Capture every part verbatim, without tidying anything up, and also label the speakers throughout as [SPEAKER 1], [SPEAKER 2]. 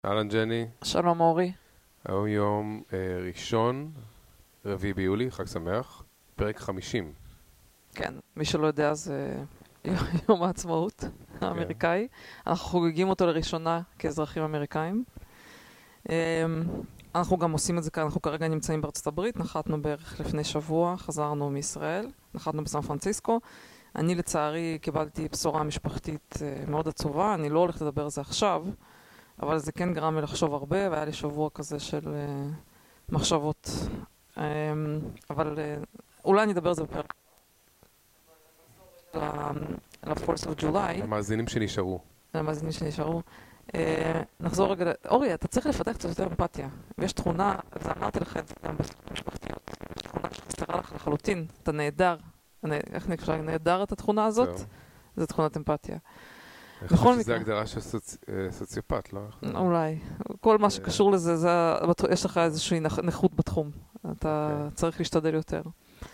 [SPEAKER 1] אהלן ג'ני.
[SPEAKER 2] שלום אורי.
[SPEAKER 1] היום יום אה, ראשון, רביעי ביולי, חג שמח, פרק חמישים.
[SPEAKER 2] כן, מי שלא יודע זה יום העצמאות האמריקאי. אנחנו חוגגים אותו לראשונה כאזרחים אמריקאים. אנחנו גם עושים את זה כאן, אנחנו כרגע נמצאים בארצות הברית, נחתנו בערך לפני שבוע, חזרנו מישראל, נחתנו בסן פרנסיסקו. אני לצערי קיבלתי בשורה משפחתית מאוד עצובה, אני לא הולכת לדבר על זה עכשיו, אבל זה כן גרם לי לחשוב הרבה, והיה לי שבוע כזה של uh, מחשבות. Um, אבל uh, אולי אני אדבר על זה בפרק. ל-פורס אוף ג'ולי.
[SPEAKER 1] המאזינים שנשארו.
[SPEAKER 2] המאזינים שנשארו. Uh, נחזור רגע, אורי, אתה צריך לפתח קצת יותר אמפתיה. ויש תכונה, אז אמרתי לך את זה גם במשפחתיות, תכונה שנסתרה לך לחלוטין, אתה נהדר. איך נקרא, נהדר את התכונה הזאת? זו תכונת אמפתיה.
[SPEAKER 1] אני חושב שזו הגדרה של סוציופט, לא?
[SPEAKER 2] אולי. כל מה שקשור לזה, יש לך איזושהי נכות בתחום. אתה צריך להשתדל יותר.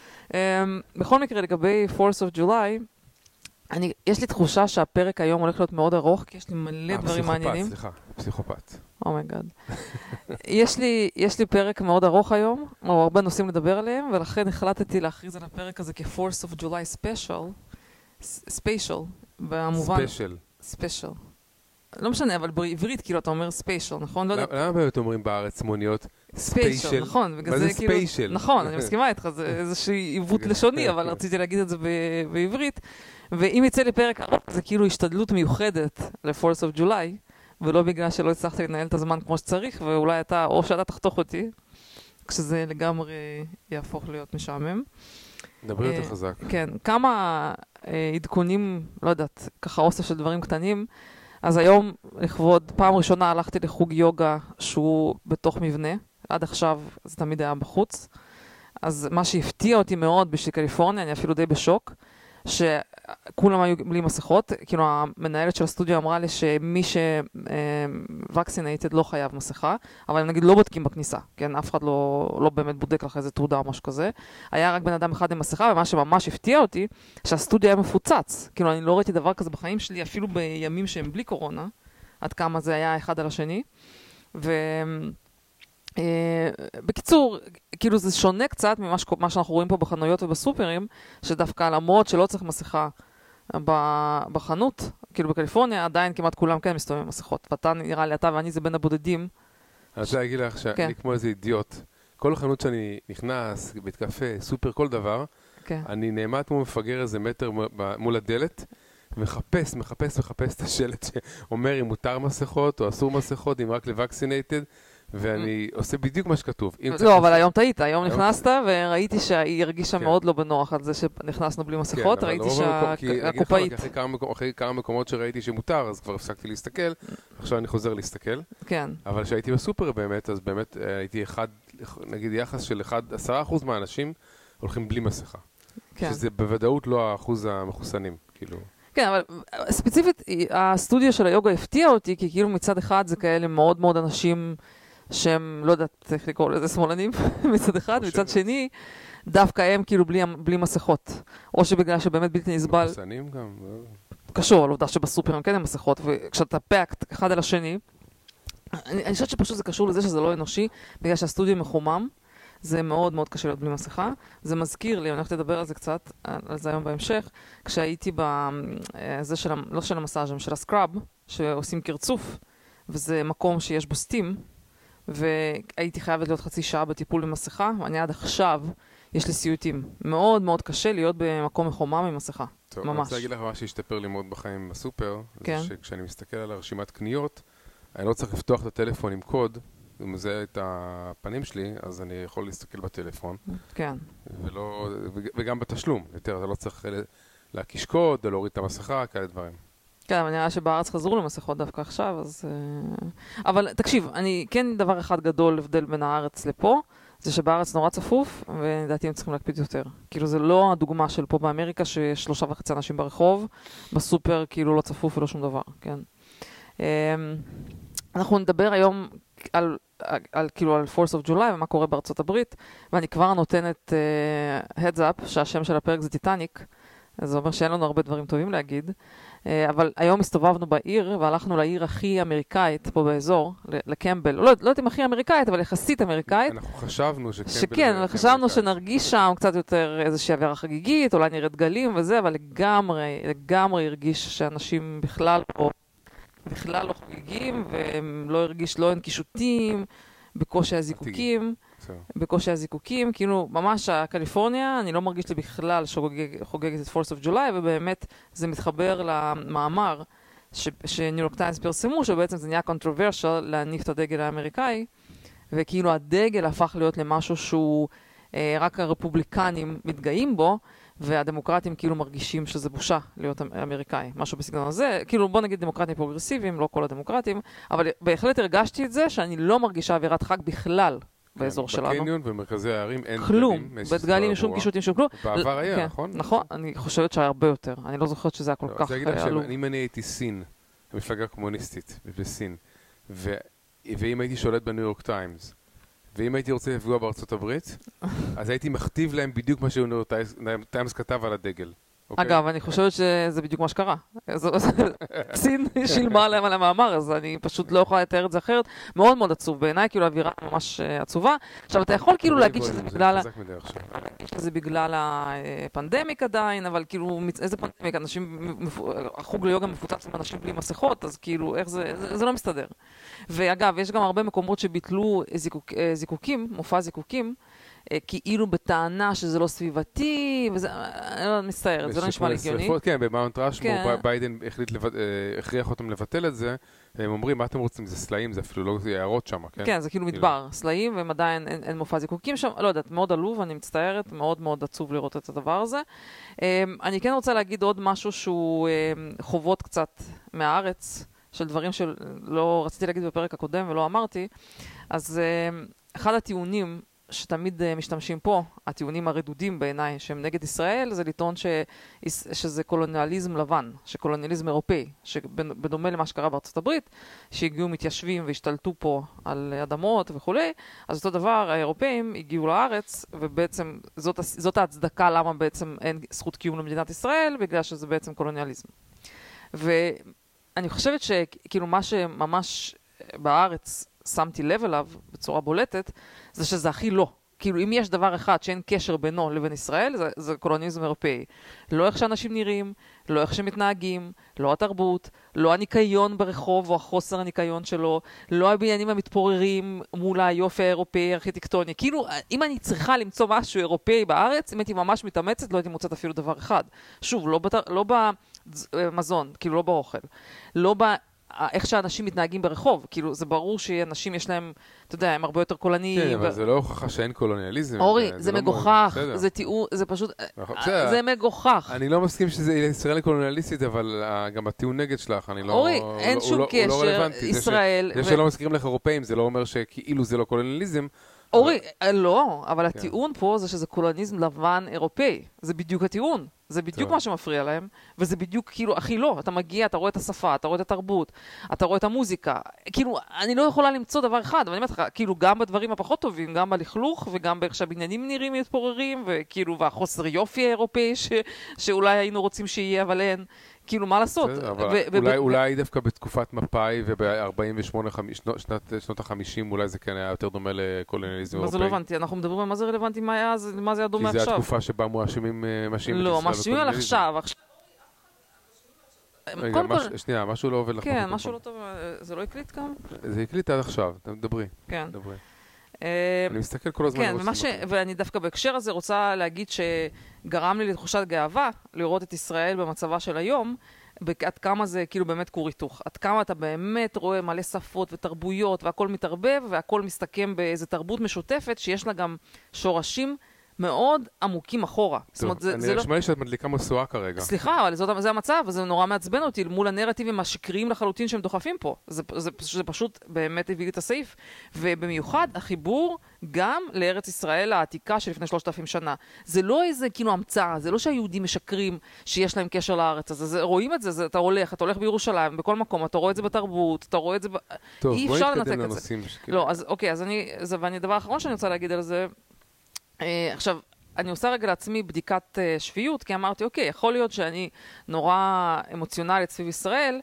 [SPEAKER 2] בכל מקרה, לגבי פורס אוף ג'ולי, יש לי תחושה שהפרק היום הולך להיות מאוד ארוך, כי יש לי מלא דברים מעניינים.
[SPEAKER 1] סליחה, פסיכופת.
[SPEAKER 2] אומייגאד. יש לי פרק מאוד ארוך היום, או הרבה נושאים לדבר עליהם, ולכן החלטתי להכריז על הפרק הזה כ-פורס אוף ג'ולי ספיישל. ספיישל.
[SPEAKER 1] ספיישל.
[SPEAKER 2] ספיישל. לא משנה, אבל בעברית כאילו אתה אומר ספיישל, נכון?
[SPEAKER 1] למה באמת אומרים בארץ מוניות
[SPEAKER 2] ספיישל? נכון.
[SPEAKER 1] מה זה ספיישל?
[SPEAKER 2] נכון, אני מסכימה איתך, זה איזשהו עיוות לשוני, אבל רציתי להגיד את זה בעברית. ואם יצא לי פרק ארוך, זה כאילו השתדלות מיוחדת ל-פורס אוף ג'ולי, ולא בגלל שלא הצלחתי לנהל את הזמן כמו שצריך, ואולי אתה, או שאתה תחתוך אותי, כשזה לגמרי יהפוך להיות משעמם.
[SPEAKER 1] דברי יותר חזק.
[SPEAKER 2] כן, כמה עדכונים, לא יודעת, ככה אוסף של דברים קטנים. אז היום, לכבוד, פעם ראשונה הלכתי לחוג יוגה שהוא בתוך מבנה. עד עכשיו זה תמיד היה בחוץ. אז מה שהפתיע אותי מאוד בשביל קליפורניה, אני אפילו די בשוק, שכולם היו בלי מסכות. כאילו המנהלת של הסטודיו אמרה לי שמי שווקסינטד לא חייב מסכה, אבל הם נגיד לא בודקים בכניסה, כן? אף אחד לא, לא באמת בודק לך איזה תעודה או משהו כזה. היה רק בן אדם אחד עם מסכה, ומה שממש הפתיע אותי, שהסטודיו היה מפוצץ. כאילו אני לא ראיתי דבר כזה בחיים שלי, אפילו בימים שהם בלי קורונה, עד כמה זה היה אחד על השני. ו... Uh, בקיצור, כאילו זה שונה קצת ממה ש... שאנחנו רואים פה בחנויות ובסופרים, שדווקא למרות שלא צריך מסכה בחנות, כאילו בקליפורניה, עדיין כמעט כולם כן מסתובבים עם מסכות. ואתה נראה לי, אתה ואני זה בין הבודדים.
[SPEAKER 1] אני רוצה להגיד לך שאני כמו איזה אידיוט. כל חנות שאני נכנס, בית קפה, סופר, כל דבר, אני נעמד כמו מפגר איזה מטר מול הדלת, מחפש, מחפש, מחפש את השלט שאומר אם מותר מסכות או אסור מסכות, אם רק לווקסינטד. ואני עושה בדיוק מה שכתוב.
[SPEAKER 2] לא, אבל היום טעית, היום נכנסת וראיתי שהיא הרגישה מאוד לא בנוח על זה שנכנסנו בלי מסכות, ראיתי שהקופאית...
[SPEAKER 1] אחרי כמה מקומות שראיתי שמותר, אז כבר הפסקתי להסתכל, עכשיו אני חוזר להסתכל.
[SPEAKER 2] כן.
[SPEAKER 1] אבל כשהייתי בסופר באמת, אז באמת הייתי אחד, נגיד יחס של עשרה אחוז מהאנשים הולכים בלי מסכה. שזה בוודאות לא האחוז המחוסנים, כאילו.
[SPEAKER 2] כן, אבל ספציפית, הסטודיו של היוגה הפתיע אותי, כי כאילו מצד אחד זה כאלה מאוד מאוד אנשים שהם, לא יודעת איך לקרוא לזה, שמאלנים מצד אחד, מצד שני, דווקא הם כאילו בלי, בלי מסכות. או שבגלל שבאמת בלתי נסבל...
[SPEAKER 1] מחוסנים גם.
[SPEAKER 2] קשור, על עובדה שבסופר הם כן עם מסכות, וכשאתה פקט אחד על השני, אני, אני חושבת שפשוט זה קשור לזה שזה לא אנושי, בגלל שהסטודיו מחומם, זה מאוד מאוד קשה להיות בלי מסכה. זה מזכיר לי, אני הולכת לדבר על זה קצת, על זה היום בהמשך, כשהייתי בזה של, לא של המסאז'ם, של הסקראב, שעושים קרצוף, וזה מקום שיש בו סטים, והייתי חייבת להיות חצי שעה בטיפול במסכה, ואני עד עכשיו, יש לי סיוטים. מאוד מאוד קשה להיות במקום מחומם עם מסכה.
[SPEAKER 1] טוב,
[SPEAKER 2] ממש.
[SPEAKER 1] אני רוצה להגיד לך מה שהשתפר לי מאוד בחיים בסופר,
[SPEAKER 2] כן.
[SPEAKER 1] זה שכשאני מסתכל על הרשימת קניות, אני לא צריך לפתוח את הטלפון עם קוד, הוא מזהה את הפנים שלי, אז אני יכול להסתכל בטלפון.
[SPEAKER 2] כן.
[SPEAKER 1] ולא, וגם בתשלום, יותר, אתה לא צריך להקיש קוד, או להוריד את המסכה, כאלה דברים.
[SPEAKER 2] כן, אבל נראה שבארץ חזרו למסכות דווקא עכשיו, אז... אבל תקשיב, אני, כן דבר אחד גדול הבדל בין הארץ לפה, זה שבארץ נורא צפוף, ולדעתי הם צריכים להקפיד יותר. כאילו זה לא הדוגמה של פה באמריקה, שיש שלושה וחצי אנשים ברחוב, בסופר כאילו לא צפוף ולא שום דבר, כן. אנחנו נדבר היום על, על, על כאילו על פורס אוף ג'ולי ומה קורה בארצות הברית, ואני כבר נותנת uh, heads up שהשם של הפרק זה טיטניק, אז זה אומר שאין לנו הרבה דברים טובים להגיד. אבל היום הסתובבנו בעיר, והלכנו לעיר הכי אמריקאית פה באזור, לקמבל. לא, לא יודעת אם הכי אמריקאית, אבל יחסית אמריקאית.
[SPEAKER 1] אנחנו חשבנו שקמבל...
[SPEAKER 2] שכן, חשבנו שנרגיש שם קצת יותר איזושהי אווירה חגיגית, אולי נראית גלים וזה, אבל לגמרי, לגמרי הרגיש שאנשים בכלל פה, בכלל לא חגיגים, והם לא הרגיש, לא אין קישוטים, בקושי הזיקוקים. בקושי הזיקוקים, כאילו ממש הקליפורניה, אני לא מרגיש לי בכלל שחוגגת את פורס אוף ג'ולי, ובאמת זה מתחבר למאמר שניו יורק טיימס פרסמו, שבעצם זה נהיה קונטרוברשל להניף את הדגל האמריקאי, וכאילו הדגל הפך להיות למשהו שהוא אה, רק הרפובליקנים מתגאים בו, והדמוקרטים כאילו מרגישים שזה בושה להיות אמריקאי, משהו בסגנון הזה, כאילו בוא נגיד דמוקרטים פרוגרסיביים, לא כל הדמוקרטים, אבל בהחלט הרגשתי את זה שאני לא מרגישה אווירת חג בכלל, באזור שלנו.
[SPEAKER 1] בקניון ובמרכזי הערים אין
[SPEAKER 2] כלום. בדגלים שום קישוטים שום כלום.
[SPEAKER 1] בעבר היה, נכון?
[SPEAKER 2] נכון, אני חושבת שהיה הרבה יותר. אני לא זוכרת שזה היה כל כך עלוב.
[SPEAKER 1] אם אני הייתי סין, מפלגה קומוניסטית בסין, ואם הייתי שולט בניו יורק טיימס, ואם הייתי רוצה לפגוע בארצות הברית, אז הייתי מכתיב להם בדיוק מה שניו יורק טיימס כתב על הדגל.
[SPEAKER 2] אגב, אני חושבת שזה בדיוק מה שקרה. סין שילמה להם על המאמר, אז אני פשוט לא יכולה לתאר את זה אחרת. מאוד מאוד עצוב בעיניי, כאילו האווירה ממש עצובה. עכשיו, אתה יכול כאילו להגיד שזה בגלל הפנדמיק עדיין, אבל כאילו, איזה פנדמיק? החוג ליוגה מפוצץ עם אנשים בלי מסכות, אז כאילו, איך זה, זה לא מסתדר. ואגב, יש גם הרבה מקומות שביטלו זיקוקים, מופע זיקוקים, כאילו בטענה שזה לא סביבתי, וזה לא מצטערת, זה לא נשמע לי הגיוני.
[SPEAKER 1] כן, במאונט ראשמור, ביידן הכריח אותם לבטל את זה, והם אומרים, מה אתם רוצים? זה סלעים, זה אפילו לא יערות שם, כן?
[SPEAKER 2] כן, זה כאילו מדבר, סלעים, והם עדיין אין מופע זיקוקים שם, לא יודעת, מאוד עלוב, אני מצטערת, מאוד מאוד עצוב לראות את הדבר הזה. אני כן רוצה להגיד עוד משהו שהוא חובות קצת מהארץ, של דברים שלא רציתי להגיד בפרק הקודם ולא אמרתי, אז אחד הטיעונים שתמיד uh, משתמשים פה, הטיעונים הרדודים בעיניי שהם נגד ישראל, זה לטעון ש... שזה קולוניאליזם לבן, שקולוניאליזם אירופאי, שבדומה למה שקרה בארצות הברית, שהגיעו מתיישבים והשתלטו פה על אדמות וכו', אז אותו דבר, האירופאים הגיעו לארץ, ובעצם זאת, זאת ההצדקה למה בעצם אין זכות קיום למדינת ישראל, בגלל שזה בעצם קולוניאליזם. ואני חושבת שכאילו מה שממש בארץ שמתי לב אליו בצורה בולטת, זה שזה הכי לא. כאילו, אם יש דבר אחד שאין קשר בינו לבין ישראל, זה, זה קולוניאליזם אירופאי. לא איך שאנשים נראים, לא איך שמתנהגים, לא התרבות, לא הניקיון ברחוב או החוסר הניקיון שלו, לא הבניינים המתפוררים מול היופי האירופאי, הארכיטקטוני. כאילו, אם אני צריכה למצוא משהו אירופאי בארץ, אם הייתי ממש מתאמצת, לא הייתי מוצאת אפילו דבר אחד. שוב, לא, בת, לא במזון, כאילו לא באוכל, לא ב... איך שאנשים מתנהגים ברחוב, כאילו זה ברור שאנשים יש להם, אתה יודע, הם הרבה יותר קולניים.
[SPEAKER 1] כן, אבל זה לא הוכחה שאין קולוניאליזם.
[SPEAKER 2] אורי, זה מגוחך, זה תיאור, זה פשוט, זה מגוחך.
[SPEAKER 1] אני לא מסכים שזה ישראל קולוניאליסטית, אבל גם הטיעון נגד שלך, אני לא...
[SPEAKER 2] אורי, אין שום קשר, ישראל...
[SPEAKER 1] זה שלא מזכירים לך אירופאים, זה לא אומר שכאילו זה לא קולוניאליזם.
[SPEAKER 2] אורי, לא, אבל הטיעון פה זה שזה קולוניזם לבן אירופאי, זה בדיוק הטיעון. זה בדיוק מה שמפריע להם, וזה בדיוק כאילו, הכי לא, אתה מגיע, אתה רואה את השפה, אתה רואה את התרבות, אתה רואה את המוזיקה, כאילו, אני לא יכולה למצוא דבר אחד, אבל אני אומרת לך, כאילו, גם בדברים הפחות טובים, גם בלכלוך, וגם באיך שהבניינים נראים מתפוררים, וכאילו, והחוסר יופי האירופאי, ש- שאולי היינו רוצים שיהיה, אבל אין, כאילו, מה לעשות?
[SPEAKER 1] אולי דווקא בתקופת מפאי, וב-ארבעים ושמונה שנות ה-חמישים, אולי זה כן היה יותר דומה לקולוניאליזם אירופאי.
[SPEAKER 2] מה זה לא הבנתי? אנחנו מדברים על מה זה רלוונטי, מה זה היה דומה עכשיו?
[SPEAKER 1] כי זה התקופה שבה מואשמים
[SPEAKER 2] לא, משהו על עכשיו, עכשיו.
[SPEAKER 1] רגע, שנייה, משהו לא עובד לך.
[SPEAKER 2] כן, משהו לא טוב, זה לא הקליט כאן?
[SPEAKER 1] זה הקליט עד עכשיו, דברי.
[SPEAKER 2] כן.
[SPEAKER 1] דברי. אני מסתכל כל הזמן.
[SPEAKER 2] כן, ואני דווקא בהקשר הזה רוצה להגיד שגרם לי לתחושת גאווה לראות את ישראל במצבה של היום, עד כמה זה כאילו באמת כור היתוך. עד כמה אתה באמת רואה מלא שפות ותרבויות והכל מתערבב והכל מסתכם באיזו תרבות משותפת שיש לה גם שורשים מאוד עמוקים אחורה.
[SPEAKER 1] טוב, אני נשמע לי שאת מדליקה משואה כרגע.
[SPEAKER 2] סליחה, אבל זה המצב, וזה נורא מעצבן אותי מול הנרטיבים השקריים לחלוטין שהם דוחפים פה. זה, זה, זה פשוט באמת הביא לי את הסעיף. ובמיוחד החיבור גם לארץ ישראל העתיקה של לפני שלושת אלפים שנה. זה לא איזה כאילו המצאה, זה לא שהיהודים משקרים שיש להם קשר לארץ הזה. זה, רואים את זה, זה, אתה הולך, אתה הולך בירושלים, בכל מקום, אתה רואה את זה בתרבות, אתה רואה את זה... ב...
[SPEAKER 1] טוב, אי אפשר לנתק את זה.
[SPEAKER 2] לא, אז אוקיי, אז אני, זה, ואני, דבר האחרון שאני רוצה להגיד על זה, Uh, עכשיו, אני עושה רגע לעצמי בדיקת שפיות, כי אמרתי, אוקיי, יכול להיות שאני נורא אמוציונלית סביב ישראל,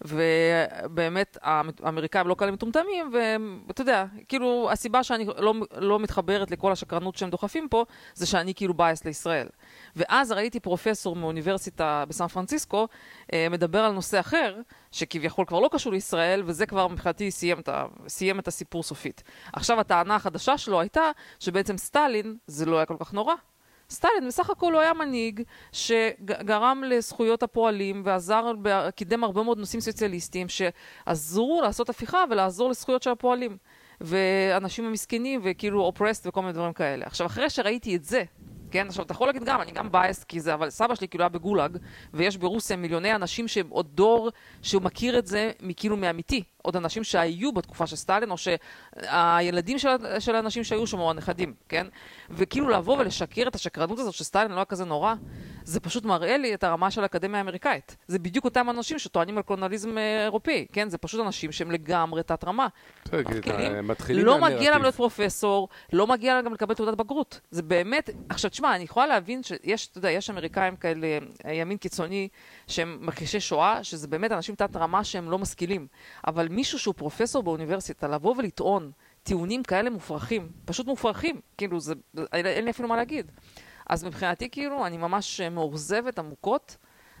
[SPEAKER 2] ובאמת האמריקאים לא כאלה מטומטמים, ואתה יודע, כאילו הסיבה שאני לא, לא מתחברת לכל השקרנות שהם דוחפים פה, זה שאני כאילו בייס לישראל. ואז ראיתי פרופסור מאוניברסיטה בסן פרנסיסקו, מדבר על נושא אחר, שכביכול כבר לא קשור לישראל, וזה כבר מבחינתי סיים את, סיים את הסיפור סופית. עכשיו הטענה החדשה שלו הייתה, שבעצם סטלין זה לא היה כל כך נורא. סטלין בסך הכל הוא היה מנהיג שגרם לזכויות הפועלים ועזר, קידם הרבה מאוד נושאים סוציאליסטיים שעזרו לעשות הפיכה ולעזור לזכויות של הפועלים ואנשים המסכנים וכאילו אופרסט וכל מיני דברים כאלה. עכשיו אחרי שראיתי את זה, כן, עכשיו אתה יכול להגיד גם, אני גם בייס כי זה, אבל סבא שלי כאילו היה בגולג ויש ברוסיה מיליוני אנשים שהם עוד דור שהוא מכיר את זה כאילו מאמיתי, עוד אנשים שהיו בתקופה של סטלין או שהילדים של, של האנשים שהיו שם או הנכדים, כן? וכאילו לבוא ולשקר את השקרנות הזאת שסטלין לא היה כזה נורא, זה פשוט מראה לי את הרמה של האקדמיה האמריקאית. זה בדיוק אותם אנשים שטוענים על קולוניאליזם אירופאי, כן? זה פשוט אנשים שהם לגמרי תת רמה. לא מגיע להם להיות פרופסור, לא מגיע להם גם לקבל תעודת בגרות. זה באמת, עכשיו תשמע, אני יכולה להבין שיש, אתה יודע, יש אמריקאים כאלה, ימין קיצוני, שהם מכחישי שואה, שזה באמת אנשים תת רמה שהם לא משכילים. אבל מישהו שהוא פרופסור באוניברסיטה, לבוא ולטעון טיעונים כאלה מופרכים, פשוט מופרכים, כאילו, זה, אין לי אפילו מה להגיד. אז מבחינתי, כאילו, אני ממש מאורזבת עמוקות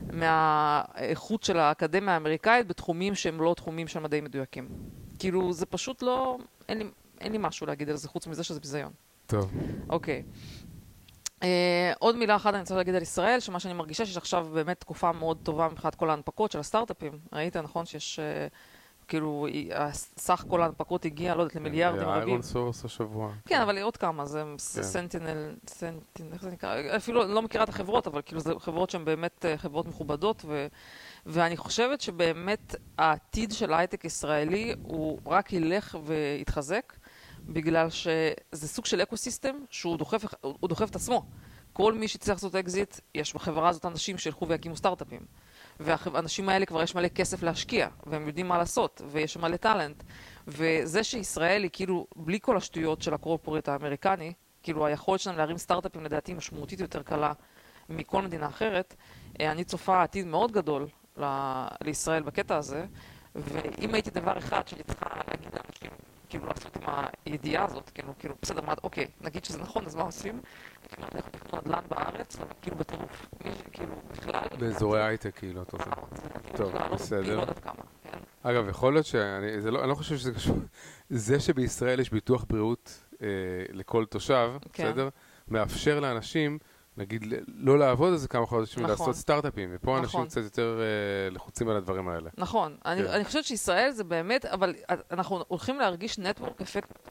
[SPEAKER 2] מהאיכות של האקדמיה האמריקאית בתחומים שהם לא תחומים של מדעים מדויקים. כאילו, זה פשוט לא, אין לי, אין לי משהו להגיד על זה, חוץ מזה שזה ביזיון.
[SPEAKER 1] טוב.
[SPEAKER 2] אוקיי. Uh, עוד מילה אחת אני רוצה להגיד על ישראל, שמה שאני מרגישה שיש עכשיו באמת תקופה מאוד טובה מבחינת כל ההנפקות של הסטארט-אפים. ראית, נכון, שיש uh, כאילו, סך כל ההנפקות הגיע, לא יודעת, למיליארדים רבים.
[SPEAKER 1] איירון סורס השבוע.
[SPEAKER 2] כן, אבל עוד כמה, זה סנטינל, סנטינל, איך זה נקרא? אפילו לא מכירה את החברות, אבל כאילו זה חברות שהן באמת חברות מכובדות, ואני חושבת שבאמת העתיד של ההייטק ישראלי הוא רק ילך ויתחזק, בגלל שזה סוג של אקוסיסטם שהוא דוחף, הוא דוחף את עצמו. כל מי שצריך לעשות אקזיט, יש בחברה הזאת אנשים שילכו ויקימו סטארט-אפים. והאנשים האלה כבר יש מלא כסף להשקיע, והם יודעים מה לעשות, ויש מלא טלנט. וזה שישראל היא כאילו, בלי כל השטויות של הקורפורט האמריקני, כאילו היכולת שלנו להרים סטארט-אפים לדעתי משמעותית יותר קלה מכל מדינה אחרת, אני צופה עתיד מאוד גדול ל- לישראל בקטע הזה, ואם הייתי דבר אחד שאני צריכה להגיד לאנשים, כאילו לעשות עם הידיעה הזאת, כאילו, כאילו, בסדר, מה, אוקיי, נגיד שזה נכון, אז מה עושים? כאילו, אנחנו תכנו נדל"ן בארץ, אבל כאילו בטירוף, מי שכאילו בכלל...
[SPEAKER 1] באזורי הייטק, כאילו, אתה עושה. טוב, בסדר. אגב, יכול להיות שאני, זה לא, אני לא חושב שזה קשור. זה שבישראל יש ביטוח בריאות אה, לכל תושב, כן. בסדר? מאפשר לאנשים, נגיד, לא לעבוד על זה כמה חודשים, נכון. לעשות סטארט-אפים, ופה נכון. אנשים קצת יותר אה, לחוצים על הדברים האלה.
[SPEAKER 2] נכון. כן. אני, אני חושבת שישראל זה באמת, אבל אנחנו הולכים להרגיש נטוורק אפקט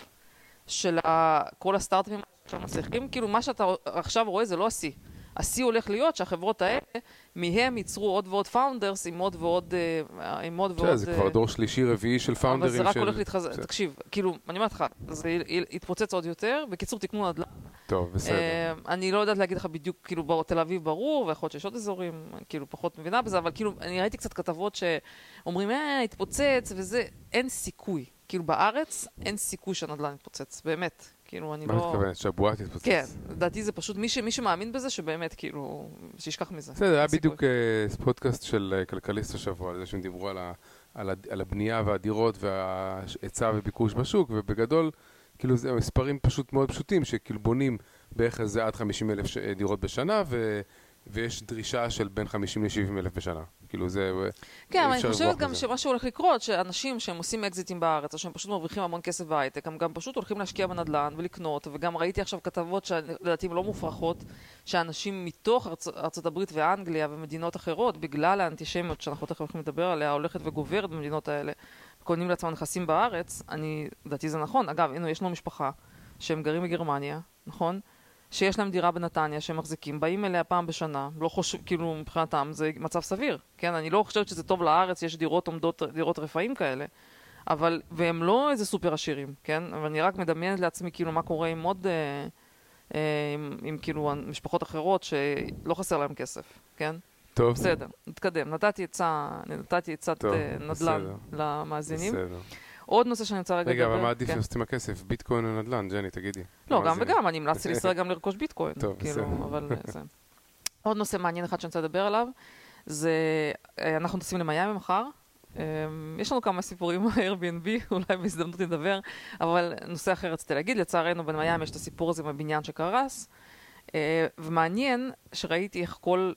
[SPEAKER 2] של כל הסטארט-אפים שמצליחים, כאילו מה שאתה עכשיו רואה זה לא השיא. השיא הולך להיות שהחברות האלה, מהם ייצרו עוד ועוד פאונדרס עם עוד ועוד... עם עוד ועוד...
[SPEAKER 1] זה כבר דור שלישי רביעי של פאונדרים של...
[SPEAKER 2] אבל זה רק הולך להתחזק. תקשיב, כאילו, אני אומרת לך, זה יתפוצץ עוד יותר, בקיצור תקנו נדל"ן.
[SPEAKER 1] טוב, בסדר.
[SPEAKER 2] אני לא יודעת להגיד לך בדיוק, כאילו, תל אביב ברור, ויכול להיות שיש עוד אזורים, כאילו, פחות מבינה בזה, אבל כאילו, אני ראיתי קצת כתבות שאומרים, אה, התפוצץ, וזה, אין סיכוי. כאילו, בארץ, אין סיכוי שהנדל"ן יתפוצץ, באמת. כאילו, אני לא...
[SPEAKER 1] מה מתכוונת? שהבועה תתפוצץ?
[SPEAKER 2] כן, לדעתי זה פשוט מי, ש... מי שמאמין בזה שבאמת, כאילו, שישכח מזה.
[SPEAKER 1] בסדר, היה בדיוק uh, פודקאסט של uh, כלכליסט השבוע, על זה שהם דיברו על, ה... על, ה... על הבנייה והדירות וההיצע וביקוש בשוק, ובגדול, כאילו, זה מספרים פשוט מאוד פשוטים, שכאילו בונים בערך איזה עד חמישים אלף ש... דירות בשנה, ו... ויש דרישה של בין חמישים ל-שבעים אלף בשנה. כאילו זה...
[SPEAKER 2] כן, אבל אני חושבת גם שמה שהולך לקרות, שאנשים שהם עושים אקזיטים בארץ, או שהם פשוט מרוויחים המון כסף בהייטק, הם גם פשוט הולכים להשקיע בנדל"ן ולקנות, וגם ראיתי עכשיו כתבות שלדעתי לא מופרכות, שאנשים מתוך ארצות הברית ואנגליה ומדינות אחרות, בגלל האנטישמיות שאנחנו תכף הולכים לדבר עליה, הולכת וגוברת במדינות האלה, קונים לעצמם נכסים בארץ, אני, לדעתי זה נכון. אגב, הנה, יש לנו משפחה שהם גרים בגרמניה, נכון? שיש להם דירה בנתניה שהם מחזיקים, באים אליה פעם בשנה, לא חושב, כאילו מבחינתם זה מצב סביר, כן? אני לא חושבת שזה טוב לארץ, יש דירות עומדות, דירות רפאים כאלה, אבל, והם לא איזה סופר עשירים, כן? אבל אני רק מדמיינת לעצמי כאילו מה קורה עם עוד, אה, אה, עם, עם כאילו משפחות אחרות שלא חסר להם כסף, כן?
[SPEAKER 1] טוב.
[SPEAKER 2] בסדר, נתקדם. נתתי עצה, נתתי עצת נדל"ן למאזינים.
[SPEAKER 1] בסדר.
[SPEAKER 2] עוד נושא שאני רוצה רגע
[SPEAKER 1] לדבר. רגע, אבל מה עדיף שעושים הכסף? ביטקוין או נדל"ן, ג'ני, תגידי.
[SPEAKER 2] לא, גם וגם, אני המלצתי לישראל גם לרכוש ביטקוין.
[SPEAKER 1] טוב, בסדר.
[SPEAKER 2] אבל זה... עוד נושא מעניין אחד שאני רוצה לדבר עליו, זה, אנחנו נוסעים למיאמי מחר. יש לנו כמה סיפורים ב-Airbnb, אולי בהזדמנות נדבר, אבל נושא אחר רציתי להגיד, לצערנו במיאמי יש את הסיפור הזה מהבניין שקרס, ומעניין שראיתי איך כל,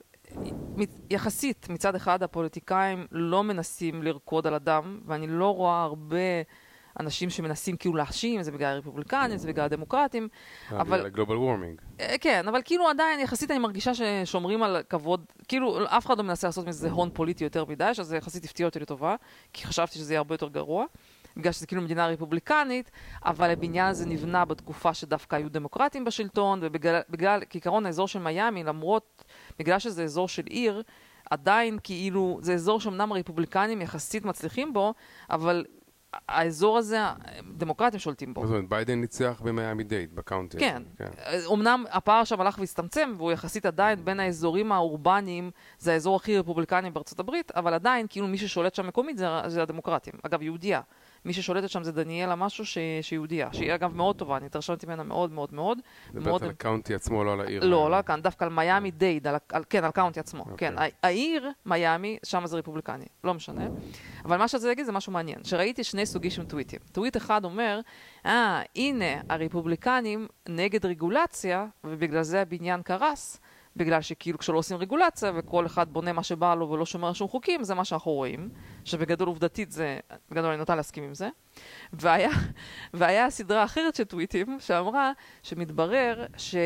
[SPEAKER 2] יחסית מצד אחד הפוליטיקאים לא מנסים לרקוד על הדם, ואני לא רואה הרבה אנשים שמנסים כאילו להאשים, זה בגלל הרפובליקנים, זה בגלל הדמוקרטים.
[SPEAKER 1] בגלל הגלובל וורמינג.
[SPEAKER 2] כן, אבל כאילו עדיין, יחסית אני מרגישה ששומרים על כבוד, כאילו אף אחד לא מנסה לעשות מזה הון פוליטי יותר מדי, שזה יחסית הפתיע אותי לטובה, כי חשבתי שזה יהיה הרבה יותר גרוע, בגלל שזה כאילו מדינה רפובליקנית, אבל הבניין הזה נבנה בתקופה שדווקא היו דמוקרטים בשלטון, ובגלל, כעיקרון האזור של מיאמי, למרות, בגלל שזה אזור של עיר, עדיין כאילו, זה אזור שאמנם הרפובליקנים יחסית מצליחים בו, אבל האזור הזה, דמוקרטים שולטים בו.
[SPEAKER 1] זאת אומרת, ביידן ניצח במיאמי דייד, בקאונטי.
[SPEAKER 2] כן. אמנם הפער שם הלך והסתמצם, והוא יחסית עדיין בין האזורים האורבניים, זה האזור הכי רפובליקני בארצות הברית, אבל עדיין, כאילו מי ששולט שם מקומית זה הדמוקרטים. אגב, יהודיה. מי ששולטת שם זה דניאלה משהו שיהודיה, שהיא אגב מאוד טובה, אני התרשמתי ממנה מאוד מאוד מאוד.
[SPEAKER 1] מדברת על הקאונטי עצמו, לא על העיר.
[SPEAKER 2] לא, לא כאן, דווקא על מיאמי דייד, כן, על קאונטי עצמו. כן, העיר, מיאמי, שם זה רפובליקני, לא משנה. אבל מה שזה יגיד זה משהו מעניין, שראיתי שני סוגים של טוויטים. טוויט אחד אומר, אה, הנה, הרפובליקנים נגד רגולציה, ובגלל זה הבניין קרס, בגלל שכאילו כשלא עושים רגולציה וכל אחד בונה מה שבא לו ולא שומר שום חוקים, זה מה שאנחנו רואים, שבגדול עובדתית זה, בגדול אני נוטה להסכים עם זה. והיה, והיה סדרה אחרת של טוויטים שאמרה שמתברר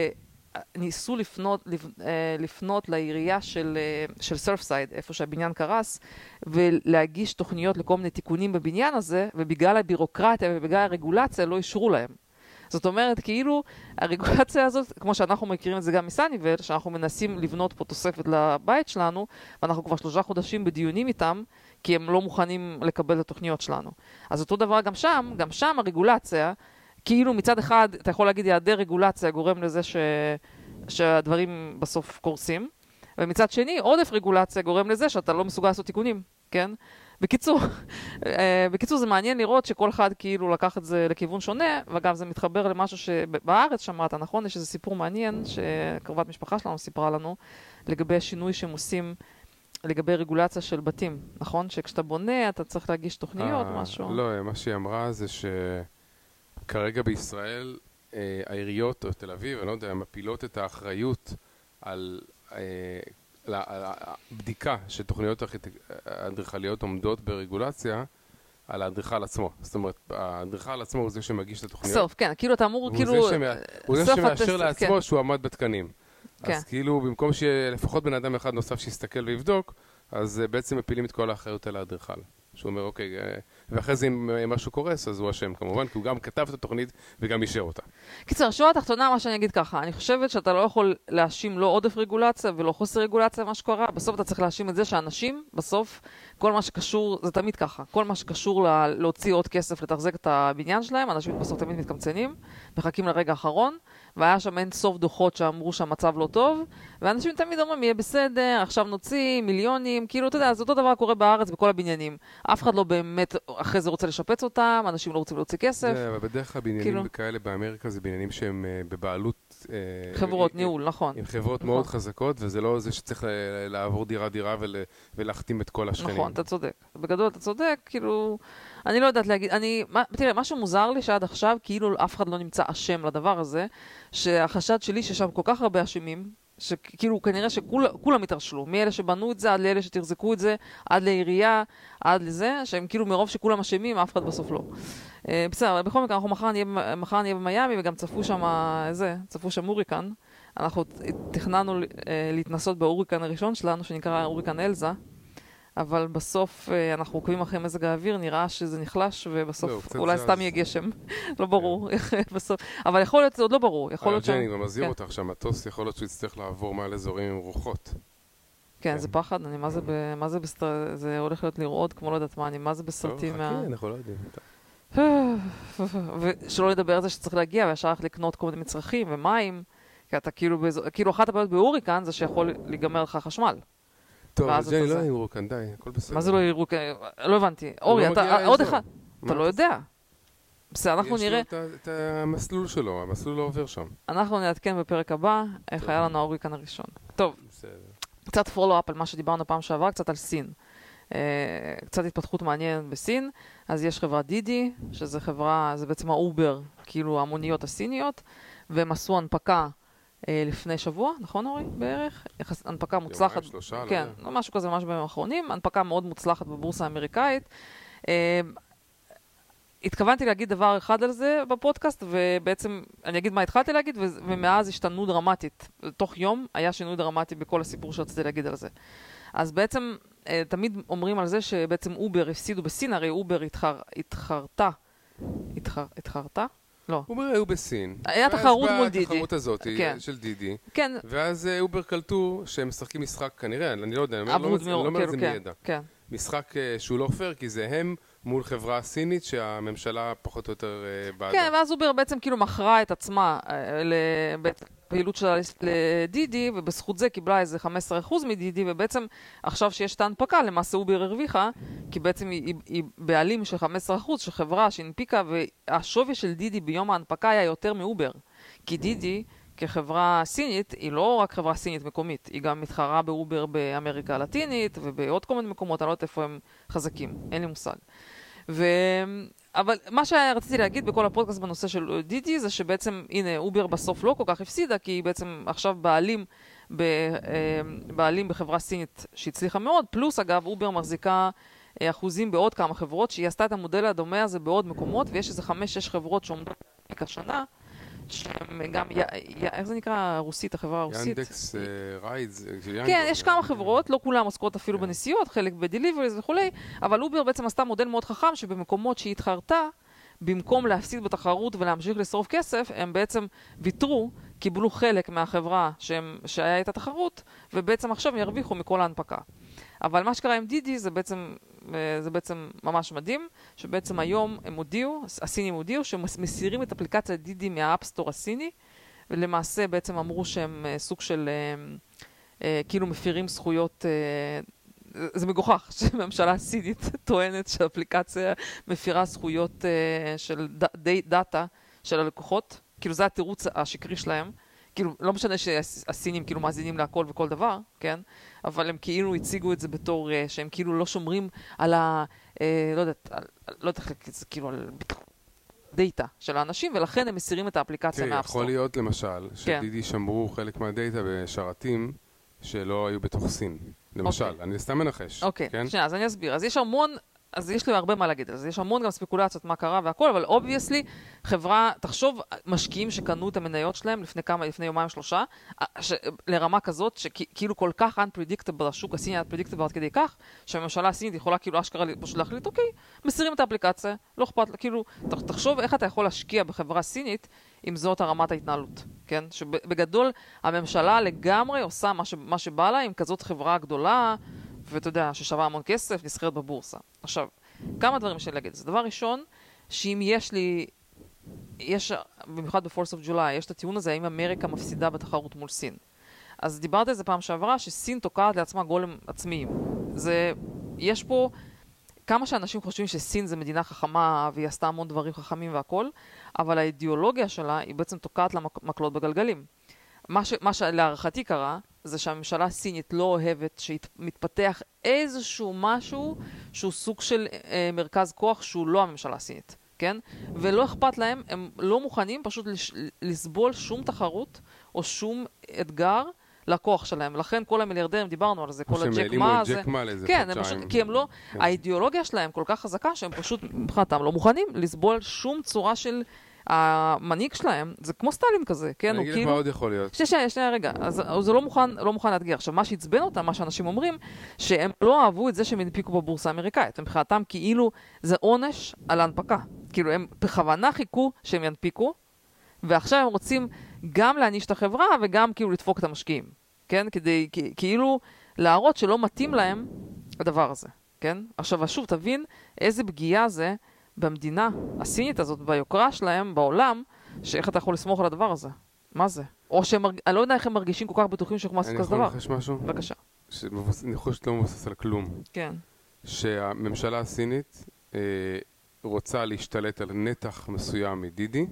[SPEAKER 2] שניסו לפנות, לפנות לעירייה של, של סרפסייד, איפה שהבניין קרס, ולהגיש תוכניות לכל מיני תיקונים בבניין הזה, ובגלל הבירוקרטיה ובגלל הרגולציה לא אישרו להם. זאת אומרת, כאילו, הרגולציה הזאת, כמו שאנחנו מכירים את זה גם מסניבל, שאנחנו מנסים לבנות פה תוספת לבית שלנו, ואנחנו כבר שלושה חודשים בדיונים איתם, כי הם לא מוכנים לקבל את התוכניות שלנו. אז אותו דבר גם שם, גם שם הרגולציה, כאילו מצד אחד, אתה יכול להגיד, יעדר רגולציה גורם לזה ש... שהדברים בסוף קורסים, ומצד שני, עודף רגולציה גורם לזה שאתה לא מסוגל לעשות תיקונים, כן? בקיצור, בקיצור זה מעניין לראות שכל אחד כאילו לקח את זה לכיוון שונה, ואגב זה מתחבר למשהו שבארץ שמעת, נכון? יש איזה סיפור מעניין שקרבת משפחה שלנו סיפרה לנו, לגבי השינוי שהם עושים לגבי רגולציה של בתים, נכון? שכשאתה בונה אתה צריך להגיש תוכניות או משהו.
[SPEAKER 1] לא, מה שהיא אמרה זה שכרגע בישראל העיריות או תל אביב, אני לא יודע, מפילות את האחריות על הבדיקה שתוכניות האדריכליות עומדות ברגולציה על האדריכל עצמו. זאת אומרת, האדריכל עצמו הוא זה שמגיש את התוכניות.
[SPEAKER 2] סוף, כן, כאילו אתה אמור, כאילו...
[SPEAKER 1] הוא זה שמאשר לעצמו שהוא עמד בתקנים. אז כאילו, במקום שלפחות בן אדם אחד נוסף שיסתכל ויבדוק, אז בעצם מפילים את כל האחריות על האדריכל. שהוא אומר, אוקיי, ואחרי זה אם משהו קורס, אז הוא אשם כמובן, כי הוא גם כתב את התוכנית וגם אישר אותה.
[SPEAKER 2] קיצר, שורה התחתונה, מה שאני אגיד ככה, אני חושבת שאתה לא יכול להאשים לא עודף רגולציה ולא חוסר רגולציה, מה שקורה, בסוף אתה צריך להאשים את זה שאנשים, בסוף, כל מה שקשור, זה תמיד ככה, כל מה שקשור להוציא עוד כסף, לתחזק את הבניין שלהם, אנשים בסוף תמיד מתקמצנים, מחכים לרגע האחרון, והיה שם אין סוף דוחות שאמרו שהמצב לא טוב, ואנשים תמיד אומרים, יהיה בסדר, עכשיו נוציא מיליונים, כאילו, אתה יודע, זה אותו דבר קורה בארץ בכל הבניינים. אף אחד לא באמת אחרי זה רוצה לשפץ אותם, אנשים לא רוצים להוציא כסף.
[SPEAKER 1] זה, אבל בדרך כלל בניינים כאלה באמריקה זה בניינים שהם בבעלות...
[SPEAKER 2] חברות, ניהול, נכון.
[SPEAKER 1] עם חברות מאוד חזקות, וזה לא זה שצריך לעבור דירה דירה ולהחתים את כל השכנים.
[SPEAKER 2] נכון, אתה צודק. בגדול אתה צודק, כאילו... אני לא יודעת להגיד, אני... תראה, משהו מוזר לי שעד עכשיו, כאילו אף אחד לא נמצא אשם לדבר הזה, שהחשד שלי ששם כל כך הרבה אשמים, שכאילו כנראה שכולם התרשלו, מאלה שבנו את זה עד לאלה שתחזקו את זה, עד לעירייה, עד לזה, שהם כאילו מרוב שכולם אשמים, אף אחד בסוף לא. בסדר, בכל מקרה, אנחנו מחר נהיה במיאמי, וגם צפו שם, איזה, צפו שם הוריקן. אנחנו תכננו להתנסות בהוריקן הראשון שלנו, שנקרא הוריקן אלזה, אבל בסוף אנחנו עוקבים אחרי מזג האוויר, נראה שזה נחלש, ובסוף אולי סתם יהיה גשם. לא ברור. אבל יכול להיות, זה עוד לא ברור.
[SPEAKER 1] ג'ני, גם מזהיר אותך שהמטוס יכול להיות שהוא יצטרך לעבור מעל אזורים עם רוחות.
[SPEAKER 2] כן, זה פחד. אני, מה זה, מה זה בסרט, זה הולך להיות לראות, כמו לא יודעת מה, אני, מה זה בסרטים מה...
[SPEAKER 1] חכי, אנחנו לא יודעים.
[SPEAKER 2] ושלא לדבר על זה שצריך להגיע, וישר הולך לקנות כל מיני מצרכים ומים, כי אתה כאילו, כאילו אחת הבעיות בהוריקן זה שיכול להיגמר לך חשמל.
[SPEAKER 1] טוב, ג'ני, לא יראו כאן, די, הכל בסדר.
[SPEAKER 2] מה זה לא יראו כאן? לא הבנתי. אורי, אתה, עוד אחד. אתה לא יודע. בסדר, אנחנו נראה...
[SPEAKER 1] יש לו את המסלול שלו, המסלול לא עובר שם.
[SPEAKER 2] אנחנו נעדכן בפרק הבא, איך היה לנו ההוריקן הראשון. טוב, קצת פולו-אפ על מה שדיברנו פעם שעבר, קצת על סין. קצת התפתחות מעניינת בסין. אז יש חברה דידי, שזה חברה, זה בעצם האובר, כאילו המוניות הסיניות, והם עשו הנפקה לפני שבוע, נכון אורי? בערך? הנפקה מוצלחת.
[SPEAKER 1] שלושה,
[SPEAKER 2] כן, משהו כזה, ממש בימים האחרונים. הנפקה מאוד מוצלחת בבורסה האמריקאית. התכוונתי להגיד דבר אחד על זה בפודקאסט, ובעצם אני אגיד מה התחלתי להגיד, ומאז השתנו דרמטית. תוך יום היה שינוי דרמטי בכל הסיפור שרציתי להגיד על זה. אז בעצם תמיד אומרים על זה שבעצם אובר הפסידו בסין, הרי אובר התחרתה. התחרתה? לא.
[SPEAKER 1] אובר היו בסין.
[SPEAKER 2] היה תחרות מול דידי.
[SPEAKER 1] ואז בתחרות הזאת של דידי.
[SPEAKER 2] כן.
[SPEAKER 1] ואז אובר קלטו שהם משחקים משחק, כנראה, אני לא יודע, אני לא אומר את זה מידע.
[SPEAKER 2] כן.
[SPEAKER 1] משחק שהוא לא פייר, כי זה הם מול חברה סינית שהממשלה פחות או יותר בעדה.
[SPEAKER 2] כן, ואז אובר בעצם כאילו מכרה את עצמה לפעילות שלה לדידי, ובזכות זה קיבלה איזה חמישה עשר אחוז מדידי, ובעצם עכשיו שיש את ההנפקה, למעשה אובר הרוויחה, כי בעצם היא, היא בעלים של חמישה עשר אחוז של חברה שהנפיקה, והשווי של דידי ביום ההנפקה היה יותר מאובר. כי דידי, כחברה סינית, היא לא רק חברה סינית מקומית, היא גם מתחרה באובר באמריקה הלטינית, ובעוד כל מיני מקומות, אני לא יודעת איפה הם חזקים, אין לי מושג. ו... אבל מה שרציתי להגיד בכל הפודקאסט בנושא של דידי, זה שבעצם, הנה, אובר בסוף לא כל כך הפסידה, כי היא בעצם עכשיו בעלים, ב... בעלים בחברה סינית שהצליחה מאוד, פלוס אגב, אובר מחזיקה אחוזים בעוד כמה חברות, שהיא עשתה את המודל הדומה הזה בעוד מקומות, ויש איזה חמש, שש חברות שעומדות כשנה, שהם גם, איך זה נקרא רוסית, החברה הרוסית?
[SPEAKER 1] ינדקס, ריידס,
[SPEAKER 2] כן, יש כמה חברות, לא כולם עוסקות אפילו בנסיעות, חלק בדליבריז וכולי, אבל אובר בעצם עשתה מודל מאוד חכם, שבמקומות שהיא התחרתה, במקום להפסיד בתחרות ולהמשיך לשרוף כסף, הם בעצם ויתרו, קיבלו חלק מהחברה שהיה את התחרות, ובעצם עכשיו ירוויחו מכל ההנפקה. אבל מה שקרה עם דידי זה בעצם, זה בעצם ממש מדהים, שבעצם היום הם הודיעו, הסינים הודיעו, שהם מסירים את אפליקציה דידי מהאפסטור הסיני, ולמעשה בעצם אמרו שהם סוג של, כאילו מפירים זכויות, זה מגוחך שממשלה הסינית טוענת שהאפליקציה מפירה זכויות של דאטה של הלקוחות, כאילו זה התירוץ השקרי שלהם, כאילו, לא משנה שהסינים כאילו מאזינים להכל וכל דבר, כן? אבל הם כאילו הציגו את זה בתור שהם כאילו לא שומרים על ה... לא יודעת, לא יודעת איך זה כאילו על דאטה של האנשים, ולכן הם מסירים את האפליקציה מהאפסטור.
[SPEAKER 1] יכול להיות למשל, שדידי שמרו חלק מהדאטה בשרתים שלא היו בתוך סין. למשל, אני סתם מנחש.
[SPEAKER 2] אוקיי, שנייה, אז אני אסביר. אז יש המון... אז יש לי הרבה מה להגיד על זה. יש המון גם ספקולציות מה קרה והכל, אבל obviously, חברה, תחשוב, משקיעים שקנו את המניות שלהם לפני כמה, לפני יומיים שלושה, ש, לרמה כזאת, שכאילו כל כך unpredictable, השוק הסיני unpredictable עד כדי כך, שהממשלה הסינית יכולה כאילו אשכרה פשוט להחליט, אוקיי, מסירים את האפליקציה, לא אכפת, כאילו, תחשוב איך אתה יכול להשקיע בחברה סינית, אם זאת הרמת ההתנהלות, כן? שבגדול, הממשלה לגמרי עושה מה, ש, מה שבא לה, עם כזאת חברה גדולה, ואתה יודע, ששווה המון כסף, נסחרת בבורסה. עכשיו, כמה דברים שאני להגיד. זה דבר ראשון, שאם יש לי, יש, במיוחד ב-פורס אוף ג'ולי, יש את הטיעון הזה, האם אמריקה מפסידה בתחרות מול סין. אז דיברתי על זה פעם שעברה, שסין תוקעת לעצמה גולם עצמיים. זה, יש פה, כמה שאנשים חושבים שסין זה מדינה חכמה, והיא עשתה המון דברים חכמים והכל, אבל האידיאולוגיה שלה היא בעצם תוקעת לה מקלות בגלגלים. מה, ש, מה שלהערכתי קרה, זה שהממשלה הסינית לא אוהבת שמתפתח איזשהו משהו שהוא סוג של אה, מרכז כוח שהוא לא הממשלה הסינית, כן? ולא אכפת להם, הם לא מוכנים פשוט לש, לסבול שום תחרות או שום אתגר לכוח שלהם. לכן כל המיליארדרים, דיברנו על זה, כל הג'ק מה זה. כן, הם פשוט, כי הם לא, כן. האידיאולוגיה שלהם כל כך חזקה שהם פשוט מבחינתם לא מוכנים לסבול שום צורה של... המנהיג שלהם, זה כמו סטלין כזה, כן?
[SPEAKER 1] אני אגיד לך מה עוד יכול להיות.
[SPEAKER 2] שנייה, שנייה, רגע. אז זה לא מוכן, לא מוכן להדגיר. עכשיו, מה שהצבן אותם, מה שאנשים אומרים, שהם לא אהבו את זה שהם הנפיקו בבורסה האמריקאית. הם מבחינתם כאילו זה עונש על ההנפקה. כאילו, הם בכוונה חיכו שהם ינפיקו, ועכשיו הם רוצים גם להעניש את החברה וגם כאילו לדפוק את המשקיעים. כן? כדי, כאילו, להראות שלא מתאים להם הדבר הזה. כן? עכשיו, שוב, תבין איזה פגיעה זה במדינה הסינית הזאת, ביוקרה שלהם, בעולם, שאיך אתה יכול לסמוך על הדבר הזה? מה זה? או שהם, אני לא יודע איך הם מרגישים כל כך בטוחים שהם עשו כזה דבר.
[SPEAKER 1] אני יכול לחש משהו?
[SPEAKER 2] בבקשה.
[SPEAKER 1] שאני חושב שאתה לא מבוסס על כלום.
[SPEAKER 2] כן.
[SPEAKER 1] שהממשלה הסינית, אה, רוצה להשתלט על נתח מסוים מדידי,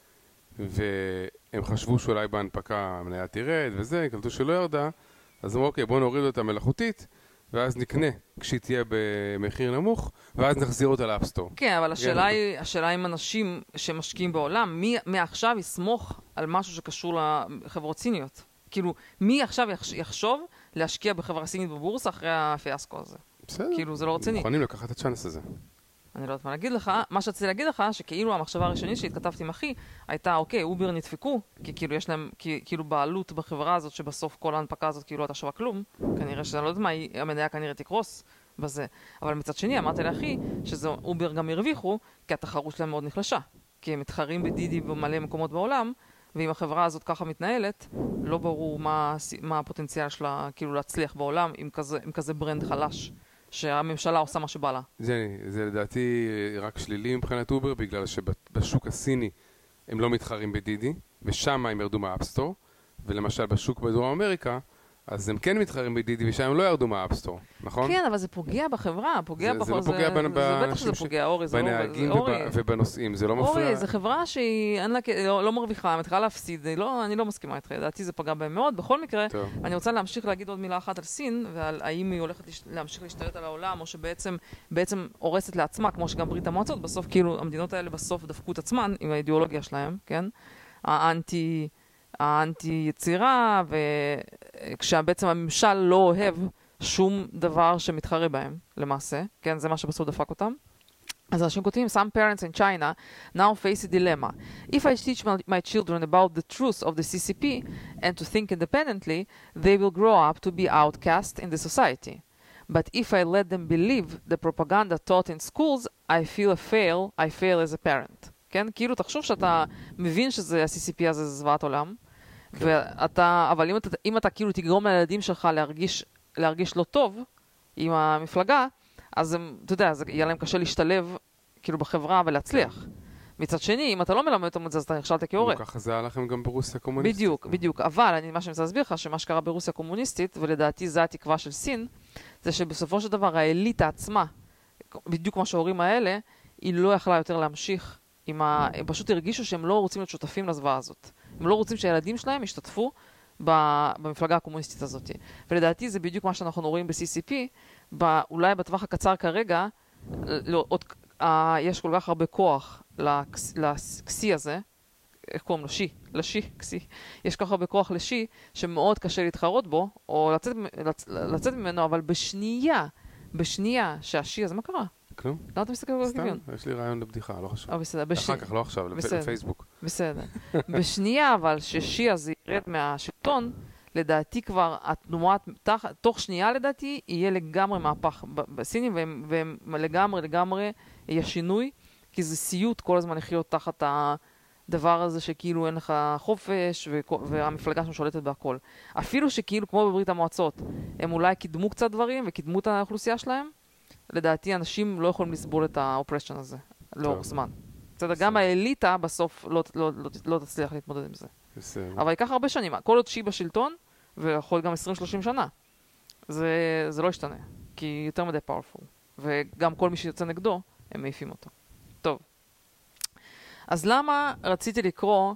[SPEAKER 1] והם חשבו שאולי בהנפקה המניה תירד וזה, קלטו שלא ירדה, אז אמרו, אוקיי, בואו נוריד אותה מלאכותית, ואז נקנה כשהיא תהיה במחיר נמוך, ואז נחזיר אותה לאפסטור.
[SPEAKER 2] כן, אבל השאלה היא, השאלה אם אנשים שמשקיעים בעולם, מי מעכשיו יסמוך על משהו שקשור לחברות סיניות? כאילו, מי עכשיו יחשוב להשקיע בחברה סינית בבורסה אחרי הפיאסקו הזה?
[SPEAKER 1] בסדר.
[SPEAKER 2] כאילו, זה לא רציני.
[SPEAKER 1] מוכנים לקחת את הצ'אנס הזה.
[SPEAKER 2] אני לא יודעת מה להגיד לך, מה שרציתי להגיד לך, שכאילו המחשבה הראשונית שהתכתבתי עם אחי, הייתה, אוקיי, אובר נדפקו, כי כאילו יש להם, כאילו בעלות בחברה הזאת, שבסוף כל ההנפקה הזאת כאילו לא שווה כלום, כנראה שאני לא יודעת מה, המניה כנראה תקרוס בזה, אבל מצד שני, אמרתי לאחי, שזה אובר גם הרוויחו, כי התחרות שלהם מאוד נחלשה, כי הם מתחרים בדידי במלא מקומות בעולם, ואם החברה הזאת ככה מתנהלת, לא ברור מה, מה הפוטנציאל שלה כאילו להצליח בעולם עם כזה, עם כזה ברנד חלש. שהממשלה עושה מה שבא לה.
[SPEAKER 1] זה, זה לדעתי רק שלילי מבחינת אובר, בגלל שבשוק הסיני הם לא מתחרים בדידי, ושם הם ירדו מהאפסטור, ולמשל בשוק בדרום אמריקה, אז הם כן מתחרים בדידי, ושם הם לא ירדו מהאפסטור, נכון?
[SPEAKER 2] כן, אבל זה פוגע בחברה, פוגע
[SPEAKER 1] זה, זה לא פוגע
[SPEAKER 2] זה בטח שזה פוגע, אורי, זה
[SPEAKER 1] בנהגים ובנוסעים, זה לא מפריע.
[SPEAKER 2] אורי, זו חברה שהיא לא מרוויחה, מתחילה להפסיד, אני לא מסכימה איתך, לדעתי זה פגע בהם מאוד. בכל מקרה, אני רוצה להמשיך להגיד עוד מילה אחת על סין, ועל האם היא הולכת להמשיך להשתלט על העולם, או שבעצם בעצם הורסת לעצמה, כמו שגם ברית המועצות, בסוף כאילו המדינות האלה בסוף דפקו את עצמן עם האידיאולוגיה שלהם, כן? האנטי האנטי יצירה, וכשבעצם הממשל לא אוהב שום דבר שמתחרה בהם, למעשה, כן, זה מה שבסוף דפק אותם. אז אנשים כותבים, some parents in China now face a dilemma. If I teach my, my children about the truth of the C C P and to think independently, they will grow up to be outcast in the society. But if I let them believe the propaganda taught in schools, I feel a fail, I fail as a parent. כן? כאילו תחשוב שאתה מבין שזה, ה-C C P הזה זה זוועת עולם, ואתה, אבל אם אתה, אם אתה כאילו תגרום לילדים שלך להרגיש, להרגיש לא טוב עם המפלגה, אז הם, אתה יודע, זה יהיה להם קשה להשתלב כאילו בחברה ולהצליח. מצד שני, אם אתה לא מלמד אותם את זה, אז אתה נכשלת כהורה.
[SPEAKER 1] ככה זה היה לכם גם ברוסיה קומוניסטית.
[SPEAKER 2] בדיוק, בדיוק. אבל אני, מה שאני רוצה להסביר לך, שמה שקרה ברוסיה קומוניסטית, ולדעתי זה התקווה של סין, זה שבסופו של דבר האליטה עצמה, בדיוק כמו שההורים האלה, היא לא יכלה יותר להמשיך עם ה... הם פשוט הרגישו שהם לא רוצים להיות שותפים לזוועה הזאת. הם לא רוצים שהילדים שלהם ישתתפו במפלגה הקומוניסטית הזאת. ולדעתי זה בדיוק מה שאנחנו רואים ב-C C P, אולי בטווח הקצר כרגע, לא, עוד, אה, יש כל כך הרבה כוח לקסי הזה, איך קוראים לו? שי, לשי, קסי. יש כל כך הרבה כוח לשי, שמאוד קשה להתחרות בו, או לצאת, לצ, לצאת ממנו, אבל בשנייה, בשנייה שהשי הזה, מה קרה?
[SPEAKER 1] כלום.
[SPEAKER 2] למה אתה מסתכל על
[SPEAKER 1] סתם, יש לי רעיון לבדיחה, לא חשוב.
[SPEAKER 2] בסדר.
[SPEAKER 1] אחר כך, לא עכשיו, לפייסבוק.
[SPEAKER 2] בסדר. בשנייה, אבל ששי הזה ירד מהשלטון, לדעתי כבר התנועה, תוך שנייה לדעתי, יהיה לגמרי מהפך בסינים, והם לגמרי, לגמרי יהיה שינוי, כי זה סיוט כל הזמן לחיות תחת הדבר הזה שכאילו אין לך חופש, והמפלגה ששולטת בהכל. אפילו שכאילו, כמו בברית המועצות, הם אולי קידמו קצת דברים, וקידמו את האוכלוסייה שלהם, לדעתי אנשים לא יכולים לסבול את האופרשן הזה, לאורך זמן. בסדר, גם האליטה בסוף לא, לא, לא, לא תצליח להתמודד עם זה.
[SPEAKER 1] בסדר.
[SPEAKER 2] אבל ייקח הרבה שנים. כל עוד שהיא בשלטון, ויכול גם עשרים שלושים שנה, זה, זה לא ישתנה, כי יותר מדי פאורפול. וגם כל מי שיוצא נגדו, הם מעיפים אותו. טוב. אז למה רציתי לקרוא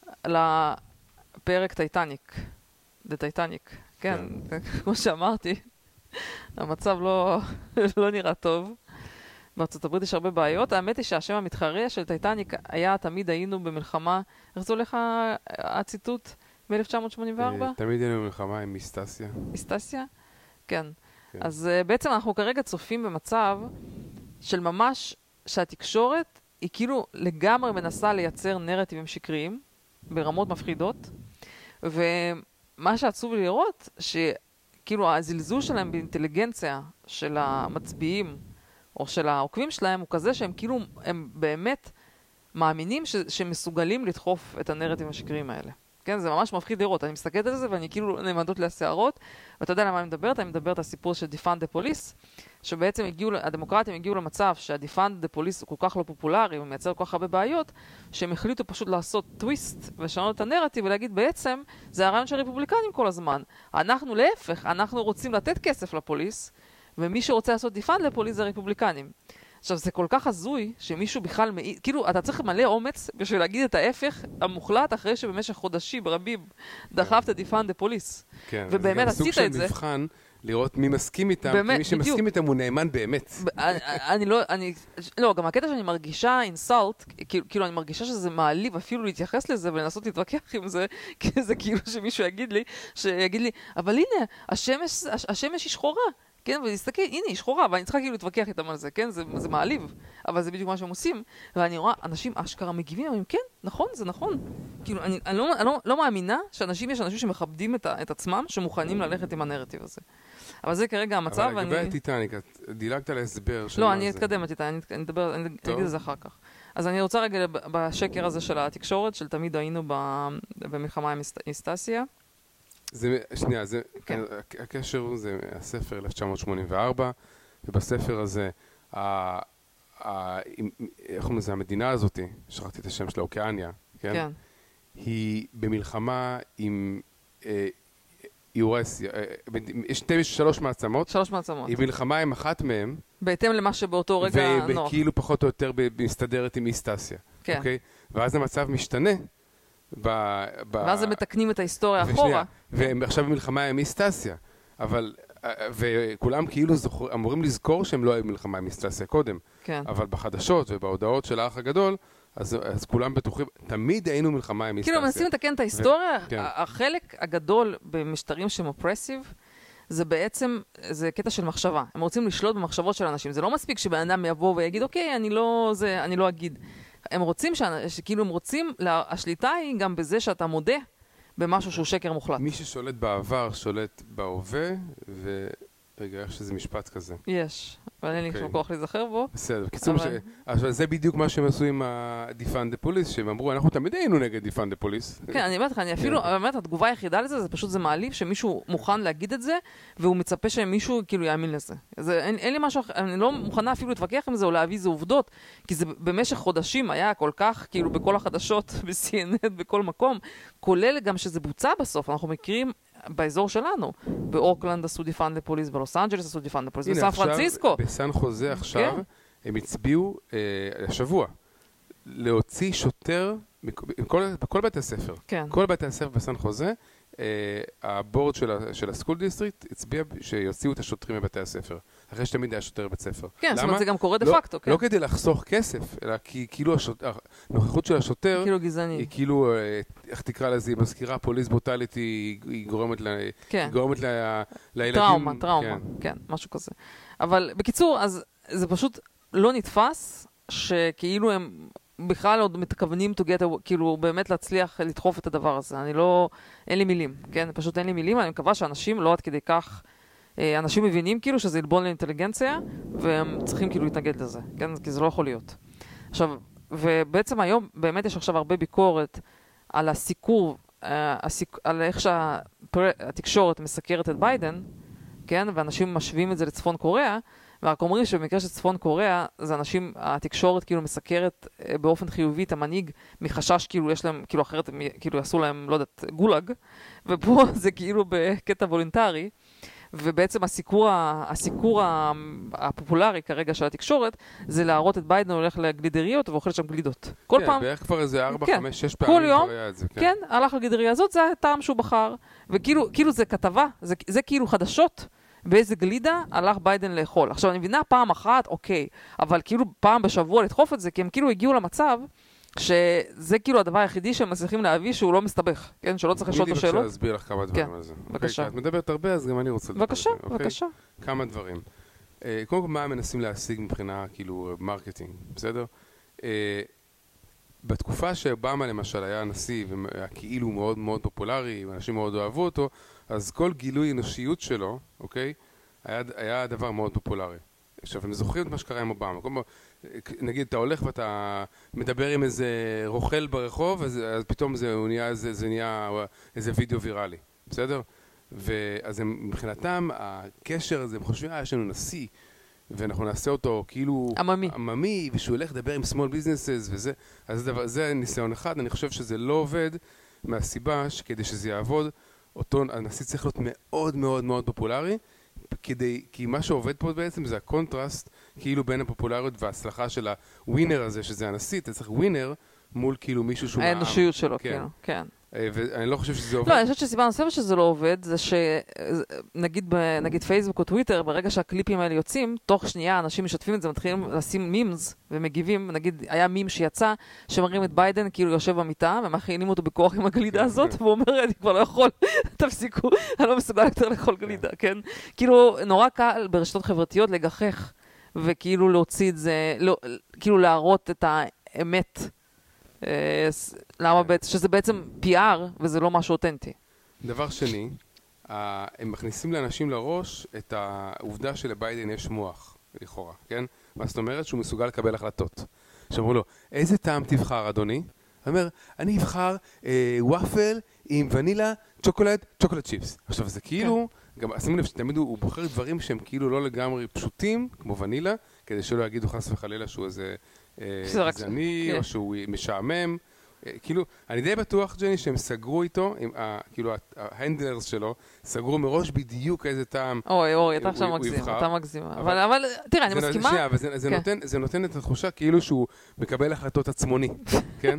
[SPEAKER 2] לפרק טייטניק? דה טייטניק. כן, כמו שאמרתי, המצב לא, לא נראה טוב. בארצות הברית יש הרבה בעיות. האמת היא שהשם המתחרה של טייטניק היה תמיד היינו במלחמה, איך זה הולך הציטוט מ-אלף תשע מאות שמונים וארבע?
[SPEAKER 1] תמיד היינו במלחמה עם מיסטסיה.
[SPEAKER 2] מיסטסיה? כן. אז בעצם אנחנו כרגע צופים במצב של ממש שהתקשורת היא כאילו לגמרי מנסה לייצר נרטיבים שקריים ברמות מפחידות, ומה שעצוב לי לראות שכאילו הזלזול שלהם באינטליגנציה של המצביעים או של העוקבים שלהם הוא כזה שהם כאילו, הם באמת מאמינים ש- שמסוגלים לדחוף את הנרטיבים השקריים האלה. כן, זה ממש מפחיד לראות. אני מסתכלת על זה ואני כאילו נעמדות לי השערות, ואתה יודע למה אני מדברת? אני מדברת על סיפור של דיפאנד דה פוליס, שבעצם הגיעו, הדמוקרטים הגיעו למצב שהדיפאנד דה פוליס הוא כל כך לא פופולרי ומייצר כל כך הרבה בעיות, שהם החליטו פשוט לעשות טוויסט ושנות את הנרטיב ולהגיד בעצם זה הרעיון של הרפובליקנים כל הזמן. אנחנו להפך, אנחנו רוצים לתת כסף לפוליס, ומי שרוצה לעשות דיפאנד לפוליס זה הרפובליקנים. עכשיו, זה כל כך הזוי שמישהו בכלל מעיד, כאילו, אתה צריך מלא אומץ בשביל להגיד את ההפך המוחלט אחרי שבמשך חודשים רבים דחפת דיפן דה פוליס.
[SPEAKER 1] כן,
[SPEAKER 2] ובאמת עשית את זה.
[SPEAKER 1] זה גם סוג של מבחן לראות מי מסכים איתם, באמת, כי מי שמסכים בדיוק. איתם הוא נאמן באמת.
[SPEAKER 2] אני לא, אני, לא, גם הקטע שאני מרגישה אינסולט, כאילו, כאילו אני מרגישה שזה מעליב אפילו להתייחס לזה ולנסות להתווכח עם זה, כי זה כאילו שמישהו יגיד לי, שיגיד לי, אבל הנה, השמש, השמש היא שחורה. כן, ולהסתכל, הנה, היא שחורה, ואני צריכה כאילו להתווכח איתם על זה, כן? זה, זה מעליב, אבל זה בדיוק מה שהם עושים. ואני רואה, אנשים אשכרה מגיבים, אומרים, כן, נכון, זה נכון. כאילו, אני, אני, לא, אני לא, לא מאמינה שאנשים, יש אנשים שמכבדים את, את עצמם, שמוכנים ללכת עם הנרטיב הזה. אבל זה כרגע המצב,
[SPEAKER 1] אבל לגבי הטיטניק, את דילגת על ההסבר של
[SPEAKER 2] לא, אני אתקדם הטיטניק, אני אדבר, אני אגיד את זה אחר כך. אז אני רוצה רגע בשקר הזה של התקשורת, של תמיד היינו במלחמה עם איסטסיה.
[SPEAKER 1] זה, שנייה, זה, כן. הקשר הוא, זה הספר אלף תשע מאות שמונים וארבע, ובספר הזה, ה, ה, איך אומרים לזה, המדינה הזאת, שכחתי את השם שלה, אוקיאניה, כן? כן. היא במלחמה עם אה, יורסיה, אה, יש שתי, שלוש מעצמות.
[SPEAKER 2] שלוש מעצמות.
[SPEAKER 1] היא במלחמה עם אחת מהם.
[SPEAKER 2] בהתאם למה שבאותו רגע נוח.
[SPEAKER 1] וכאילו פחות או יותר מסתדרת עם איסטסיה.
[SPEAKER 2] כן.
[SPEAKER 1] אוקיי? ואז המצב משתנה. ב, ב...
[SPEAKER 2] ואז הם מתקנים את ההיסטוריה אחורה.
[SPEAKER 1] והם עכשיו במלחמה עם איסטסיה. אבל, וכולם כאילו זוכר, אמורים לזכור שהם לא היו במלחמה עם איסטסיה קודם.
[SPEAKER 2] כן.
[SPEAKER 1] אבל בחדשות ובהודעות של האח הגדול, אז, אז כולם בטוחים, תמיד היינו מלחמה עם איסטסיה.
[SPEAKER 2] כאילו מנסים לתקן את ההיסטוריה, ו... כן. החלק הגדול במשטרים שהם אופרסיב, זה בעצם, זה קטע של מחשבה. הם רוצים לשלוט במחשבות של אנשים. זה לא מספיק שבן אדם יבוא ויגיד, אוקיי, אני לא, זה, אני לא אגיד. הם רוצים, שכאילו הם רוצים, השליטה היא גם בזה שאתה מודה במשהו שהוא שקר מוחלט.
[SPEAKER 1] מי ששולט בעבר, שולט בהווה, ורגע, איך שזה משפט כזה.
[SPEAKER 2] יש, אבל אין לי שום כוח להיזכר בו.
[SPEAKER 1] בסדר, בקיצור, זה בדיוק מה שהם עשו עם דיפן דה פוליס, שהם אמרו, אנחנו תמיד היינו נגד דיפן דה פוליס.
[SPEAKER 2] כן, אני אומרת לך, אני אפילו, באמת, התגובה היחידה לזה, זה פשוט זה מעליב שמישהו מוכן להגיד את זה, והוא מצפה שמישהו כאילו יאמין לזה. אין לי משהו, אני לא מוכנה אפילו להתווכח עם זה, או להביא זה עובדות, כי זה במשך חודשים היה כל כך, כאילו בכל החדשות, ב-סי אן אן, בכל מקום, כולל גם שזה בוצע בסוף, אנחנו מכירים באזור שלנו. באוקלנד עשו דיפן דה פוליס, בלוס אנג'לס עשו דיפן דה פוליס, בסן פרנסיסקו.
[SPEAKER 1] בסן חוזה עכשיו, הם הצביעו השבוע להוציא שוטר בכל בתי הספר. כל בתי הספר בסן חוזה, הבורד של הסקול דיסטריקט הצביע שיוציאו את השוטרים מבתי הספר. אחרי שתמיד היה שוטר בבית ספר.
[SPEAKER 2] כן, זאת אומרת, זה גם קורה דה פקטו, כן.
[SPEAKER 1] לא כדי לחסוך כסף, אלא כי כאילו הנוכחות של השוטר,
[SPEAKER 2] כאילו גזעני.
[SPEAKER 1] היא כאילו, איך תקרא לזה, היא מזכירה פוליס ברוטליטי, היא גורמת לילדים.
[SPEAKER 2] טראומה, טראומה, כן, משהו כזה. אבל בקיצור, אז זה פשוט לא נתפס, שכאילו הם בכלל עוד מתכוונים to get, כאילו באמת להצליח לדחוף את הדבר הזה. אני לא, אין לי מילים, כן? פשוט אין לי מילים, אני מקווה שאנשים לא עד כדי כך, אנשים מבינים כאילו שזה ילבון לאינטליגנציה, והם צריכים כאילו להתנגד לזה, כן? כי זה לא יכול להיות. עכשיו, ובעצם היום באמת יש עכשיו הרבה ביקורת על הסיקור, הסיק, על איך שהתקשורת מסקרת את ביידן, כן? ואנשים משווים את זה לצפון קוריאה, ורק אומרים שבמקרה של צפון קוריאה, זה אנשים, התקשורת כאילו מסקרת באופן חיובי את המנהיג, מחשש כאילו יש להם, כאילו אחרת, כאילו יעשו להם, לא יודעת, גולג, ופה זה כאילו בקטע וולונטרי, ובעצם הסיקור, הסיקור הפופולרי כרגע של התקשורת, זה להראות את ביידן הולך לגלידריות ואוכל שם גלידות. כל
[SPEAKER 1] כן,
[SPEAKER 2] פעם...
[SPEAKER 1] בערך כבר איזה ארבע, חמש, שש פעמים
[SPEAKER 2] כל יום, זה, כן. כן, הלך לגלידריה הזאת, זה הטעם שהוא בחר, וכאילו, כאילו זה כתבה, זה, זה כאילו חדשות, באיזה גלידה הלך ביידן לאכול. עכשיו, אני מבינה פעם אחת, אוקיי, אבל כאילו פעם בשבוע לדחוף את זה, כי הם כאילו הגיעו למצב שזה כאילו הדבר היחידי שהם מצליחים להביא שהוא לא מסתבך, כן? שלא צריך לשאול את השאלות.
[SPEAKER 1] אני להסביר לך כמה דברים על זה.
[SPEAKER 2] בבקשה.
[SPEAKER 1] את מדברת הרבה, אז גם אני רוצה לדבר.
[SPEAKER 2] בבקשה, בבקשה.
[SPEAKER 1] כמה דברים. קודם כל, מה הם מנסים להשיג מבחינה, כאילו, מרקטינג, בסדר? בתקופה שאובמה למשל היה הנשיא, וכאילו מאוד מאוד פופולרי, ואנשים מאוד אוהבו אותו, אז כל גילוי אנושיות שלו, אוקיי, היה, היה דבר מאוד פופולרי. עכשיו, אני זוכר את מה שקרה עם אובמה. נגיד, אתה הולך ואתה מדבר עם איזה רוכל ברחוב, אז, אז פתאום זה נהיה, זה, זה נהיה איזה וידאו ויראלי, בסדר? ואז הם, מבחינתם, הקשר הזה, הם חושבים, אה, יש לנו נשיא, ואנחנו נעשה אותו כאילו...
[SPEAKER 2] עממי.
[SPEAKER 1] עממי, ושהוא הולך לדבר עם small businesses וזה. אז זה, דבר, זה ניסיון אחד. אני חושב שזה לא עובד מהסיבה שכדי שזה יעבוד, אותו הנשיא צריך להיות מאוד מאוד מאוד פופולרי, כדי, כי מה שעובד פה בעצם זה הקונטרסט, כאילו בין הפופולריות וההצלחה של הווינר הזה, שזה הנשיא, אתה צריך ווינר מול כאילו מישהו שהוא מהעם.
[SPEAKER 2] האנושיות שלו, כן. כן.
[SPEAKER 1] ואני לא חושב שזה עובד.
[SPEAKER 2] לא, אני חושבת שסיבה נוספת שזה לא עובד, זה שנגיד נגיד פייסבוק או טוויטר, ברגע שהקליפים האלה יוצאים, תוך שנייה אנשים משתפים את זה, מתחילים לשים מימס ומגיבים, נגיד היה מים שיצא, שמראים את ביידן כאילו יושב במיטה, ומכינים אותו בכוח עם הגלידה הזאת, והוא אומר, אני כבר לא יכול, תפסיקו, אני לא מסוגל יותר לאכול גלידה, כן? כאילו, נורא קל ברשתות חברתיות לגחך, וכאילו להוציא את זה, כאילו להראות את האמת, למה בעצם, שזה בעצם פי אר וזה לא משהו אותנטי.
[SPEAKER 1] דבר שני, הם מכניסים לאנשים לראש את העובדה שלביידן יש מוח, לכאורה, כן? מה זאת אומרת? שהוא מסוגל לקבל החלטות. שאמרו לו, איזה טעם תבחר, אדוני? הוא אומר, אני אבחר וואפל עם ונילה, צ'וקולד, צ'וקולד צ'יפס. עכשיו, זה כאילו, גם שימו לב שתמיד הוא בוחר דברים שהם כאילו לא לגמרי פשוטים, כמו ונילה, כדי שלא יגידו חס וחלילה שהוא איזה גזעני, או שהוא משעמם. כאילו, אני די בטוח, ג'ני, שהם סגרו איתו, כאילו, ההנדלרס שלו, סגרו מראש בדיוק איזה טעם הוא יבחר.
[SPEAKER 2] אוי, אוי, אתה עכשיו מגזים, אתה מגזים. אבל, תראה, אני מסכימה.
[SPEAKER 1] שנייה, אבל זה נותן את התחושה כאילו שהוא מקבל החלטות עצמוני, כן?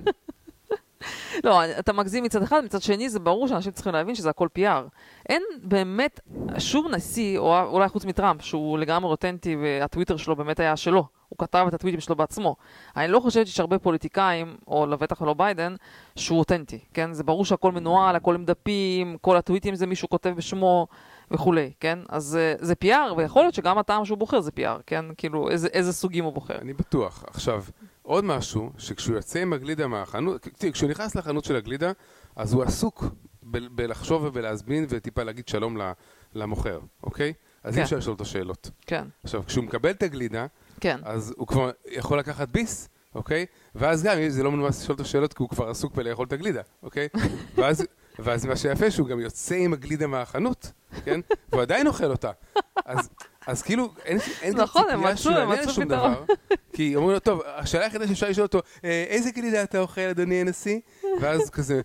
[SPEAKER 2] לא, אתה מגזים מצד אחד, מצד שני זה ברור שאנשים צריכים להבין שזה הכל פי אר. אין באמת שום נשיא, או אולי חוץ מטראמפ, שהוא לגמרי אותנטי והטוויטר שלו באמת היה שלו. הוא כתב את הטוויטים שלו בעצמו. אני לא חושבת שיש הרבה פוליטיקאים, או לבטח לא ביידן, שהוא אותנטי, כן? זה ברור שהכל מנוהל, הכל עם דפים, כל הטוויטים זה מישהו כותב בשמו וכולי, כן? אז זה פי אר, ויכול להיות שגם הטעם שהוא בוחר זה פי אר, כן? כאילו, איזה, איזה סוגים הוא בוחר.
[SPEAKER 1] אני בטוח. עכשיו, עוד משהו, שכשהוא יוצא עם הגלידה מהחנות, כשהוא נכנס לחנות של הגלידה, אז הוא עסוק ב- בלחשוב ובלהזמין וטיפה להגיד שלום למוכר, אוקיי? אז אי אפשר לשאול אותו שאלות.
[SPEAKER 2] כן.
[SPEAKER 1] עכשיו, כשהוא מקבל את הגלידה,
[SPEAKER 2] כן.
[SPEAKER 1] אז הוא כבר יכול לקחת ביס, אוקיי? ואז גם, זה לא מנומס לשאול אותו שאלות, כי הוא כבר עסוק בלאכול את הגלידה, אוקיי? ואז, ואז מה שיפה שהוא גם יוצא עם הגלידה מהחנות, כן? והוא עדיין אוכל אותה. אז, אז כאילו, אין, אין
[SPEAKER 2] נכון,
[SPEAKER 1] ציפייה שהוא יענה שום דבר. כי אומרים לו, טוב, השאלה היחידה שאפשר לשאול אותו, איזה גלידה אתה אוכל, אדוני הנשיא? ואז כזה,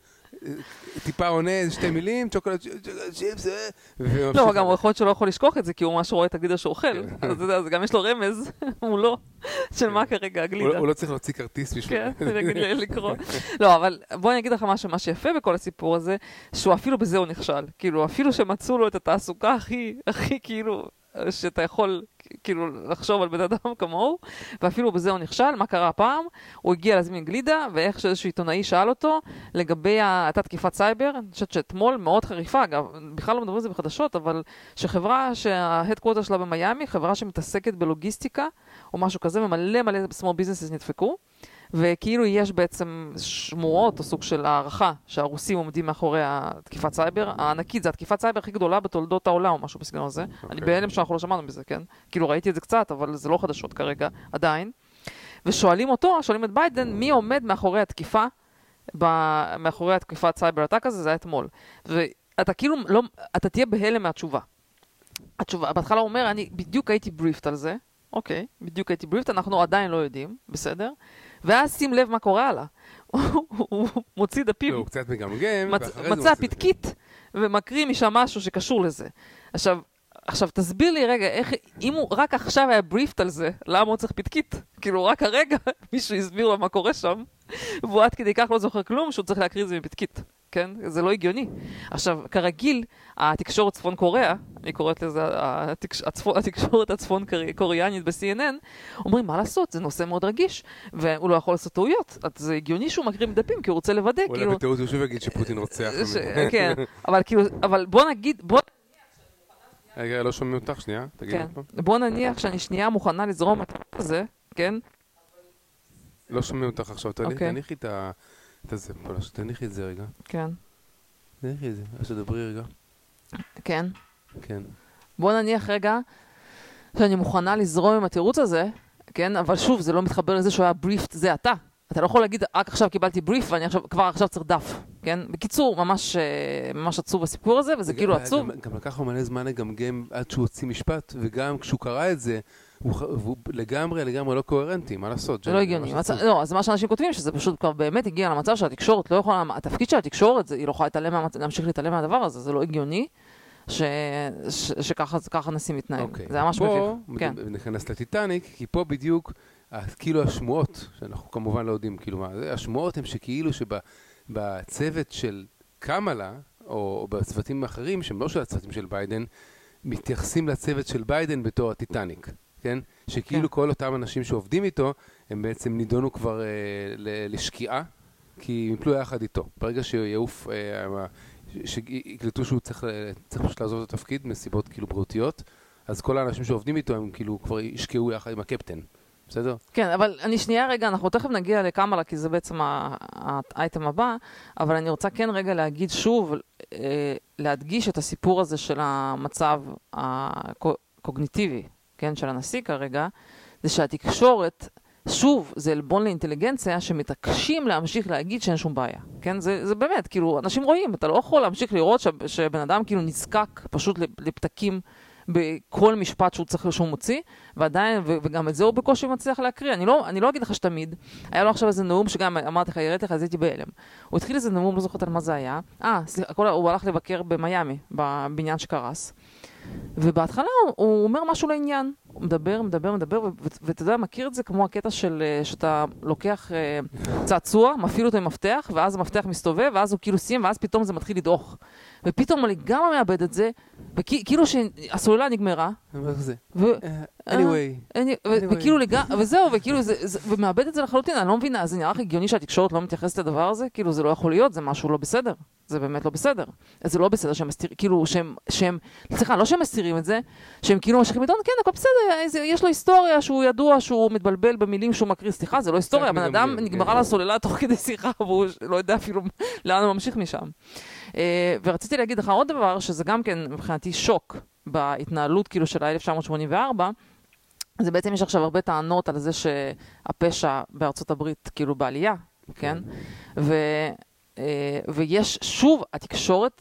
[SPEAKER 1] טיפה עונה איזה שתי מילים, צ'וקולד צ'יפס,
[SPEAKER 2] לא, גם הוא יכול להיות שלא יכול לשכוח את זה, כי הוא ממש רואה את הגלידה שאוכל. אז גם יש לו רמז, הוא לא, של מה כרגע הגלידה.
[SPEAKER 1] הוא לא צריך להוציא כרטיס בשביל...
[SPEAKER 2] כן, לקרוא. לא, אבל בוא אני אגיד לך משהו, מה שיפה בכל הסיפור הזה, שהוא אפילו בזה הוא נכשל. כאילו, אפילו שמצאו לו את התעסוקה הכי, הכי כאילו... שאתה יכול כאילו לחשוב על בן אדם כמוהו, ואפילו בזה הוא נכשל. מה קרה הפעם? הוא הגיע להזמין גלידה, ואיך שאיזשהו עיתונאי שאל אותו לגבי הייתה תקיפת סייבר, אני חושבת שאתמול מאוד חריפה, אגב, בכלל לא מדברים על זה בחדשות, אבל שחברה שההדקוורטר שלה במיימי, חברה שמתעסקת בלוגיסטיקה, או משהו כזה, ומלא מלא small businesses נדפקו, וכאילו יש בעצם שמועות או סוג של הערכה שהרוסים עומדים מאחורי התקיפת סייבר. הענקית זה התקיפת סייבר הכי גדולה בתולדות העולם או משהו בסגנון הזה. Okay. אני בהלם שאנחנו לא שמענו בזה, כן? כאילו ראיתי את זה קצת, אבל זה לא חדשות כרגע, עדיין. ושואלים אותו, שואלים את ביידן, מי עומד מאחורי התקיפה, ב- מאחורי התקיפת סייבר הטאק הזה, זה היה אתמול. ואתה כאילו לא, אתה תהיה בהלם מהתשובה. התשובה, בהתחלה הוא אומר, אני בדיוק הייתי בריפט על זה. אוקיי, בדיוק הייתי בריפט, אנחנו עדיין לא יודעים, בסדר? ואז שים לב מה קורה הלאה. הוא מוציא דפים.
[SPEAKER 1] הוא קצת מגמגם.
[SPEAKER 2] מצא פתקית ומקריא משם משהו שקשור לזה. עכשיו, עכשיו תסביר לי רגע, איך, אם הוא רק עכשיו היה בריפט על זה, למה הוא צריך פתקית? כאילו רק הרגע מישהו הסביר לו מה קורה שם, והוא עד כדי כך לא זוכר כלום שהוא צריך להקריא את זה מפתקית. כן? זה לא הגיוני. עכשיו, כרגיל, התקשורת צפון קוריאה, אני קוראת לזה התקש... הצפון, התקשורת הצפון קוריאנית ב-סי אן אן, אומרים, מה לעשות? זה נושא מאוד רגיש, והוא לא יכול לעשות טעויות. אז זה הגיוני שהוא מקריא מדפים, כי הוא רוצה לוודא.
[SPEAKER 1] אולי
[SPEAKER 2] כאילו...
[SPEAKER 1] בטעות הוא שוב יגיד שפוטין רוצח.
[SPEAKER 2] ש... כן, אבל כאילו, אבל בוא נגיד, בוא...
[SPEAKER 1] רגע, לא שומעים אותך, שנייה, תגיד
[SPEAKER 2] כן. בוא נניח שאני שנייה מוכנה לזרום את זה, כן?
[SPEAKER 1] לא שומעים אותך עכשיו, תניחי את ה... זה, פולש, תניחי את זה רגע.
[SPEAKER 2] כן.
[SPEAKER 1] תניחי את זה, אז תדברי רגע.
[SPEAKER 2] כן.
[SPEAKER 1] כן.
[SPEAKER 2] בוא נניח רגע שאני מוכנה לזרום עם התירוץ הזה, כן? אבל שוב, זה לא מתחבר לזה שהוא היה בריפט, זה אתה. אתה לא יכול להגיד, רק עכשיו קיבלתי בריף ואני עכשיו, כבר עכשיו צריך דף, כן? בקיצור, ממש, ממש עצוב הסיפור הזה, וזה כאילו עצוב.
[SPEAKER 1] גם, גם לקח לו מלא זמן לגמגם עד שהוא הוציא משפט, וגם כשהוא קרא את זה, הוא, הוא לגמרי, לגמרי לא קוהרנטי, מה לעשות?
[SPEAKER 2] זה לא הגיוני. מצ... לא, אז מה שאנשים כותבים, שזה פשוט כבר באמת הגיע למצב שהתקשורת לא יכולה, התפקיד של התקשורת, היא לא יכולה להתעלם, להמשיך להתעלם מהדבר הזה, זה לא הגיוני. שככה נשים מתנהל. זה ממש מביך.
[SPEAKER 1] פה נכנס לטיטניק, כי פה בדיוק, כאילו השמועות, שאנחנו כמובן לא יודעים כאילו מה, השמועות הן שכאילו שבצוות של קמלה, או בצוותים האחרים, שהם לא של הצוותים של ביידן, מתייחסים לצוות של ביידן בתור הטיטניק, כן? שכאילו כל אותם אנשים שעובדים איתו, הם בעצם נידונו כבר לשקיעה, כי הם יפלו יחד איתו. ברגע שיעוף, שיקלטו שהוא צריך פשוט לעזוב את התפקיד, מסיבות כאילו בריאותיות, אז כל האנשים שעובדים איתו, הם כאילו כבר ישקעו יחד עם הקפטן. בסדר?
[SPEAKER 2] כן, אבל אני שנייה רגע, אנחנו תכף נגיע לקמלה, כי זה בעצם האייטם הבא, אבל אני רוצה כן רגע להגיד שוב, להדגיש את הסיפור הזה של המצב הקוגניטיבי, כן, של הנשיא כרגע, זה שהתקשורת, שוב, זה אלבון לאינטליגנציה שמתעקשים להמשיך להגיד שאין שום בעיה. כן, זה, זה באמת, כאילו, אנשים רואים, אתה לא יכול להמשיך לראות שבן אדם כאילו נזקק פשוט לפתקים בכל משפט שהוא צריך שהוא מוציא, ועדיין, וגם את זה הוא בקושי מצליח להקריא. אני לא, אני לא אגיד לך שתמיד, היה לו עכשיו איזה נאום שגם אמרתי לך, יראתי לך, אז הייתי בהלם. הוא התחיל איזה נאום, לא זוכרת על מה זה היה. אה, הוא הלך לבקר במיימי, בבניין שקרס. ובהתחלה הוא אומר משהו לעניין. הוא מדבר, מדבר, מדבר, ואתה יודע, מכיר את זה כמו הקטע של שאתה לוקח צעצוע, מפעיל אותו עם מפתח, ואז המפתח מסתובב, ואז הוא כאילו סיים, ואז פתאום זה מתחיל לדעוך. ופתאום אני גם מאבד את זה, וכאילו שהסוללה נגמרה.
[SPEAKER 1] זה. anyway.
[SPEAKER 2] וכאילו לגמרי, וזהו, וכאילו זה, ומאבד את זה לחלוטין. אני לא מבינה, זה נראה הגיוני שהתקשורת לא מתייחסת לדבר הזה, כאילו זה לא יכול להיות, זה משהו לא בסדר. זה באמת לא בסדר. זה לא בסדר שהם מסתירים, כאילו שהם, שהם, סליחה, לא שהם מסתירים את זה, שהם כאילו משכים איתו, כן, הכל בסדר, יש לו היסטוריה שהוא ידוע, שהוא מתבלבל במילים שהוא מקריא, סליחה, זה לא היסטוריה, הבן אדם נגמרה לה סוללה תוך כדי שיחה, והוא לא יודע אפילו לאן הוא ממשיך משם. ורציתי להגיד לך עוד דבר, שזה גם כן מבחינתי שוק בהתנהלות כאילו של ה-אלף תשע מאות שמונים וארבע, זה בעצם יש עכשיו הרבה טענות על זה שהפשע בארצות הברית כאילו בעלייה, כן? ו... ויש שוב התקשורת,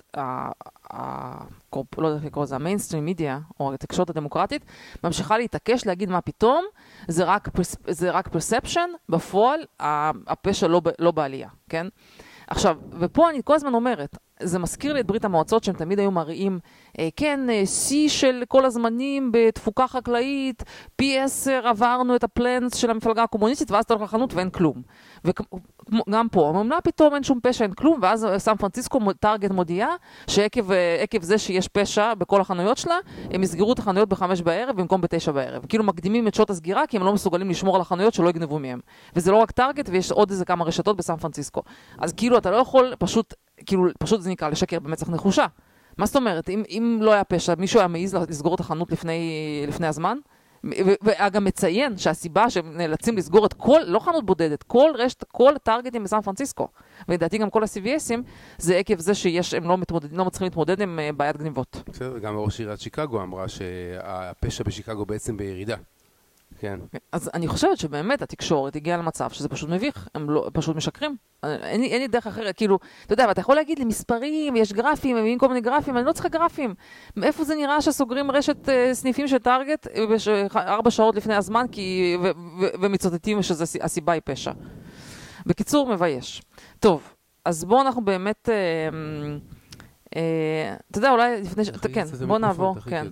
[SPEAKER 2] לא יודעת לקרוא לזה, המיינסטרים מידיה, או התקשורת הדמוקרטית, ממשיכה להתעקש להגיד מה פתאום, זה רק, זה רק perception, בפועל הפשע לא, לא בעלייה, כן? עכשיו, ופה אני כל הזמן אומרת, זה מזכיר לי את ברית המועצות שהם תמיד היו מראים, אה, כן, שיא של כל הזמנים בתפוקה חקלאית, פי עשר עברנו את הפלנס של המפלגה הקומוניסטית, ואז אתה הולך לחנות ואין כלום. וגם פה, ממנה פתאום אין שום פשע, אין כלום, ואז סן פרנסיסקו טארגט מודיעה, שעקב עקב זה שיש פשע בכל החנויות שלה, הם יסגרו את החנויות בחמש בערב במקום בתשע בערב. כאילו מקדימים את שעות הסגירה, כי הם לא מסוגלים לשמור על החנויות שלא יגנבו מהם. וזה לא רק טארגט, ויש עוד איזה כמה רשתות בסן פרנסיסקו. אז כאילו אתה לא יכול פשוט כאילו, פשוט זה נקרא לשקר במצח נחושה. מה זאת אומרת? אם, אם לא היה פשע, מישהו היה מעיז לסגור את החנות לפני, לפני הזמן? וגם מציין שהסיבה שהם נאלצים לסגור את כל, לא חנות בודדת, כל רשת, כל הטארגטים בסן פרנסיסקו, ולדעתי גם כל ה-סי וי אסים, זה עקב זה שיש, הם לא מתמודדים, לא מצליחים להתמודד עם בעיית גניבות. בסדר,
[SPEAKER 1] גם ראש עיריית שיקגו אמרה שהפשע בשיקגו בעצם בירידה. כן.
[SPEAKER 2] אז אני חושבת שבאמת התקשורת הגיעה למצב שזה פשוט מביך, הם לא, פשוט משקרים. אין לי, אין לי דרך אחרת, כאילו, אתה יודע, אתה יכול להגיד לי מספרים, יש גרפים, הם מביאים כל מיני גרפים, אני לא צריכה גרפים. מאיפה זה נראה שסוגרים רשת uh, סניפים של טארגט בש, ארבע שעות לפני הזמן, כי, ו, ו, ומצוטטים שהסיבה היא פשע. בקיצור, מבייש. טוב, אז בואו אנחנו באמת... Uh, אתה יודע, אולי לפני ש... כן, בוא נעבור, כן.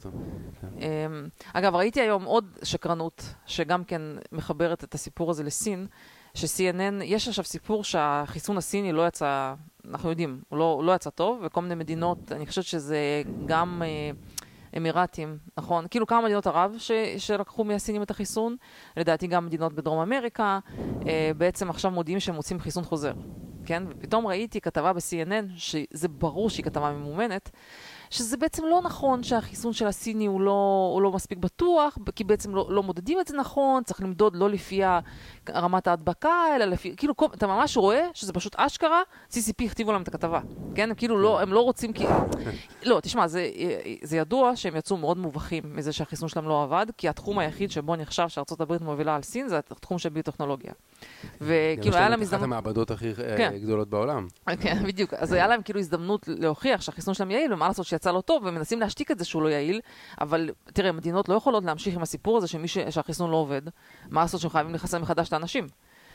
[SPEAKER 2] אגב, ראיתי היום עוד שקרנות, שגם כן מחברת את הסיפור הזה לסין, ש-סי אן אן, יש עכשיו סיפור שהחיסון הסיני לא יצא, אנחנו יודעים, הוא לא, לא יצא טוב, וכל מיני מדינות, אני חושבת שזה גם אמירטים, נכון? כאילו כמה מדינות ערב ש, שלקחו מהסינים את החיסון, לדעתי גם מדינות בדרום אמריקה, בעצם עכשיו מודיעים שהם מוצאים חיסון חוזר. כן? ופתאום ראיתי כתבה ב-סי אן אן, שזה ברור שהיא כתבה ממומנת, שזה בעצם לא נכון שהחיסון של הסיני הוא לא, הוא לא מספיק בטוח, כי בעצם לא, לא מודדים את זה נכון, צריך למדוד לא לפי רמת ההדבקה, אלא לפי, כאילו, אתה ממש רואה שזה פשוט אשכרה, סי סי פי הכתיבו להם את הכתבה, כן? הם כאילו לא, הם לא רוצים, כי... לא, תשמע, זה, זה ידוע שהם יצאו מאוד מובכים מזה שהחיסון שלהם לא עבד, כי התחום היחיד שבו נחשב שארצות הברית מובילה על סין, זה התחום של ביוטכנולוגיה. וכאילו היה להם הזדמנות... אחת
[SPEAKER 1] המעבדות הכי גדולות בעולם.
[SPEAKER 2] כן, בדיוק. אז היה להם כאילו הזדמנות להוכיח שהחיסון שלהם יעיל, ומה לעשות שיצא לא טוב, ומנסים להשתיק את זה שהוא לא יעיל, אבל תראה, מדינות לא יכולות להמשיך עם הסיפור הזה שמי שהחיסון לא עובד, מה לעשות שהם חייבים לחסן מחדש את האנשים.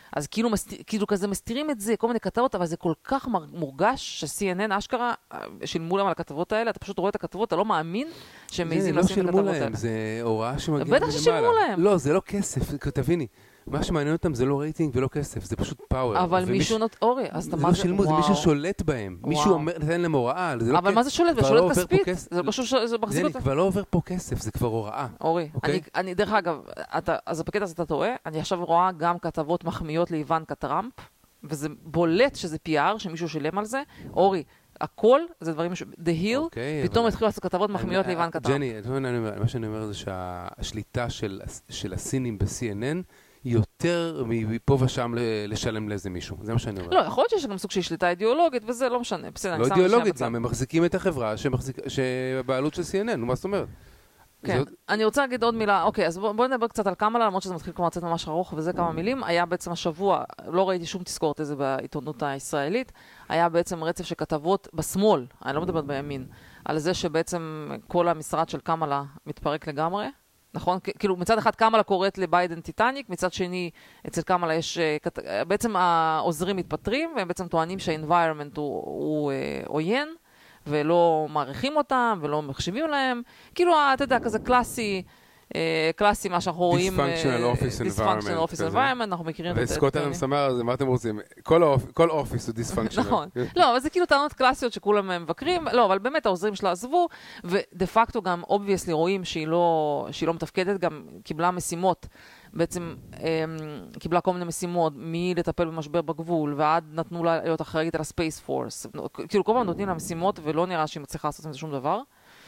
[SPEAKER 2] אז כאילו, מסתיר, כאילו כזה מסתירים את זה, כל מיני כתבות, אבל זה כל כך מורגש ש-סי אן אן אשכרה שילמו להם על הכתבות האלה, אתה פשוט רואה את הכתבות, אתה לא מאמין שהם מעיזים לשים את הכתבות האלה.
[SPEAKER 1] זה לא שילמו להם, זה הוראה שמגיעה מלמעלה.
[SPEAKER 2] בטח ששילמו להם.
[SPEAKER 1] לא, זה לא כסף, תביני. מה שמעניין אותם זה לא רייטינג ולא כסף, זה פשוט פאוור.
[SPEAKER 2] אבל מישהו נות... אורי, אז אתה מה זה?
[SPEAKER 1] זה לא שילמו, זה מישהו שולט בהם. מישהו נתן להם הוראה.
[SPEAKER 2] אבל מה זה שולט? זה שולט כספית. זה קשור, זה מחזיק אותה.
[SPEAKER 1] זה כבר לא עובר פה כסף, זה כבר הוראה.
[SPEAKER 2] אורי, אני, דרך אגב, אז בקטע הזה אתה טועה, אני עכשיו רואה גם כתבות מחמיאות לאיוונקה טראמפ, וזה בולט שזה פי אר, שמישהו שילם על זה. אורי, הכל זה דברים ש... The Hill, פתאום התחילו לעשות כתבות מחמיאות לאיוונקה טראמפ.
[SPEAKER 1] ג'ני, מה שאני אומר זה שהשליטה של הסינים ב-סי אן אן יותר מפה ושם לשלם לאיזה מישהו. זה מה שאני אומר.
[SPEAKER 2] לא, יכול להיות שיש גם סוג של שליטה אידיאולוגית, וזה לא משנה.
[SPEAKER 1] לא אידיאולוגית, גם הם מחזיקים את החברה שבעלות של סי אן אן, מה זאת אומרת?
[SPEAKER 2] כן, אני רוצה להגיד עוד מילה, אוקיי, אז בואו נדבר קצת על קמאלה, למרות שזה מתחיל כבר לצאת ממש ארוך, וזה כמה מילים. היה בעצם השבוע, לא ראיתי שום תזכורת איזה בעיתונות הישראלית, היה בעצם רצף של כתבות בשמאל, אני לא מדברת בימין, על זה שבעצם כל המשרד של קמאלה מתפרק לגמרי. נכון? כאילו מצד אחד קמאלה קוראת לביידן טיטניק, מצד שני אצל קמאלה יש, בעצם העוזרים מתפטרים, והם בעצם טוענים שהאנביירמנט הוא, הוא עוין, ולא מעריכים אותם, ולא מחשיבים להם. כאילו, אתה יודע, כזה קלאסי, קלאסי מה שאנחנו רואים,
[SPEAKER 1] dysfunctional office environment,
[SPEAKER 2] dysfunctional office environment, אנחנו מכירים את זה.
[SPEAKER 1] וסקוט אדם סמר, מה אתם רוצים? כל אופיס הוא dysfunctional.
[SPEAKER 2] נכון. לא, אבל זה כאילו טענות קלאסיות שכולם מבקרים, לא, אבל באמת העוזרים שלה עזבו, ודה פקטו גם obviously רואים שהיא לא, שהיא לא מתפקדת, גם קיבלה משימות, בעצם קיבלה כל מיני משימות, מי לטפל במשבר בגבול, ועד נתנו לה להיות אחראית על הספייס פורס. כאילו כל פעם נותנים לה משימות, ולא נראה שהיא מצליחה לעשות עם זה שום דבר.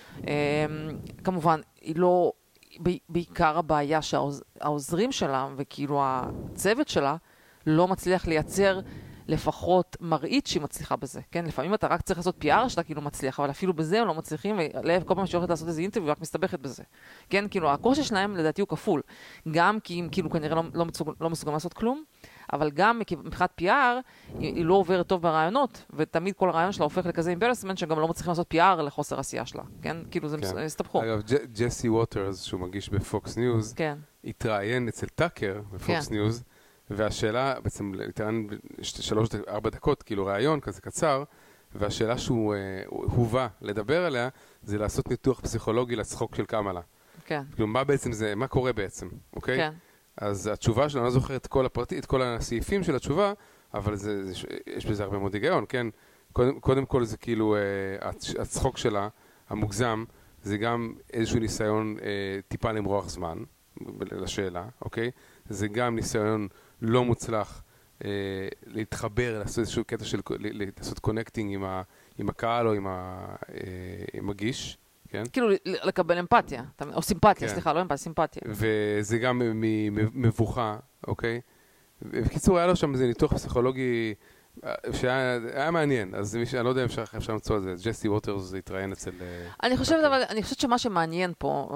[SPEAKER 2] כמובן, היא לא... בעיקר הבעיה שהעוזרים שלה וכאילו הצוות שלה לא מצליח לייצר לפחות מראית שהיא מצליחה בזה, כן? לפעמים אתה רק צריך לעשות פי אר שאתה כאילו מצליח, אבל אפילו בזה הם לא מצליחים, ולב כל פעם שהיא הולכת לעשות איזה אינטרוויו רק מסתבכת בזה, כן? כאילו הקושי שלהם לדעתי הוא כפול, גם כי הם כאילו כנראה לא, לא, מסוג, לא מסוגלים לעשות כלום, אבל גם מבחינת פי אר היא, היא לא עוברת טוב ברעיונות, ותמיד כל הרעיון שלה הופך לכזה אמברסמנט שגם לא מצליחים לעשות פי אר לחוסר עשייה שלה, כן? כאילו זה כן. מסתבכו.
[SPEAKER 1] אגב, ג'סי ווטרס, שהוא מגיש בפוקס ניוז,
[SPEAKER 2] כן.
[SPEAKER 1] התראיין אצל טאקר בפוקס כן. ניוז, והשאלה, בעצם, התראיין שלוש, ארבע דקות, כאילו רעיון כזה קצר, והשאלה שהוא הובא לדבר עליה, זה לעשות ניתוח פסיכולוגי לצחוק של קמאלה.
[SPEAKER 2] כן.
[SPEAKER 1] כאילו, מה בעצם זה, מה קורה בעצם, אוקיי? כן. אז התשובה שלנו, אני לא זוכר את כל הפרטי, את כל הסעיפים של התשובה, אבל זה, זה, יש בזה הרבה מאוד היגיון, כן? קודם, קודם כל זה כאילו, אה, הצחוק שלה, המוגזם, זה גם איזשהו ניסיון אה, טיפה למרוח זמן, לשאלה, אוקיי? זה גם ניסיון לא מוצלח אה, להתחבר, לעשות איזשהו קטע של, לעשות קונקטינג עם, ה, עם הקהל או עם, ה, אה, עם הגיש, כן?
[SPEAKER 2] כאילו לקבל אמפתיה, או סימפתיה, כן. סליחה, לא אמפתיה, סימפתיה.
[SPEAKER 1] וזה גם מבוכה, אוקיי? בקיצור, היה לו שם איזה ניתוח פסיכולוגי שהיה מעניין, אז אני לא יודע אם אפשר למצוא את זה, ג'סי ווטרס התראיין אצל...
[SPEAKER 2] אני חושבת, אבל אני חושבת שמה שמעניין פה,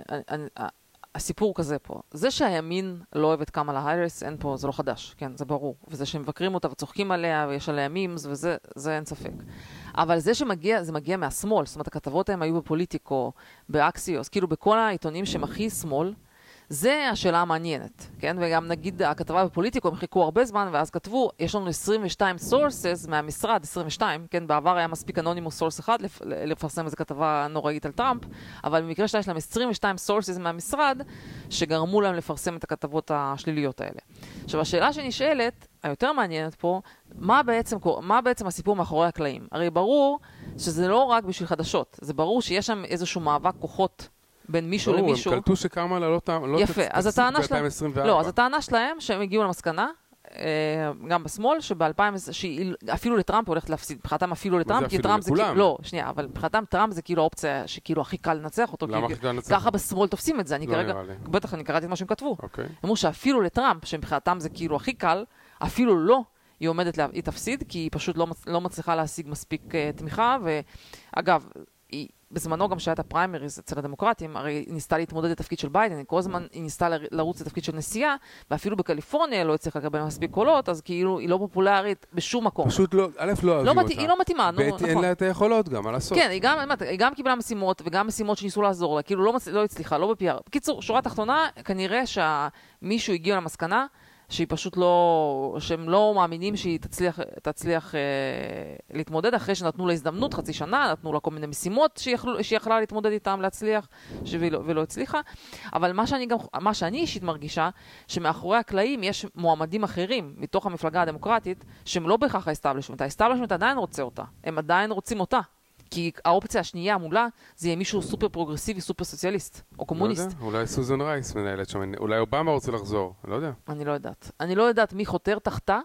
[SPEAKER 2] הסיפור כזה פה, זה שהימין לא אוהב את קמאלה האריס, אין פה, זה לא חדש, כן, זה ברור. וזה שמבקרים אותה וצוחקים עליה, ויש עליה מימס, וזה, זה אין ספק. אבל זה שמגיע, זה מגיע מהשמאל, זאת אומרת, הכתבות הן היו בפוליטיקו, באקסיוס, כאילו בכל העיתונים שהם הכי שמאל, זה השאלה המעניינת, כן? וגם נגיד הכתבה בפוליטיקו, הם חיכו הרבה זמן, ואז כתבו, יש לנו עשרים ושתיים sources מהמשרד, עשרים ושתיים, כן? בעבר היה מספיק אנונימוס source אחד לפרסם איזו כתבה נוראית על טראמפ, אבל במקרה שלה יש להם עשרים ושתיים sources מהמשרד, שגרמו להם לפרסם את הכתבות השליליות האלה. עכשיו, השאלה שנשאלת, היותר מעניינת פה, מה בעצם, מה בעצם הסיפור מאחורי הקלעים? הרי ברור שזה לא רק בשביל חדשות, זה ברור שיש שם איזשהו מאבק כוחות בין מישהו
[SPEAKER 1] לא,
[SPEAKER 2] למישהו.
[SPEAKER 1] הם קלטו שקמאלה לא תפסיק
[SPEAKER 2] יפה, אז הטענה שלהם, לא, אז הטענה שלהם שהם הגיעו למסקנה, גם בשמאל, שאפילו לטראמפ הולכת להפסיד, מבחינתם אפילו לטראמפ, כי טראמפ זה כאילו, לא, שנייה, אבל מבחינתם טראמפ זה כאילו האופציה שכאילו הכי קל לנצח אותו,
[SPEAKER 1] למה הכי קל לנצח?
[SPEAKER 2] ככה בשמאל תופסים את זה, אני כרגע, בטח אני קראתי את מה שהם כתבו. הם אמרו שאפילו לטראמפ, שמבחינתם זה כאילו הכי קל, אפילו לא, היא עומדת, היא תפסיד, כי היא פשוט לא מצליחה להשיג מספיק תמיכה, ואגב, היא בזמנו גם שהיית הפריימריז אצל הדמוקרטים, הרי היא ניסתה להתמודד לתפקיד של ביידן, כל הזמן היא ניסתה לרוץ לתפקיד של נשיאה, ואפילו בקליפורניה לא הצליחה לקבל מספיק קולות, אז כאילו היא לא פופולרית בשום מקום.
[SPEAKER 1] פשוט לא, א' לא אוהבים אותה.
[SPEAKER 2] היא לא מתאימה, נו, נכון.
[SPEAKER 1] ואין לה את היכולות גם, מה לעשות?
[SPEAKER 2] כן, היא גם קיבלה משימות, וגם משימות שניסו לעזור לה, כאילו לא הצליחה, לא בפי אר. בקיצור, שורה תחתונה, כנראה שמישהו הגיע למסקנה, שהיא פשוט לא, שהם לא מאמינים שהיא תצליח, תצליח אה, להתמודד, אחרי שנתנו לה הזדמנות, חצי שנה, נתנו לה כל מיני משימות שיכלו, שיכלה להתמודד איתם, להצליח, ולא, ולא הצליחה. אבל מה שאני גם, מה שאני אישית מרגישה, שמאחורי הקלעים יש מועמדים אחרים, מתוך המפלגה הדמוקרטית, שהם לא בהכרח האסטאבלישמנט. האסטאבלישמנט עדיין רוצה אותה. הם עדיין רוצים אותה. כי האופציה השנייה מולה, זה יהיה מישהו סופר פרוגרסיבי, סופר סוציאליסט, או קומוניסט.
[SPEAKER 1] לא יודע, אולי סוזן רייס מנהלת שם, אולי אובמה רוצה לחזור, אני לא יודע.
[SPEAKER 2] אני לא יודעת. אני לא יודעת מי חותר תחתה,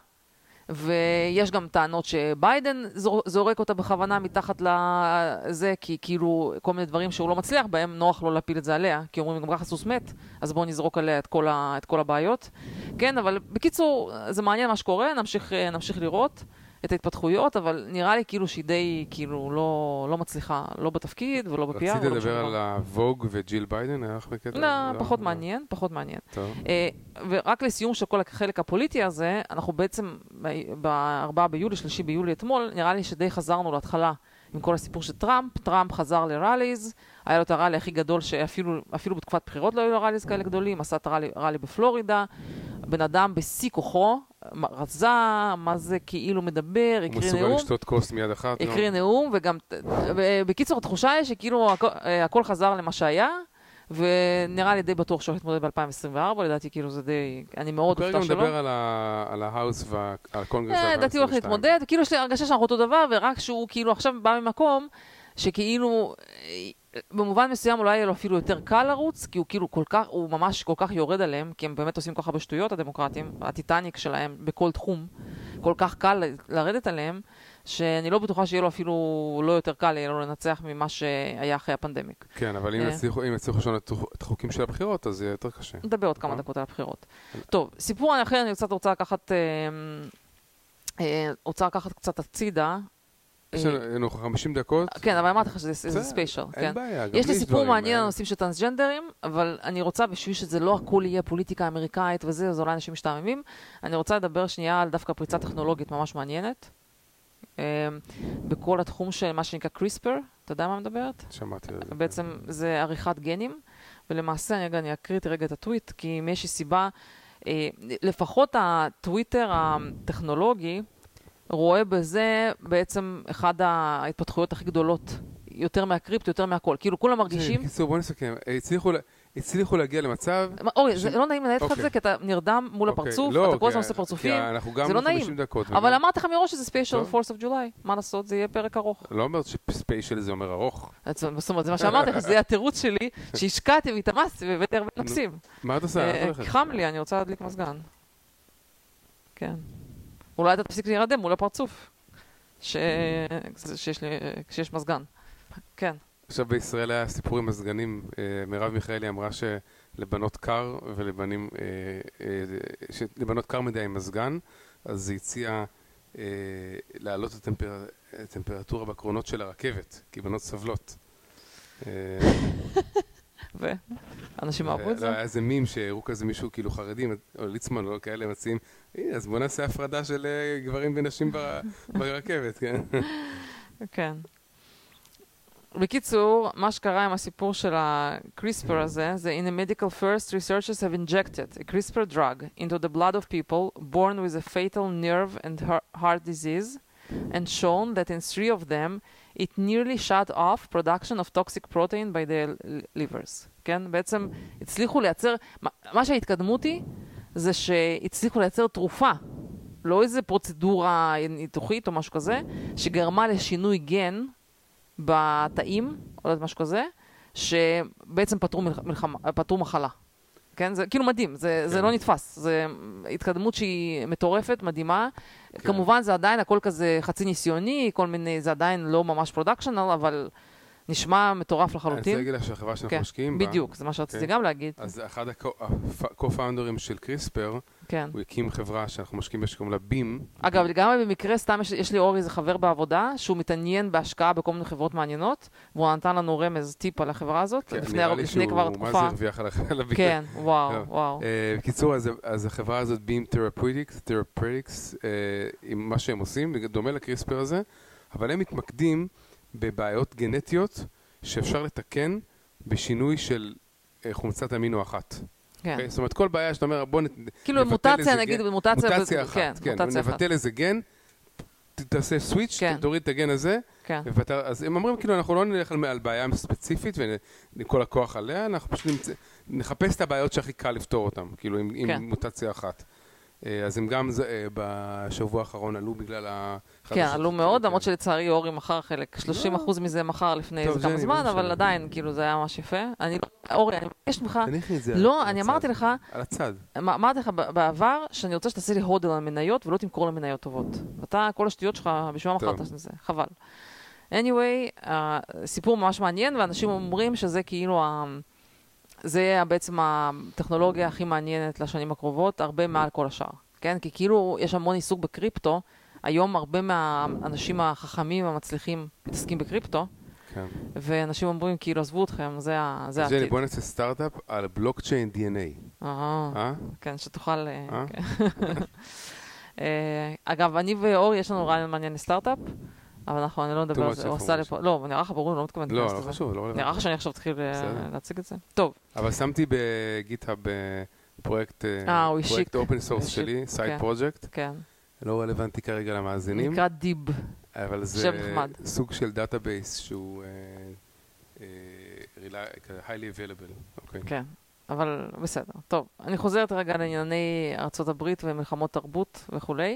[SPEAKER 2] ויש גם טענות שביידן זורק אותה בכוונה מתחת לזה, כי כאילו כל מיני דברים שהוא לא מצליח בהם, נוח לו להפיל את זה עליה, כי אומרים גם ככה סוס מת, אז בואו נזרוק עליה את כל, ה, את כל הבעיות. כן, אבל בקיצור, זה מעניין מה שקורה, נמשיך, נמשיך לראות את ההתפתחויות, אבל נראה לי כאילו שהיא די, כאילו, לא, לא מצליחה, לא בתפקיד ולא בפי אר.
[SPEAKER 1] רציתי לדבר על הווג וג'יל ביידן, היה לך בקטע?
[SPEAKER 2] לא, פחות מעניין, פחות מעניין. ורק לסיום של כל החלק הפוליטי הזה, אנחנו בעצם, ב-ארבעה ביולי, שלישי ביולי אתמול, נראה לי שדי חזרנו להתחלה עם כל הסיפור של טראמפ. טראמפ חזר לראליז, היה לו את הראלי הכי גדול שאפילו אפילו בתקופת בחירות לא היו לו ראליז כאלה גדולים, עשה את הראלי, ראלי בפלורידה, בן אדם בשיא כוחו, רזה, מה זה כאילו מדבר, הקריא נאום.
[SPEAKER 1] הוא מסוגל לשתות כוס מיד אחת.
[SPEAKER 2] הקריא נאום, וגם, בקיצור, התחושה היא שכאילו הכל, הכל חזר למה שהיה, ונראה לי די בטוח שהוא התמודד ב-אלפיים עשרים וארבע, לדעתי כאילו זה די, אני מאוד
[SPEAKER 1] אופתע שלו. הוא כרגע מדבר על ההאוס והקונגרס.
[SPEAKER 2] לדעתי הוא הולך להתמודד, כאילו יש לי הרגשה שאנחנו אותו דבר, ורק שהוא כאילו עכשיו בא ממקום, שכאילו, במובן מסוים אולי יהיה לו אפילו יותר קל לרוץ, כי הוא כאילו כל כך, הוא ממש כל כך יורד עליהם, כי הם באמת עושים ככה בשטויות הדמוקרטים, הטיטניק שלהם בכל תחום, כל כך קל לרדת עליהם, שאני לא בטוחה שיהיה לו אפילו לא יותר קל, יהיה לו לנצח ממה שהיה אחרי הפנדמיק.
[SPEAKER 1] כן, אבל אם יצליחו לשנות את החוקים של הבחירות, אז יהיה יותר קשה.
[SPEAKER 2] נדבר עוד כמה דקות על הבחירות. טוב, סיפור אחר, אני קצת רוצה לקחת, רוצה לקחת קצת הצידה,
[SPEAKER 1] יש לנו חמישים דקות.
[SPEAKER 2] כן, אבל אמרתי לך שזה ספיישל.
[SPEAKER 1] אין בעיה.
[SPEAKER 2] יש לי סיפור מעניין על נושאים של טרנסג'נדרים, אבל אני רוצה בשביל שזה לא הכל יהיה פוליטיקה אמריקאית וזה, אז אולי אנשים משתעממים. אני רוצה לדבר שנייה על דווקא פריצה טכנולוגית ממש מעניינת. בכל התחום של מה שנקרא קריספר, אתה יודע מה אני מדברת?
[SPEAKER 1] שמעתי על זה.
[SPEAKER 2] בעצם זה עריכת גנים, ולמעשה אני אקריא רגע את הטוויט, כי אם יש סיבה, לפחות הטוויטר הטכנולוגי, רואה בזה בעצם אחד ההתפתחויות הכי גדולות, יותר מהקריפט, יותר מהכל. כאילו כולם מרגישים...
[SPEAKER 1] בקיצור, בוא נסכם. הצליחו להגיע למצב...
[SPEAKER 2] אורי, זה לא נעים לנהל לך את זה, כי אתה נרדם מול הפרצוף, אתה כל הזמן עושה פרצופים, זה לא נעים. אבל אמרת לך מראש שזה ספיישל פורס אוף ג'ולי. מה לעשות? זה יהיה פרק ארוך.
[SPEAKER 1] לא אומרת שספיישל זה אומר ארוך.
[SPEAKER 2] זאת אומרת, זה מה שאמרתי לך, זה יהיה התירוץ שלי, שהשקעתי והתאמצתי והבאתי הרבה נפסים.
[SPEAKER 1] מה את עושה?
[SPEAKER 2] חם לי, אני רוצה להדליק מזגן. כן. אולי אתה תפסיק להירדם מול הפרצוף, שיש מזגן. כן.
[SPEAKER 1] עכשיו בישראל היה סיפור עם מזגנים, מרב מיכאלי אמרה שלבנות קר ולבנים, שלבנות קר מדי עם מזגן, אז היא הציעה להעלות את הטמפרטורה בקרונות של הרכבת, כי בנות סבלות.
[SPEAKER 2] ואנשים אהבו את זה?
[SPEAKER 1] היה איזה מים שהראו כזה מישהו כאילו חרדים, או ליצמן או כאלה מציעים, הנה, אז בוא נעשה הפרדה של גברים ונשים ברכבת, כן?
[SPEAKER 2] כן. בקיצור, מה שקרה עם הסיפור של ה-CRISPR הזה, זה in a medical first, researchers have injected a CRISPR drug into the blood of people born with a fatal nerve and heart disease and shown that in three of them it nearly shut off production of toxic protein by their livers. כן? בעצם הצליחו לייצר, מה שההתקדמות היא, זה שהצליחו לייצר תרופה, לא איזה פרוצדורה ניתוחית או משהו כזה, שגרמה לשינוי גן בתאים, או משהו כזה, שבעצם פתרו, מלחמה, פתרו מחלה. כן? זה כאילו מדהים, זה, כן. זה לא נתפס. זה התקדמות שהיא מטורפת, מדהימה. כן. כמובן זה עדיין הכל כזה חצי ניסיוני, כל מיני, זה עדיין לא ממש פרודקשנל, אבל נשמע מטורף לחלוטין.
[SPEAKER 1] אני רוצה להגיד לך שהחברה שאנחנו כן. משקיעים
[SPEAKER 2] בה. בדיוק, זה מה שרציתי כן. גם להגיד.
[SPEAKER 1] אז אחד הקו-פאונדרים של קריספר, כן. הוא הקים חברה שאנחנו משקיעים בשקום לה בים.
[SPEAKER 2] אגב, גם במקרה, סתם יש, יש לי אורי, זה חבר בעבודה, שהוא מתעניין בהשקעה בכל מיני חברות מעניינות, והוא נתן לנו רמז טיפ על החברה הזאת,
[SPEAKER 1] כן,
[SPEAKER 2] לפני,
[SPEAKER 1] נראה
[SPEAKER 2] לפני
[SPEAKER 1] לי
[SPEAKER 2] כבר
[SPEAKER 1] שהוא מה זה הרוויח על הבים.
[SPEAKER 2] כן, וואו, וואו.
[SPEAKER 1] בקיצור, אז, אז החברה הזאת, בים תרפויטיקס, תרפויטיקס, עם מה שהם עושים, דומה לקריספר הזה, אבל הם מתמקדים בבעיות גנטיות שאפשר לתקן בשינוי של חומצת אמינו אחת. זאת אומרת, כל בעיה שאתה אומר, בוא נבטל איזה גן.
[SPEAKER 2] כאילו מוטציה, נגיד,
[SPEAKER 1] מוטציה אחת, כן, נבטל איזה גן, תעשה סוויץ', תוריד את הגן הזה, אז הם אומרים, כאילו, אנחנו לא נלך על בעיה ספציפית וכל הכוח עליה, אנחנו פשוט נחפש את הבעיות שהכי קל לפתור אותן, כאילו, עם מוטציה אחת. אז הם גם בשבוע האחרון עלו בגלל ה...
[SPEAKER 2] כן, עלו מאוד, למרות שלצערי אורי מחר חלק, שלושים אחוז מזה מחר לפני איזה כמה זמן, אבל עדיין, כאילו, זה היה ממש יפה. אורי, אני מבקשת ממך...
[SPEAKER 1] תניחי את זה
[SPEAKER 2] לא, אני אמרתי לך...
[SPEAKER 1] על הצד.
[SPEAKER 2] אמרתי לך בעבר, שאני רוצה שתעשה לי הודל על מניות, ולא תמכור למניות טובות. ואתה, כל השטויות שלך, בשביל מה מכרת את זה? חבל. anyway, סיפור ממש מעניין, ואנשים אומרים שזה כאילו... זה בעצם הטכנולוגיה הכי מעניינת לשנים הקרובות, הרבה מעל כל השאר. כן? כי כאילו יש המון עיסוק בקריפטו, היום הרבה מהאנשים החכמים והמצליחים מתעסקים בקריפטו,
[SPEAKER 1] כן.
[SPEAKER 2] ואנשים אומרים כאילו עזבו אתכם, זה העתיד.
[SPEAKER 1] ג'ני, בוא נעשה סטארט-אפ על בלוקצ'יין די אן איי.
[SPEAKER 2] אה? כן, שתוכל... אגב, אני ואור יש לנו רעיון מעניין לסטארט-אפ, אבל אנחנו, אני לא מדבר על זה, הוא עשה לפה, לא, נראה לך ברור, אני לא מתכוונת
[SPEAKER 1] לא, לא חשוב, לא
[SPEAKER 2] נראה לך שאני עכשיו תתחיל להציג את זה. טוב.
[SPEAKER 1] אבל שמתי בגיט-האב פרויקט אופן סורס שלי, סייד פרוג'קט.
[SPEAKER 2] כן.
[SPEAKER 1] לא רלוונטי כרגע למאזינים.
[SPEAKER 2] נקרא דיב.
[SPEAKER 1] אבל זה סוג של דאטאבייס שהוא highly available.
[SPEAKER 2] כן. אבל בסדר. טוב, אני חוזרת רגע לענייני ארצות הברית ומלחמות תרבות וכולי.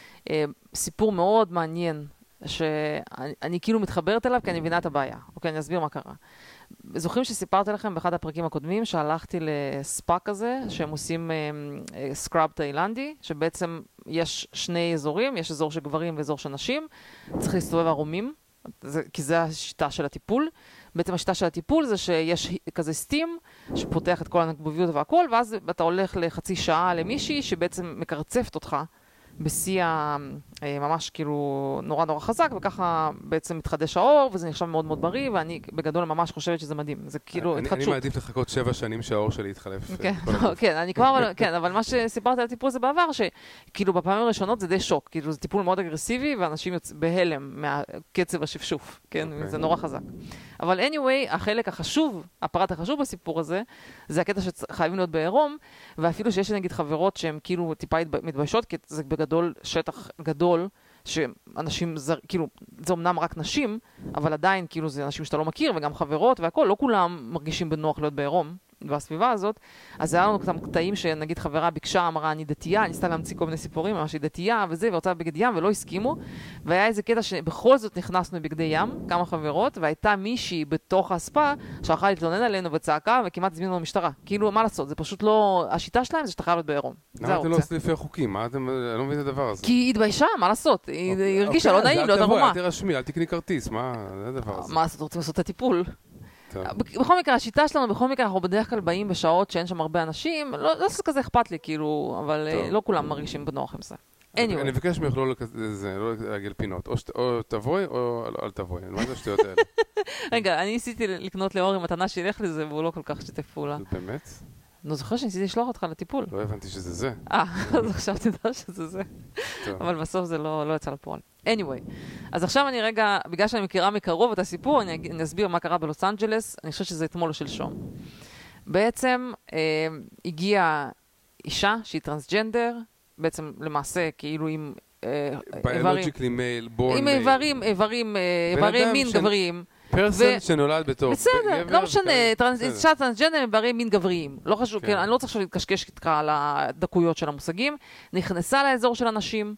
[SPEAKER 2] סיפור מאוד מעניין שאני אני כאילו מתחברת אליו כי אני מבינה את הבעיה. אוקיי, אני אסביר מה קרה. זוכרים שסיפרתי לכם באחד הפרקים הקודמים שהלכתי לספא כזה, שהם עושים אה, סקראב תאילנדי, שבעצם יש שני אזורים, יש אזור של גברים ואזור של נשים, צריך להסתובב ערומים, זה, כי זה השיטה של הטיפול. בעצם השיטה של הטיפול זה שיש כזה סטים שפותח את כל הנקבוביות והכל, ואז אתה הולך לחצי שעה למישהי שבעצם מקרצפת אותך בשיא ממש כאילו נורא נורא חזק, וככה בעצם מתחדש האור, וזה נחשב מאוד מאוד בריא, ואני בגדול ממש חושבת שזה מדהים. זה כאילו התחדשות.
[SPEAKER 1] אני מעדיף לחכות שבע שנים שהאור שלי יתחלף.
[SPEAKER 2] כן, אני כבר, כן, אבל מה שסיפרתי על הטיפול זה בעבר, שכאילו בפעמים הראשונות זה די שוק, כאילו זה טיפול מאוד אגרסיבי, ואנשים יוצאים בהלם מהקצב השפשוף, כן, זה נורא חזק. אבל anyway, החלק החשוב, הפרט החשוב בסיפור הזה, זה הקטע שחייבים להיות בעירום, ואפילו שיש נגיד חברות שהן כאילו טיפה מתביישות, כי זה בגדול שטח גדול, שאנשים, זר, כאילו, זה אמנם רק נשים, אבל עדיין כאילו זה אנשים שאתה לא מכיר, וגם חברות והכל, לא כולם מרגישים בנוח להיות בעירום בסביבה הזאת. אז היה לנו כמה קטעים שנגיד חברה ביקשה, אמרה, אני דתייה, ניסתה להמציא כל מיני סיפורים, ממש היא דתייה וזה, ורוצה בגד ים, ולא הסכימו. והיה איזה קטע שבכל זאת נכנסנו בגדי ים, כמה חברות, והייתה מישהי בתוך הספה, שהלכה להתלונן עלינו וצעקה, וכמעט הזמינו למשטרה. כאילו, מה לעשות? זה פשוט לא... השיטה שלהם זה שאתה חייב להיות בעירום.
[SPEAKER 1] למה אתם לא עושים לפי החוקים? מה אתם... אני לא מבין את הדבר הזה.
[SPEAKER 2] כי היא התביישה, מה לעשות? היא הרגישה, לא נעים, לא דרומה.
[SPEAKER 1] אל תרשמי, אל תקני כרטיס, מה זה הדבר הזה?
[SPEAKER 2] מה, רוצים לעשות את הטיפול? בכל מקרה, השיטה שלנו, בכל מקרה, אנחנו בדרך כלל באים בשעות שאין שם הרבה אנשים, לא, לא שזה כזה אכפת לי, כאילו, אבל לא כולם מרגישים בנוח עם זה.
[SPEAKER 1] אני מבקש ממך לא להגיל פינות, או תבואי או אל תבואי, מה זה השטויות האלה?
[SPEAKER 2] רגע, אני ניסיתי לקנות לאורי מתנה שילך לזה, והוא לא כל כך שיתף פעולה.
[SPEAKER 1] באמת?
[SPEAKER 2] אני זוכר שניסיתי לשלוח אותך לטיפול.
[SPEAKER 1] לא הבנתי שזה זה.
[SPEAKER 2] אה, אז עכשיו תדע שזה זה. אבל בסוף זה לא יצא לפועל. anyway, אז עכשיו אני רגע, בגלל שאני מכירה מקרוב את הסיפור, אני, אני אסביר מה קרה בלוס אנג'לס, אני חושבת שזה אתמול או שלשום. בעצם אה, הגיעה אישה שהיא טרנסג'נדר, בעצם למעשה כאילו עם אה, איברים.
[SPEAKER 1] biologically male, born male.
[SPEAKER 2] עם איברים, איברים, איברים מין גבריים.
[SPEAKER 1] פרסן שנולד בתור
[SPEAKER 2] בסדר, לא משנה, אישה טרנסג'נדר עם איברים מין גבריים. לא חשוב, אני לא רוצה עכשיו להתקשקש איתך על הדקויות של המושגים. נכנסה לאזור של אנשים,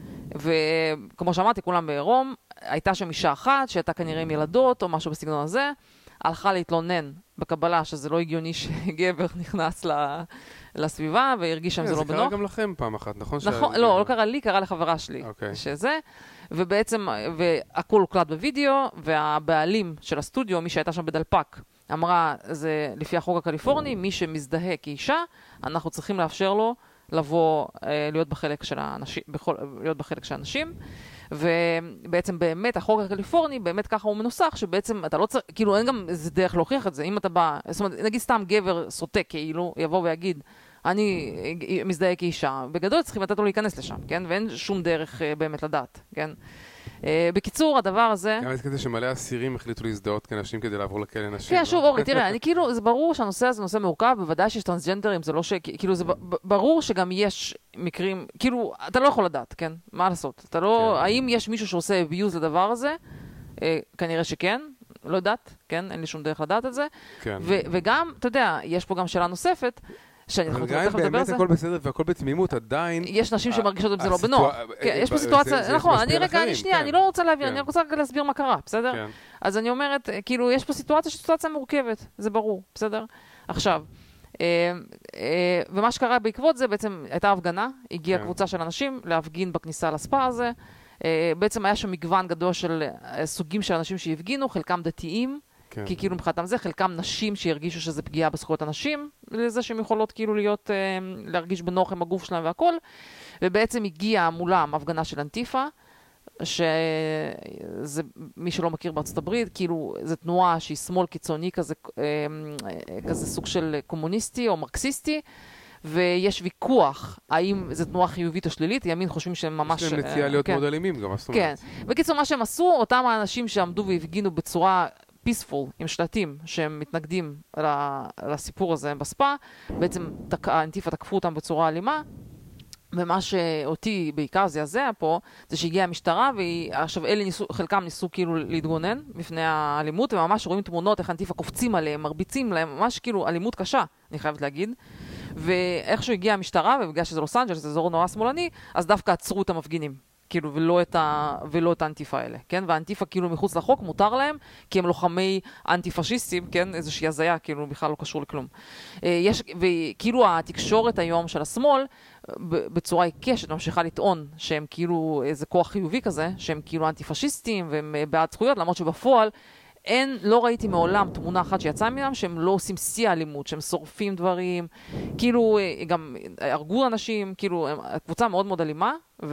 [SPEAKER 2] וכמו שאמרתי, כולם בעירום, הייתה שם אישה אחת, שהייתה כנראה עם ילדות או משהו בסגנון הזה, הלכה להתלונן בקבלה שזה לא הגיוני שגבר נכנס לסביבה, והרגיש שם זה לא בנוח.
[SPEAKER 1] זה קרה גם לכם פעם אחת, נכון?
[SPEAKER 2] לא, לא קרה לי, קרה לחברה שלי. שזה, ובעצם, והכל הוקלט בווידאו, והבעלים של הסטודיו, מי שהייתה שם בדלפק, אמרה, זה לפי החוק הקליפורני, מי שמזדהה כאישה, אנחנו צריכים לאפשר לו לבוא, להיות בחלק של האנשים, להיות בחלק של האנשים, ובעצם באמת החוק הקליפורני, באמת ככה הוא מנוסח, שבעצם אתה לא צריך, כאילו אין גם איזה דרך להוכיח את זה, אם אתה בא, זאת אומרת, נגיד סתם גבר סוטה כאילו, יבוא ויגיד, אני מזדהה כאישה, בגדול צריכים לתת לו להיכנס לשם, כן? ואין שום דרך באמת לדעת, כן? בקיצור, הדבר הזה...
[SPEAKER 1] גם כזה שמלא אסירים החליטו להזדהות כנשים כדי לעבור לכלא נשים.
[SPEAKER 2] כן, שוב, אורי, תראה, אני כאילו, זה ברור שהנושא הזה נושא מורכב, בוודאי שיש טרנסג'נדרים, זה לא ש... כאילו, זה ברור שגם יש מקרים, כאילו, אתה לא יכול לדעת, כן? מה לעשות? אתה לא... האם יש מישהו שעושה abuse לדבר הזה? כנראה שכן, לא יודעת, כן? אין לי שום דרך לדעת את זה. וגם, אתה יודע, יש פה גם שאלה נוספת,
[SPEAKER 1] אבל גם באמת הכל בסדר והכל בתמימות, עדיין...
[SPEAKER 2] יש נשים שמרגישות את זה לא בנוח. יש פה סיטואציה, נכון, אני רגע, אני שנייה, אני לא רוצה להבין, אני רוצה רגע להסביר מה קרה, בסדר? אז אני אומרת, כאילו, יש פה סיטואציה שהיא סיטואציה מורכבת, זה ברור, בסדר? עכשיו, ומה שקרה בעקבות זה, בעצם הייתה הפגנה, הגיעה קבוצה של אנשים להפגין בכניסה לספא הזה, בעצם היה שם מגוון גדול של סוגים של אנשים שהפגינו, חלקם דתיים, כי כאילו מבחינתם זה, חלקם נשים שהרגישו שזה פגיעה בזכויות הנשים, לזה שהן יכולות כאילו להיות, להרגיש בנוח עם הגוף שלהם והכל, ובעצם הגיעה מולם הפגנה של אנטיפה, שזה, מי שלא מכיר בארצות הברית, כאילו, זו תנועה שהיא שמאל קיצוני כזה, כזה סוג של קומוניסטי או מרקסיסטי, ויש ויכוח האם זו תנועה חיובית או שלילית, ימין חושבים שהם ממש...
[SPEAKER 1] יש להם נטייה להיות מאוד אלימים גם, מה זאת אומרת?
[SPEAKER 2] כן. בקיצור, מה שהם עשו, אותם האנשים שעמדו והפגינו בצורה peaceful, עם שלטים שהם מתנגדים לסיפור הזה בספא, בעצם האנטיפה תקפו אותם בצורה אלימה, ומה שאותי בעיקר זעזע פה, זה שהגיעה המשטרה, ועכשיו אלה ניסו, חלקם ניסו כאילו להתגונן בפני האלימות, וממש רואים תמונות איך האנטיפה קופצים עליהם, מרביצים להם, ממש כאילו אלימות קשה, אני חייבת להגיד. ואיכשהו הגיעה המשטרה, ובגלל שזה לוס אנג'לס, זה אזור נורא שמאלני, אז דווקא עצרו את המפגינים, כאילו, ולא את, ה... ולא את האנטיפה האלה, כן? והאנטיפה כאילו מחוץ לחוק מותר להם, כי הם לוחמי אנטי-פשיסטים, כן? איזושהי הזיה, כאילו, בכלל לא קשור לכלום. יש... וכאילו התקשורת היום של השמאל, בצורה עיקשת, ממשיכה לטעון שהם כאילו איזה כוח חיובי כזה, שהם כאילו אנטי-פשיסטים, והם בעד זכויות, למרות שבפועל, אין, לא ראיתי מעולם תמונה אחת שיצאה מהם שהם לא עושים שיא אלימות, שהם שורפים דברים, כאילו גם הרגו אנשים, כאילו קבוצה מאוד מאוד אלימה,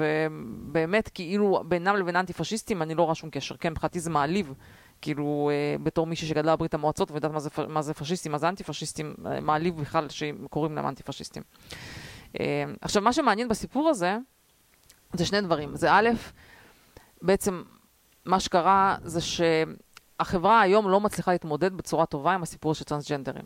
[SPEAKER 2] ובאמת כאילו בינם לבין אנטי-פשיסטים אני לא רואה שום קשר, כן, בחצי זה מעליב, כאילו בתור מישהי שגדלה בברית המועצות ויודעת מה זה, מה זה פשיסטים, מה זה אנטי-פשיסטים, מעליב בכלל שקוראים להם אנטי-פשיסטים. עכשיו מה שמעניין בסיפור הזה, זה שני דברים, זה א', בעצם מה שקרה זה ש... החברה היום לא מצליחה להתמודד בצורה טובה עם הסיפור של טרנסג'נדרים.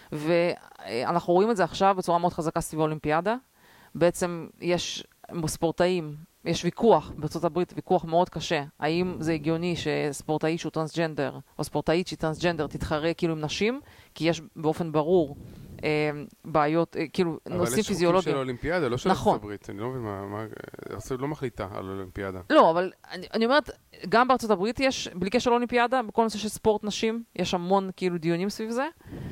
[SPEAKER 2] ואנחנו רואים את זה עכשיו בצורה מאוד חזקה סביב האולימפיאדה. בעצם יש ספורטאים, יש ויכוח בארצות הברית, ויכוח מאוד קשה. האם זה הגיוני שספורטאי שהוא טרנסג'נדר, או ספורטאית שהיא טרנסג'נדר, תתחרה כאילו עם נשים, כי יש באופן ברור בעיות, כאילו נושאים פיזיולוגיים.
[SPEAKER 1] אבל יש חוקים של האולימפיאדה, לא של ארצות הברית. אני לא מבין מה, ארצות הברית לא מחליטה על האולימפיאדה.
[SPEAKER 2] לא, אבל אני אומרת, גם בארצות הברית יש, בלי קשר לאולימפיאדה, בכל נושא של ספורט נשים, יש המון כאילו דיונים סביב זה,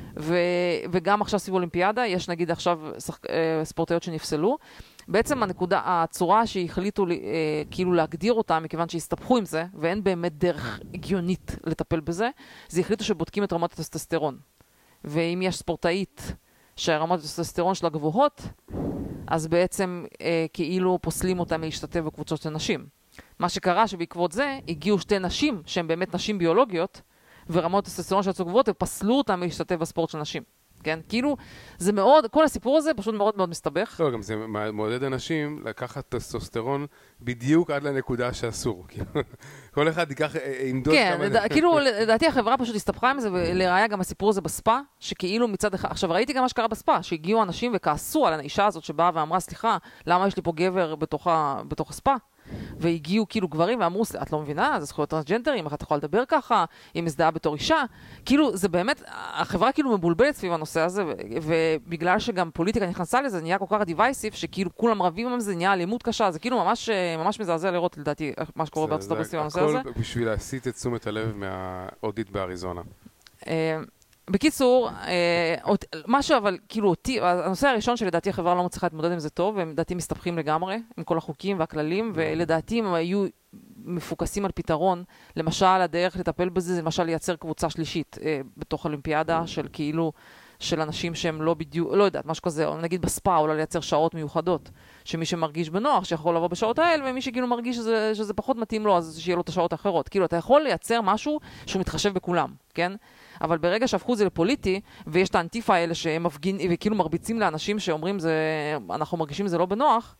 [SPEAKER 2] וגם עכשיו סביב אולימפיאדה, יש נגיד עכשיו ספורטאיות שנפסלו. בעצם הנקודה, הצורה שהחליטו כאילו להגדיר אותה, מכיוון שהסתבכו עם זה, ואין באמת דרך הגיונית לטפל בזה, זה החליטו שבודקים את רמות הטסטוסטרון. ואם יש ספורטאית שהרמות הטסטוסטרון שלה גבוהות, אז בעצם אה, כאילו פוסלים אותה מלהשתתף בקבוצות של נשים. מה שקרה שבעקבות זה הגיעו שתי נשים שהן באמת נשים ביולוגיות, ורמות הטסטוסטרון שלה גבוהות, ופסלו אותה מלהשתתף בספורט של נשים. כן? כאילו, זה מאוד, כל הסיפור הזה פשוט מאוד מאוד מסתבך.
[SPEAKER 1] לא, גם זה מעודד אנשים לקחת טסטוסטרון בדיוק עד לנקודה שאסור. כל אחד ייקח עמדות
[SPEAKER 2] כמה... כן, כאילו, לדעתי החברה פשוט הסתבכה עם זה, ולראיה גם הסיפור הזה בספא, שכאילו מצד אחד... עכשיו, ראיתי גם מה שקרה בספא, שהגיעו אנשים וכעסו על האישה הזאת שבאה ואמרה, סליחה, למה יש לי פה גבר בתוך הספא? והגיעו כאילו גברים ואמרו, את לא מבינה, זה זכויות טרנסג'נדרים, איך את יכולה לדבר ככה, היא מזדהה בתור אישה. כאילו, זה באמת, החברה כאילו מבולבלת סביב הנושא הזה, ובגלל שגם פוליטיקה נכנסה לזה, זה נהיה כל כך דיווייסיב, שכאילו כולם רבים עם זה, נהיה אלימות קשה, זה כאילו ממש, ממש מזעזע לראות, לדעתי, מה שקורה בארצות הברית סביב הנושא הזה.
[SPEAKER 1] הכל בשביל להסיט את תשומת הלב מהאודיט באריזונה.
[SPEAKER 2] בקיצור, משהו אבל כאילו אותי, הנושא הראשון שלדעתי החברה לא מצליחה להתמודד עם זה טוב, והם לדעתי מסתבכים לגמרי עם כל החוקים והכללים, ולדעתי הם היו מפוקסים על פתרון, למשל הדרך לטפל בזה זה למשל לייצר קבוצה שלישית בתוך אולימפיאדה של כאילו, של אנשים שהם לא בדיוק, לא יודעת, משהו כזה, או נגיד בספא, או לייצר שעות מיוחדות, שמי שמרגיש בנוח שיכול לבוא בשעות האלה, ומי שכאילו מרגיש שזה, שזה פחות מתאים לו, אז שיהיה לו את השעות האחרות. כאילו, אתה יכול לייצר משהו שהוא מתחשב בכולם, כן? אבל ברגע שהפכו את זה לפוליטי, ויש את האנטיפה האלה שהם מפגין, וכאילו מרביצים לאנשים שאומרים זה, אנחנו מרגישים זה לא בנוח,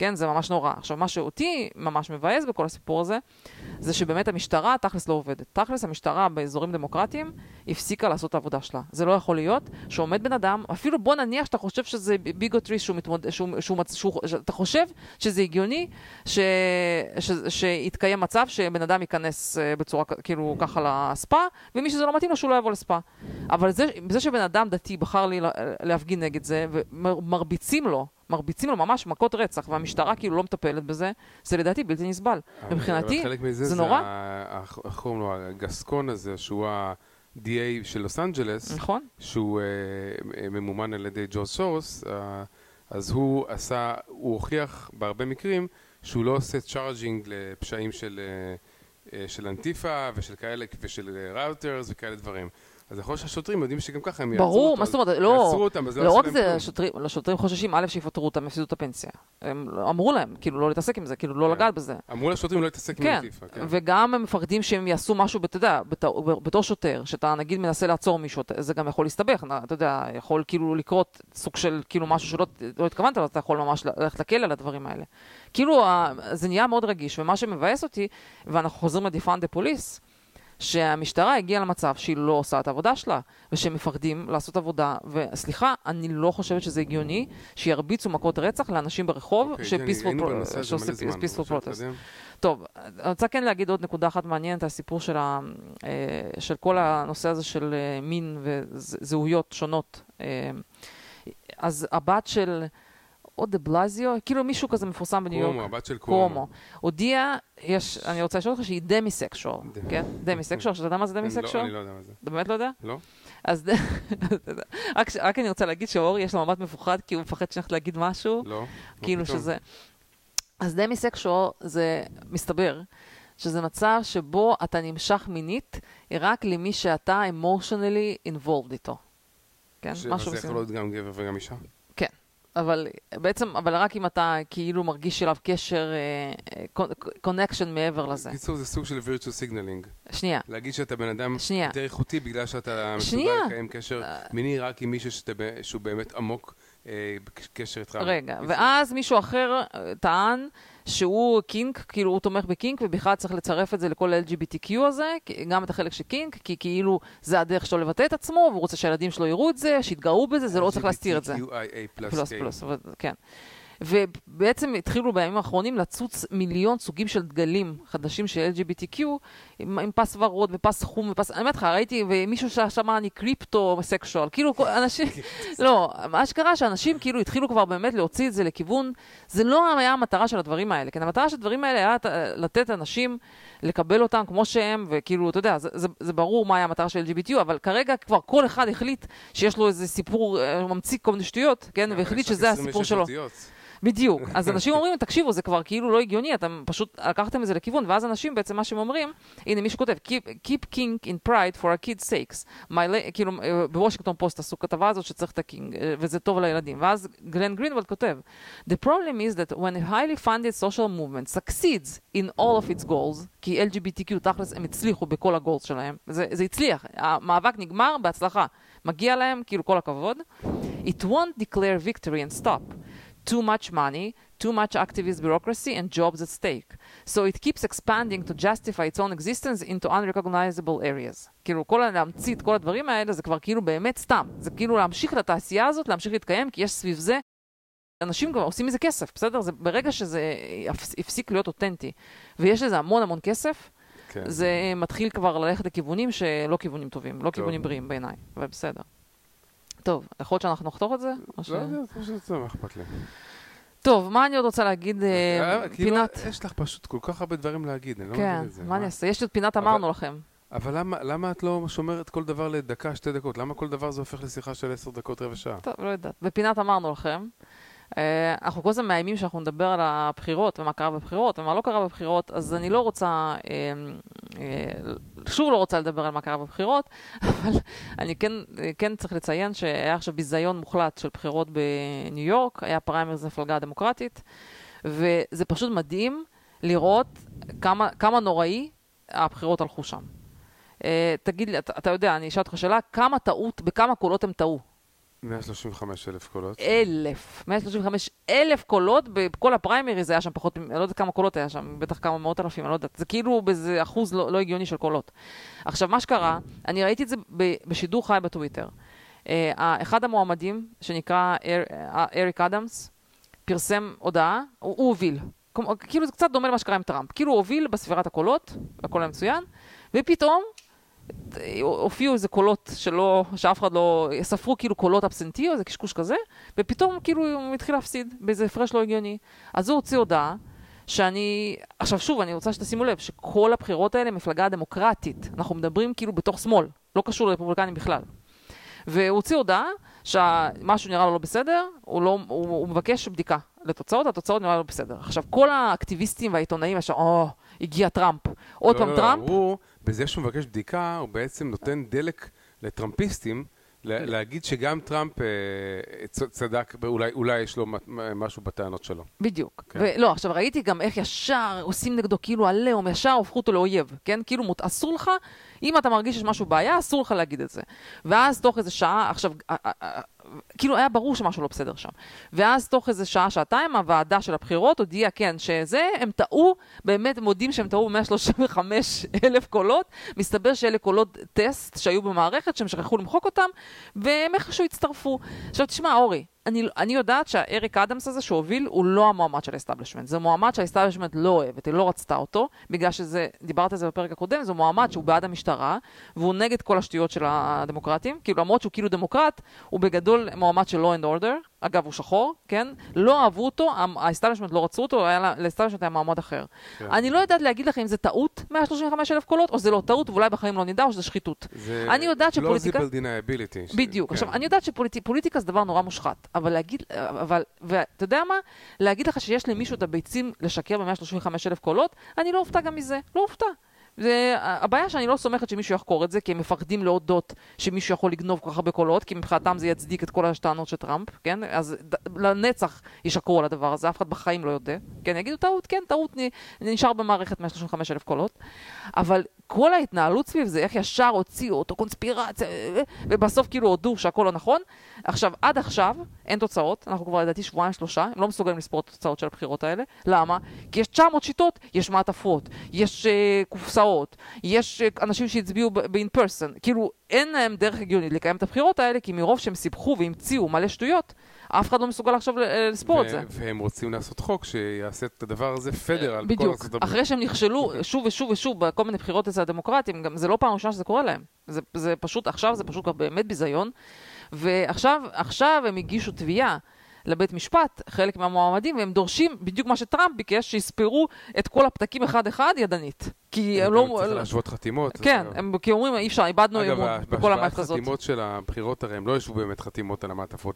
[SPEAKER 2] כן, זה ממש נורא. עכשיו, מה שאותי ממש מבאס בכל הסיפור הזה, זה שבאמת המשטרה תכלס לא עובדת. תכלס המשטרה באזורים דמוקרטיים הפסיקה לעשות את העבודה שלה. זה לא יכול להיות שעומד בן אדם, אפילו בוא נניח שאתה חושב שזה ביגוטרי, שהוא מתמוד... שהוא... שהוא... שהוא... אתה חושב שזה הגיוני ש... ש... שיתקיים מצב שבן אדם ייכנס בצורה כאילו ככה לספה, ומי שזה לא מתאים לו שהוא לא יבוא לספה. אבל זה, זה שבן אדם דתי בחר לי להפגין נגד זה, ומרביצים לו, מרביצים לו ממש מכות רצח, והמשטרה כאילו לא מטפלת בזה, זה לדעתי בלתי נסבל. מבחינתי, זה נורא.
[SPEAKER 1] איך קוראים לו, הגסקון הזה, שהוא ה-די איי של לוס אנג'לס,
[SPEAKER 2] נכון.
[SPEAKER 1] שהוא ממומן על ידי ג'ורג' סורוס, אז הוא עשה, הוא הוכיח בהרבה מקרים, שהוא לא עושה צ'ארג'ינג לפשעים של, של אנטיפה ושל כאלה, ושל ראוטרס וכאלה דברים. אז יכול להיות שהשוטרים יודעים שגם ככה הם יעצרו אותו.
[SPEAKER 2] ברור, מה זאת אומרת, לא,
[SPEAKER 1] אותם, אז לא,
[SPEAKER 2] לא רק זה, השוטרים חוששים, א' שיפטרו אותם, יפסידו את הפנסיה. הם אמרו להם, כאילו, לא להתעסק עם זה, כאילו, לא לגעת בזה.
[SPEAKER 1] אמרו לשוטרים לא להתעסק עם אנטיפה.
[SPEAKER 2] כן, וגם הם מפחדים שהם יעשו משהו, אתה יודע, בתור שוטר, שאתה נגיד מנסה לעצור מישהו, זה גם יכול להסתבך, אתה יודע, יכול כאילו לקרות סוג של כאילו משהו שלא התכוונת, אבל אתה יכול ממש ללכת לכלא על הדברים האלה. כאילו, זה נהיה מאוד רגיש, ומה שמבאס אותי, ואנחנו חוזרים לדיפאנד פוליס, שהמשטרה הגיעה למצב שהיא לא עושה את העבודה שלה, ושהם מפחדים לעשות עבודה, וסליחה, אני לא חושבת שזה הגיוני, שירביצו מכות רצח לאנשים ברחוב, שפיספול פרוטסט. טוב, אני רוצה כן להגיד עוד נקודה אחת מעניינת, הסיפור של, ה, של כל הנושא הזה של מין וזהויות שונות. אז הבת של... או דה בלזיו, כאילו מישהו כזה מפורסם בניו יורק.
[SPEAKER 1] קומו, הבת של קומו.
[SPEAKER 2] הודיע, יש, אני רוצה לשאול אותך שהיא דמיסקשואל, כן? דמיסקשואל, שאתה יודע מה זה דמיסקשואל?
[SPEAKER 1] לא, אני לא יודע מה זה.
[SPEAKER 2] אתה באמת לא יודע?
[SPEAKER 1] לא.
[SPEAKER 2] אז רק אני רוצה להגיד שאור יש לו מבט מפוחד, כי הוא מפחד שנכת להגיד משהו.
[SPEAKER 1] לא.
[SPEAKER 2] כאילו שזה... אז דמיסקשואל זה מסתבר, שזה מצב שבו אתה נמשך מינית, רק למי שאתה emotionally involved איתו. כן?
[SPEAKER 1] משהו זה יכול להיות גם גבר וגם אישה?
[SPEAKER 2] כן. אבל בעצם, אבל רק אם אתה כאילו מרגיש אליו קשר, קונקשן מעבר לזה.
[SPEAKER 1] קיצור, זה סוג של virtual signaling.
[SPEAKER 2] שנייה.
[SPEAKER 1] להגיד שאתה בן אדם יותר איכותי בגלל שאתה מסוגל לקיים קשר מיני רק עם מישהו שהוא באמת עמוק בקשר איתך.
[SPEAKER 2] רגע, ואז מישהו אחר טען שהוא קינק, כאילו הוא תומך בקינק, ובכלל צריך לצרף את זה לכל ה-אל ג'י בי טי קיו הזה, גם את החלק של קינק, כי כאילו זה הדרך שלו לבטא את עצמו, והוא רוצה שהילדים שלו יראו את זה, שיתגאו בזה, זה לא צריך להסתיר את זה.
[SPEAKER 1] אל ג'י בי טי קיו איי איי פלוס
[SPEAKER 2] פלוס, פלוס, כן. ובעצם התחילו בימים האחרונים לצוץ מיליון סוגים של דגלים חדשים של אל ג'י בי טי קיו, עם, עם פס ורוד ופס חום ופס... אני אומרת לך, ראיתי, ומישהו ששמע אני קריפטו-סקשואל, כאילו אנשים... לא, מה שקרה שאנשים כאילו התחילו כבר באמת להוציא את זה לכיוון, זה לא היה המטרה של הדברים האלה, כן? המטרה של הדברים האלה היה לתת אנשים, לקבל אותם כמו שהם, וכאילו, אתה יודע, זה, זה, זה ברור מה היה המטרה של אל ג'י בי טי קיו, אבל כרגע כבר כל אחד החליט שיש לו איזה סיפור, ממציא כל מיני שטויות, כן? והחליט שזה הסיפור שלו. בדיוק. אז אנשים אומרים, תקשיבו, זה כבר כאילו לא הגיוני, אתם פשוט לקחתם את זה לכיוון, ואז אנשים בעצם מה שהם אומרים, הנה מישהו כותב, keep, keep king in pride for our kids' sakes. My, כאילו, בוושינגטון פוסט עשו כתבה הזאת שצריך את הקינג, וזה טוב לילדים. ואז גלן גרינוולד כותב, The problem is that when a highly funded social movement succeeds in all of its goals, כי אל ג'י בי טי קיו תכלס הם הצליחו בכל הגולס שלהם, זה, זה הצליח, המאבק נגמר בהצלחה, מגיע להם, כאילו כל הכבוד, it won't declare victory and stop. Too much money, too much activist bureaucracy, and jobs at stake. So it keeps expanding to justify its own existence into unrecognizable areas. כאילו, כל להמציא את כל הדברים האלה, זה כבר כאילו באמת סתם. זה כאילו להמשיך לתעשייה הזאת, להמשיך להתקיים, כי יש סביב זה, אנשים כבר עושים מזה כסף, בסדר? זה ברגע שזה הפסיק להיות אותנטי, ויש לזה המון המון כסף, כן. זה מתחיל כבר ללכת לכיוונים שלא כיוונים טובים, לא טוב. כיוונים בריאים בעיניי, אבל בסדר. טוב, יכול להיות שאנחנו נחתוך את זה?
[SPEAKER 1] לא יודע, זה מה אכפת לי.
[SPEAKER 2] טוב, מה אני עוד רוצה להגיד? פינת...
[SPEAKER 1] יש לך פשוט כל כך הרבה דברים להגיד, אני לא מבין את זה.
[SPEAKER 2] כן, מה אני אעשה? יש לי עוד פינת אמרנו לכם.
[SPEAKER 1] אבל למה את לא שומרת כל דבר לדקה, שתי דקות? למה כל דבר זה הופך לשיחה של עשר דקות, רבע שעה?
[SPEAKER 2] טוב, לא יודעת. בפינת אמרנו לכם. אנחנו כל הזמן מאיימים שאנחנו נדבר על הבחירות ומה קרה בבחירות ומה לא קרה בבחירות, אז אני לא רוצה, שוב לא רוצה לדבר על מה קרה בבחירות, אבל אני כן, כן צריך לציין שהיה עכשיו ביזיון מוחלט של בחירות בניו יורק, היה פריימריז למפלגה הדמוקרטית, וזה פשוט מדהים לראות כמה, כמה נוראי הבחירות הלכו שם. תגיד לי, אתה, אתה יודע, אני אשאל אותך שאלה, כמה טעות, בכמה קולות הם טעו?
[SPEAKER 1] מאה שלושים וחמישה אלף קולות.
[SPEAKER 2] אלף. מאה שלושים וחמישה אלף קולות, בכל הפריימרי זה היה שם פחות, אני לא יודעת כמה קולות היה שם, בטח כמה מאות אלפים, אני לא יודעת. זה כאילו באיזה אחוז לא, לא הגיוני של קולות. עכשיו, מה שקרה, אני ראיתי את זה בשידור חי בטוויטר. אחד המועמדים, שנקרא אריק אדמס, פרסם הודעה, הוא, הוא הוביל. כאילו זה קצת דומה למה שקרה עם טראמפ. כאילו הוא הוביל בספירת הקולות, הכל המצוין, ופתאום הופיעו איזה קולות שלא, שאף אחד לא, ספרו כאילו קולות אבסנטי, איזה קשקוש כזה, ופתאום כאילו הוא מתחיל להפסיד באיזה הפרש לא הגיוני. אז הוא הוציא הודעה שאני, עכשיו שוב, אני רוצה שתשימו לב, שכל הבחירות האלה מפלגה דמוקרטית. אנחנו מדברים כאילו בתוך שמאל, לא קשור לרפובליקנים בכלל. והוא הוציא הודעה שמשהו נראה לו לא בסדר, הוא, לא, הוא, הוא מבקש בדיקה לתוצאות, התוצאות נראה לו בסדר. עכשיו, כל האקטיביסטים והעיתונאים ישר, או, הגיע טראמפ. עוד פעם טראמפ.
[SPEAKER 1] הוא, בזה שהוא מבקש בדיקה, הוא בעצם נותן דלק לטראמפיסטים, להגיד שגם טראמפ צדק, אולי יש לו משהו בטענות שלו.
[SPEAKER 2] בדיוק. לא, עכשיו ראיתי גם איך ישר עושים נגדו כאילו עליהם, ישר הופכו אותו לאויב, כן? כאילו אסור לך, אם אתה מרגיש שיש משהו בעיה, אסור לך להגיד את זה. ואז תוך איזה שעה, עכשיו, כאילו היה ברור שמשהו לא בסדר שם. ואז תוך איזה שעה, שעתיים, הוועדה של הבחירות הודיעה, כן, שזה, הם טעו, באמת הם מודים שהם טעו ב-מאה שלושים וחמישה אלף קולות, מסתבר שאלה קולות טסט שהיו במערכת, שהם שכחו למחוק אותם, והם איכשהו הצטרפו. עכשיו תשמע, אורי, אני, אני יודעת שהאריק אדמס הזה שהוביל הוא לא המועמד של האסטאבלישמנט. זה מועמד שהאסטאבלישמנט לא אוהבת, היא לא רצתה אותו, בגלל שזה, דיברת על זה בפרק הקודם, זה מועמד שהוא בעד המשטרה, והוא נגד כל השטויות של הדמוקרטים, כאילו למרות שהוא כאילו דמוקרט, הוא בגדול מועמד של law and order, אגב הוא שחור, כן? לא אהבו אותו, האסטאבלישמנט לא רצו אותו, לאסטאבלישמנט היה מעמד אחר. כן. אני לא יודעת להגיד לך אם זה טעות מאה שלושים וחמישה אלף קולות, או זה לא טעות, ואולי בחיים לא נדע, או שזה שחיתות.
[SPEAKER 1] זה
[SPEAKER 2] אני יודעת שפוליטיקה...
[SPEAKER 1] plausible deniability.
[SPEAKER 2] בדיוק. כן. עכשיו, אני יודעת שפוליטיקה זה דבר נורא מושחת, אבל להגיד, אבל, ואתה יודע מה? להגיד לך שיש למישהו את הביצים לשקר ב-מאה שלושים וחמישה אלף קולות, אני לא אופתע גם מזה. לא אופתע. זה, הבעיה שאני לא סומכת שמישהו יחקור את זה, כי הם מפחדים להודות שמישהו יכול לגנוב כל כך הרבה קולות, כי מבחינתם זה יצדיק את כל השטענות של טראמפ, כן? אז ד, לנצח ישקרו על הדבר הזה, אף אחד בחיים לא יודע. כן, יגידו טעות, כן, טעות נשאר במערכת מאה שלושים וחמישה אלף קולות, אבל כל ההתנהלות סביב זה, איך ישר הוציאו אותו, קונספירציה, ובסוף כאילו הודו שהכל לא נכון. עכשיו, עד עכשיו, אין תוצאות, אנחנו כבר לדעתי שבועיים שלושה, הם לא מסוגלים לספור את התוצאות של הבחירות האלה. למה? כי יש תשע מאות שיטות, יש מעטפות, יש uh, קופסאות, יש uh, אנשים שהצביעו ב-in person, כאילו אין להם דרך הגיונית לקיים את הבחירות האלה, כי מרוב שהם סיפחו והמציאו מלא שטויות, אף אחד לא מסוגל עכשיו לספור את זה.
[SPEAKER 1] והם רוצים לעשות חוק שיעשה את הדבר הזה פדר.
[SPEAKER 2] בדיוק. אחרי שהם נכשלו שוב ושוב ושוב בכל מיני בחירות אצל הדמוקרטים, גם זה לא פעם ראשונה שזה קורה להם. זה, זה פשוט, עכשיו זה פשוט באמת ביזיון. ועכשיו, עכשיו הם הגישו תביעה לבית משפט, חלק מהמועמדים, והם דורשים בדיוק מה שטראמפ ביקש, שיספרו את כל הפתקים אחד אחד ידנית. כי הם לא...
[SPEAKER 1] צריך להשוות חתימות.
[SPEAKER 2] כן, כי אומרים, אי אפשר, איבדנו אמון בכל המערכת הזאת.
[SPEAKER 1] אגב, בהשוואת חתימות של הבחירות, הרי הם לא ישבו באמת חתימות על המעטפות,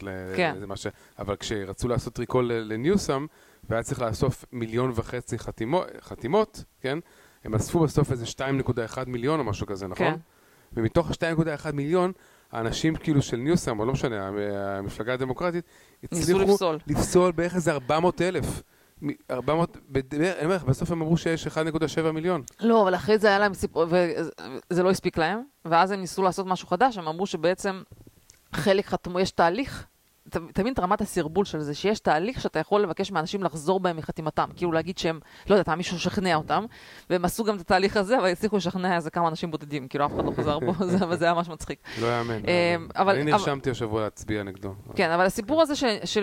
[SPEAKER 1] אבל כשרצו לעשות טריקול לניוסם, והיה צריך לאסוף מיליון וחצי חתימות, כן? הם אספו בסוף איזה שתיים נקודה אחת מיליון או משהו כזה, נכון? ומתוך ה-שתיים נקודה אחת מיליון, האנשים כאילו של ניוסם, או לא משנה, המפלגה הדמוקרטית, הצליחו לפסול בערך איזה ארבע מאות אלף. ארבע מאות, בסוף הם אמרו שיש אחד נקודה שבע מיליון.
[SPEAKER 2] לא, אבל אחרי זה היה להם סיפור, וזה לא הספיק להם, ואז הם ניסו לעשות משהו חדש, הם אמרו שבעצם חלק חתמו, יש תהליך, תבין את רמת הסרבול של זה, שיש תהליך שאתה יכול לבקש מאנשים לחזור בהם מחתימתם, כאילו להגיד שהם, לא יודעת, מישהו שכנע אותם, והם עשו גם את התהליך הזה, אבל הצליחו לשכנע איזה כמה אנשים בודדים, כאילו אף אחד לא חזר בו, וזה היה ממש מצחיק.
[SPEAKER 1] לא יאמן. אני נרשמתי השבוע להצביע נגדו.
[SPEAKER 2] כן, אבל הסיפור הזה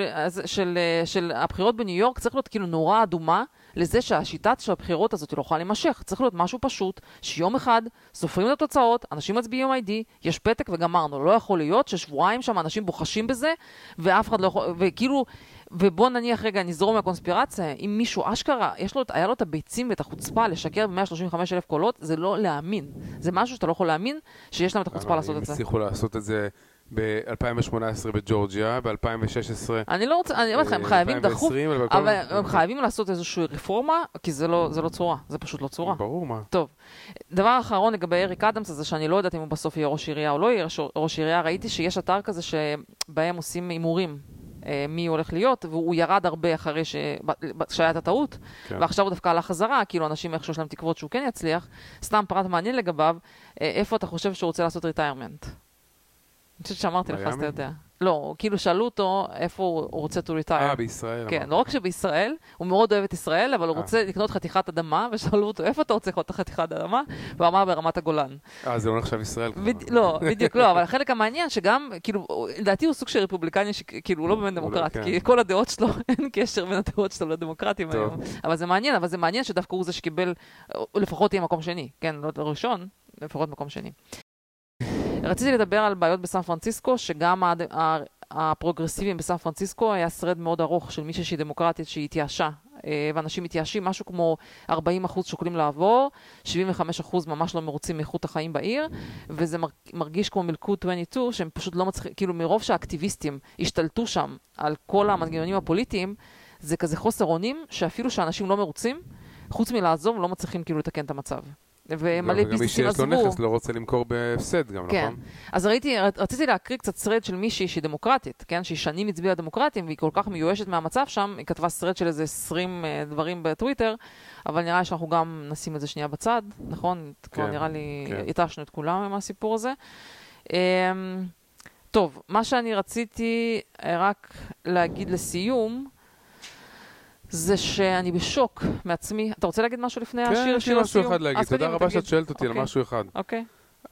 [SPEAKER 2] של הבחירות בניו יורק צריך להיות כאילו נורא אדומה, לזה שהשיטה של הבחירות הזאת לא יכולה להימשך. צריך להיות משהו פשוט, שיום אחד סופרים את התוצאות, אנשים מצביעים איי די, יש פתק וגמרנו. לא יכול להיות ששבועיים שם אנשים בוחשים בזה, ואף אחד לא יכול, וכאילו, ובוא נניח רגע, נזרום מהקונספירציה, אם מישהו אשכרה, יש לו, היה לו את הביצים ואת החוצפה לשקר ב-מאה שלושים וחמישה אלף קולות, זה לא להאמין. זה משהו שאתה לא יכול להאמין, שיש להם את החוצפה לעשות את זה.
[SPEAKER 1] הם הצליחו לעשות את זה ב-אלפיים שמונה עשרה בג'ורג'יה, ב-אלפיים ושש עשרה...
[SPEAKER 2] אני לא רוצה, אני אומרת לך, הם חייבים דחוף, אבל הם חייבים לעשות איזושהי רפורמה, כי זה לא, זה לא צורה, זה פשוט לא צורה.
[SPEAKER 1] ברור מה.
[SPEAKER 2] טוב. דבר אחרון לגבי אריק אדמס, זה שאני לא יודעת אם הוא בסוף יהיה ראש עירייה או לא יהיה ראש עירייה, ראיתי שיש אתר כזה שבהם עושים הימורים, מי הולך להיות, והוא ירד הרבה אחרי שהיה את הטעות, ועכשיו הוא דווקא עלה חזרה, כאילו אנשים איכשהו שלהם תקוות שהוא כן יצליח. סתם פרט מעניין לגביו, איפה אתה חושב שהוא רוצה לעשות ריטיירמנט? אני חושבת שאמרתי לך, אז אתה יודע. לא, כאילו שאלו אותו איפה הוא רוצה to retire.
[SPEAKER 1] אה, בישראל.
[SPEAKER 2] כן, לא רק שבישראל, הוא מאוד אוהב את ישראל, אבל הוא רוצה לקנות חתיכת אדמה, ושאלו אותו, איפה אתה רוצה לקנות חתיכת אדמה? והוא אמר ברמת הגולן.
[SPEAKER 1] אה, זה לא נחשב ישראל.
[SPEAKER 2] לא, בדיוק לא, אבל החלק המעניין שגם, כאילו, לדעתי הוא סוג של רפובליקני, שכאילו הוא לא באמת דמוקרט, כי כל הדעות שלו, אין קשר בין הדעות שלו לדמוקרטים היום. אבל זה מעניין, אבל זה מעניין שדווקא הוא זה שקיבל, לפחות יהיה מקום שני, כן, לא ראשון, לפחות מקום שני. רציתי לדבר על בעיות בסן פרנסיסקו, שגם הפרוגרסיביים בסן פרנסיסקו היה שרד מאוד ארוך של מישהי שהיא דמוקרטית שהיא התייאשה, ואנשים מתייאשים, משהו כמו ארבעים אחוז שוקלים לעבור, שבעים וחמישה אחוז ממש לא מרוצים מאיכות החיים בעיר, וזה מרגיש כמו מלכוד עשרים ושתיים, שהם פשוט לא מצליחים, כאילו מרוב שהאקטיביסטים השתלטו שם על כל המנגנונים הפוליטיים, זה כזה חוסר אונים, שאפילו שאנשים לא מרוצים, חוץ מלעזוב, לא מצליחים כאילו לתקן את המצב. ומלא ביזנסים עזבו.
[SPEAKER 1] גם מי שיש לו נכס לא רוצה למכור בהפסד גם,
[SPEAKER 2] כן.
[SPEAKER 1] נכון?
[SPEAKER 2] אז ראיתי, רציתי להקריא קצת סרד של מישהי שהיא דמוקרטית, כן? שהיא שנים הצביעה דמוקרטים, והיא כל כך מיואשת מהמצב שם, היא כתבה סרד של איזה עשרים דברים בטוויטר, אבל נראה לי שאנחנו גם נשים את זה שנייה בצד, נכון? כן, כבר נראה לי, כן. התשנו את כולם עם הסיפור הזה. טוב, מה שאני רציתי רק להגיד לסיום, זה שאני בשוק מעצמי. אתה רוצה להגיד משהו לפני השיר של הסיום?
[SPEAKER 1] כן, יש לי משהו אחד להגיד. תודה רבה שאת שואלת אותי על משהו אחד.
[SPEAKER 2] אוקיי.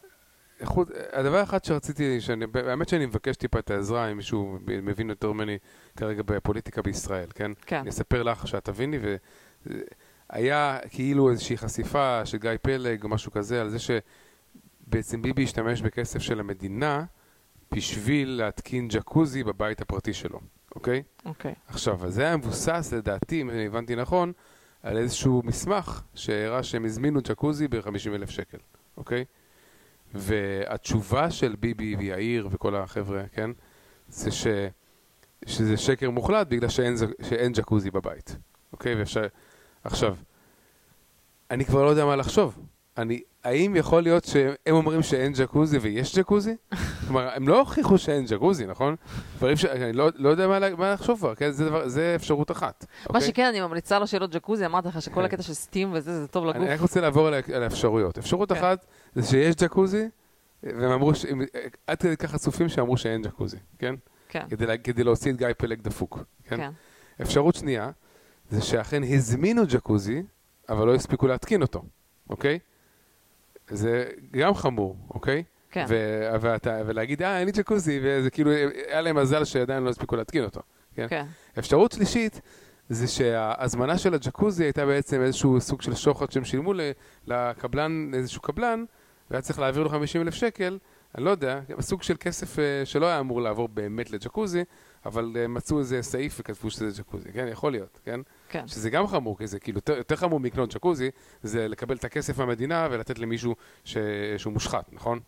[SPEAKER 1] הדבר אחד שרציתי, האמת שאני מבקש טיפה את העזרה, אם מישהו מבין יותר ממני כרגע בפוליטיקה בישראל, כן? כן. אני אספר לך שאת תביני, והיה כאילו איזושהי חשיפה של גיא פלג או משהו כזה, על זה שבעצם ביבי השתמש בכסף של המדינה בשביל להתקין ג'קוזי בבית הפרטי שלו. אוקיי?
[SPEAKER 2] אוקיי.
[SPEAKER 1] עכשיו, אז זה היה מבוסס, לדעתי, אם אני הבנתי נכון, על איזשהו מסמך שהראה שהם הזמינו ג'קוזי ב-חמישים אלף שקל, אוקיי? והתשובה של ביבי ויאיר וכל החבר'ה, כן? זה ש... שזה שקר מוחלט בגלל שאין, שאין ג'קוזי בבית, אוקיי? ואפשר... עכשיו, אני כבר לא יודע מה לחשוב. אני... האם יכול להיות שהם אומרים שאין ג'קוזי ויש ג'קוזי? כלומר, הם לא הוכיחו שאין ג'קוזי, נכון? אני לא יודע מה לחשוב כבר, זה אפשרות אחת.
[SPEAKER 2] מה שכן, אני ממליצה לו שאלות ג'קוזי, אמרתי לך שכל הקטע של סטים וזה, זה טוב לגוף.
[SPEAKER 1] אני רק רוצה לעבור על האפשרויות. אפשרות אחת זה שיש ג'קוזי, והם אמרו, עד כדי כך חשופים שאמרו שאין ג'קוזי, כן?
[SPEAKER 2] כן.
[SPEAKER 1] כדי להוציא את גיא פלג דפוק, כן? אפשרות שנייה, זה שאכן הזמינו ג'קוזי, אבל לא הספיקו להתקין אותו, אוקיי? זה גם חמור, אוקיי?
[SPEAKER 2] כן.
[SPEAKER 1] ולהגיד, אה, אין לי ג'קוזי, וזה כאילו, היה להם מזל שעדיין לא הספיקו להתקין אותו. כן?
[SPEAKER 2] כן.
[SPEAKER 1] אפשרות שלישית, זה שההזמנה של הג'קוזי הייתה בעצם איזשהו סוג של שוחד שהם שילמו לקבלן, איזשהו קבלן, והיה צריך להעביר לו חמישים אלף שקל, אני לא יודע, סוג של כסף שלא היה אמור לעבור באמת לג'קוזי, אבל מצאו איזה סעיף וכתבו שזה ג'קוזי, כן? יכול להיות, כן?
[SPEAKER 2] כן.
[SPEAKER 1] שזה גם חמור, כי זה כאילו יותר, יותר חמור מקנות ג'קוזי, זה לקבל את הכסף מהמדינה ולתת למישהו ש... שהוא מושחת, נכון?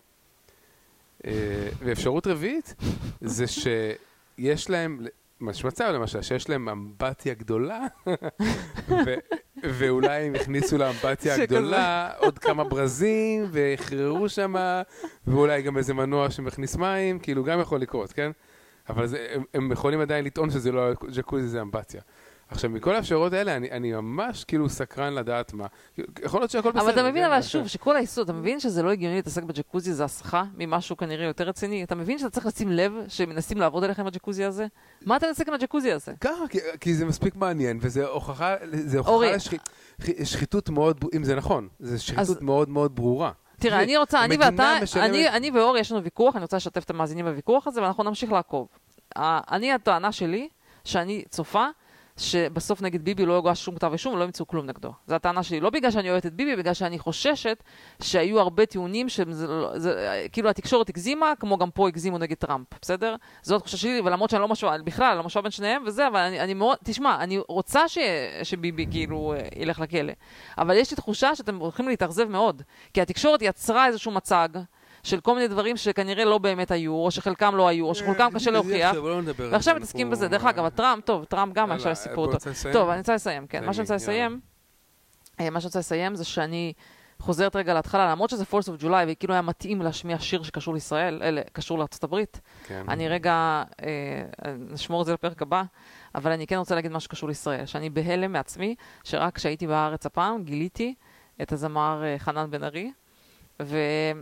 [SPEAKER 1] ואפשרות רביעית זה שיש להם, מצב למשל, שיש להם אמבטיה גדולה, ו... ואולי הם הכניסו לאמבטיה הגדולה עוד כמה ברזים והכררו שם, ואולי גם איזה מנוע שמכניס מים, כאילו גם יכול לקרות, כן? אבל זה, הם, הם יכולים עדיין לטעון שזה לא ג'קוזי, זה אמבטיה. עכשיו, מכל האפשרות האלה, אני, אני ממש כאילו סקרן לדעת מה. יכול להיות שהכל בסדר.
[SPEAKER 2] אבל אתה מבין, אבל שוב, שכל היסוד, אתה מבין שזה לא הגיוני להתעסק בג'קוזי, זה הסחה ממשהו כנראה יותר רציני. אתה מבין שאתה צריך לשים לב שמנסים לעבוד עליכם בג'קוזי הזה? מה אתה מתעסק עם הג'קוזי הזה?
[SPEAKER 1] ככה, כי, כי זה מספיק מעניין, וזה הוכחה, זה הוכחה לשחיתות מאוד, אם זה נכון, זה שחיתות מאוד מאוד ברורה.
[SPEAKER 2] תראה, אני רוצה, אני ואתה, אני, אני ואור, יש לנו ויכוח, אני רוצה לשתף את המאזינים בוויכוח הזה, ואנחנו נמשיך לעקוב. אני, הטענה שלי, שאני צופה, שבסוף נגד ביבי לא יוגש שום כתב אישום, ולא ימצאו כלום נגדו. זו הטענה שלי. לא בגלל שאני אוהבת את ביבי, בגלל שאני חוששת שהיו הרבה טיעונים שכאילו התקשורת הגזימה, כמו גם פה הגזימו נגד טראמפ, בסדר? זו התחושה שלי, ולמרות שאני לא משווה, בכלל, לא משווה בין שניהם וזה, אבל אני, אני מאוד, תשמע, אני רוצה ש, שביבי כאילו ילך לכלא. אבל יש לי תחושה שאתם הולכים להתאכזב מאוד, כי התקשורת יצרה איזשהו מצג, של כל מיני דברים שכנראה לא באמת היו, או שחלקם לא היו, או שחלקם קשה להוכיח. ועכשיו מתעסקים בזה. דרך אגב, טראמפ, טוב, טראמפ גם עכשיו סיפור אותו. טוב, אני רוצה לסיים, כן. מה שאני רוצה לסיים, מה שאני רוצה לסיים זה שאני חוזרת רגע להתחלה, למרות שזה פורס אוף ג'ולי, וכאילו היה מתאים להשמיע שיר שקשור לישראל, אלה, קשור לארצות הברית. אני רגע נשמור את זה לפרק הבא, אבל אני כן רוצה להגיד משהו שקשור לישראל, שאני בהלם מעצמי, שרק כשהייתי בארץ הפעם, גיליתי את הזמר חנן בן ארי, ו...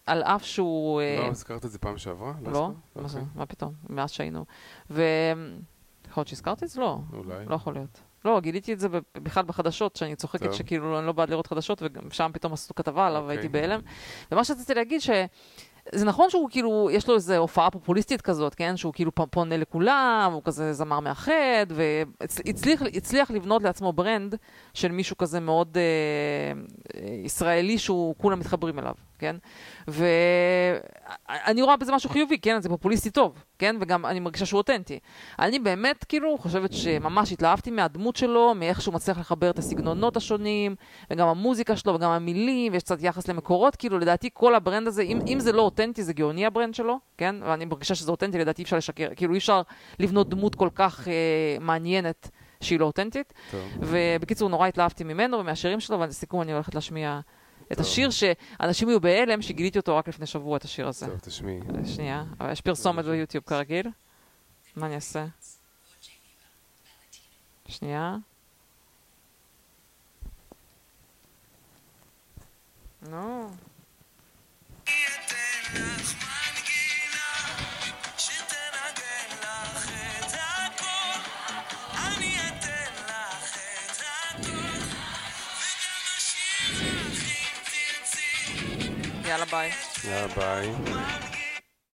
[SPEAKER 2] על אף שהוא...
[SPEAKER 1] לא, הזכרת את זה פעם שעברה?
[SPEAKER 2] לא, מה פתאום, מאז שהיינו. ו... יכול להיות שהזכרתי את זה? לא.
[SPEAKER 1] אולי.
[SPEAKER 2] לא יכול להיות. לא, גיליתי את זה בכלל בחדשות, שאני צוחקת שכאילו אני לא בעד לראות חדשות, ושם פתאום עשו כתבה עליו, והייתי בהלם. ומה שרציתי להגיד ש... זה נכון שהוא כאילו, יש לו איזו הופעה פופוליסטית כזאת, כן? שהוא כאילו פונה לכולם, הוא כזה זמר מאחד, והצליח לבנות לעצמו ברנד של מישהו כזה מאוד אה, ישראלי שהוא כולם מתחברים אליו, כן? ואני רואה בזה משהו חיובי, כן? זה פופוליסטי טוב, כן? וגם אני מרגישה שהוא אותנטי. אני באמת כאילו חושבת שממש התלהבתי מהדמות שלו, מאיך שהוא מצליח לחבר את הסגנונות השונים, וגם המוזיקה שלו וגם המילים, ויש קצת יחס למקורות, כאילו לדעתי כל הברנד הזה, אם, אם זה לא אותנטי, זה גאוני הברנד שלו, כן? ואני מרגישה שזה אותנטי, לדעתי אי אפשר לשקר, כאילו אי אפשר לבנות דמות כל כך אה, מעניינת שהיא לא אותנטית. טוב. ובקיצור, נורא התלהבתי ממנו ומהשירים שלו, ולסיכום אני הולכת להשמיע את טוב. השיר שאנשים היו בהלם, שגיליתי אותו רק לפני שבוע, את השיר הזה.
[SPEAKER 1] טוב, תשמיעי.
[SPEAKER 2] שנייה, אבל יש פרסומת ביוטיוב כרגיל. מה אני אעשה? שנייה. נו. יאללה ביי.
[SPEAKER 1] יאללה ביי.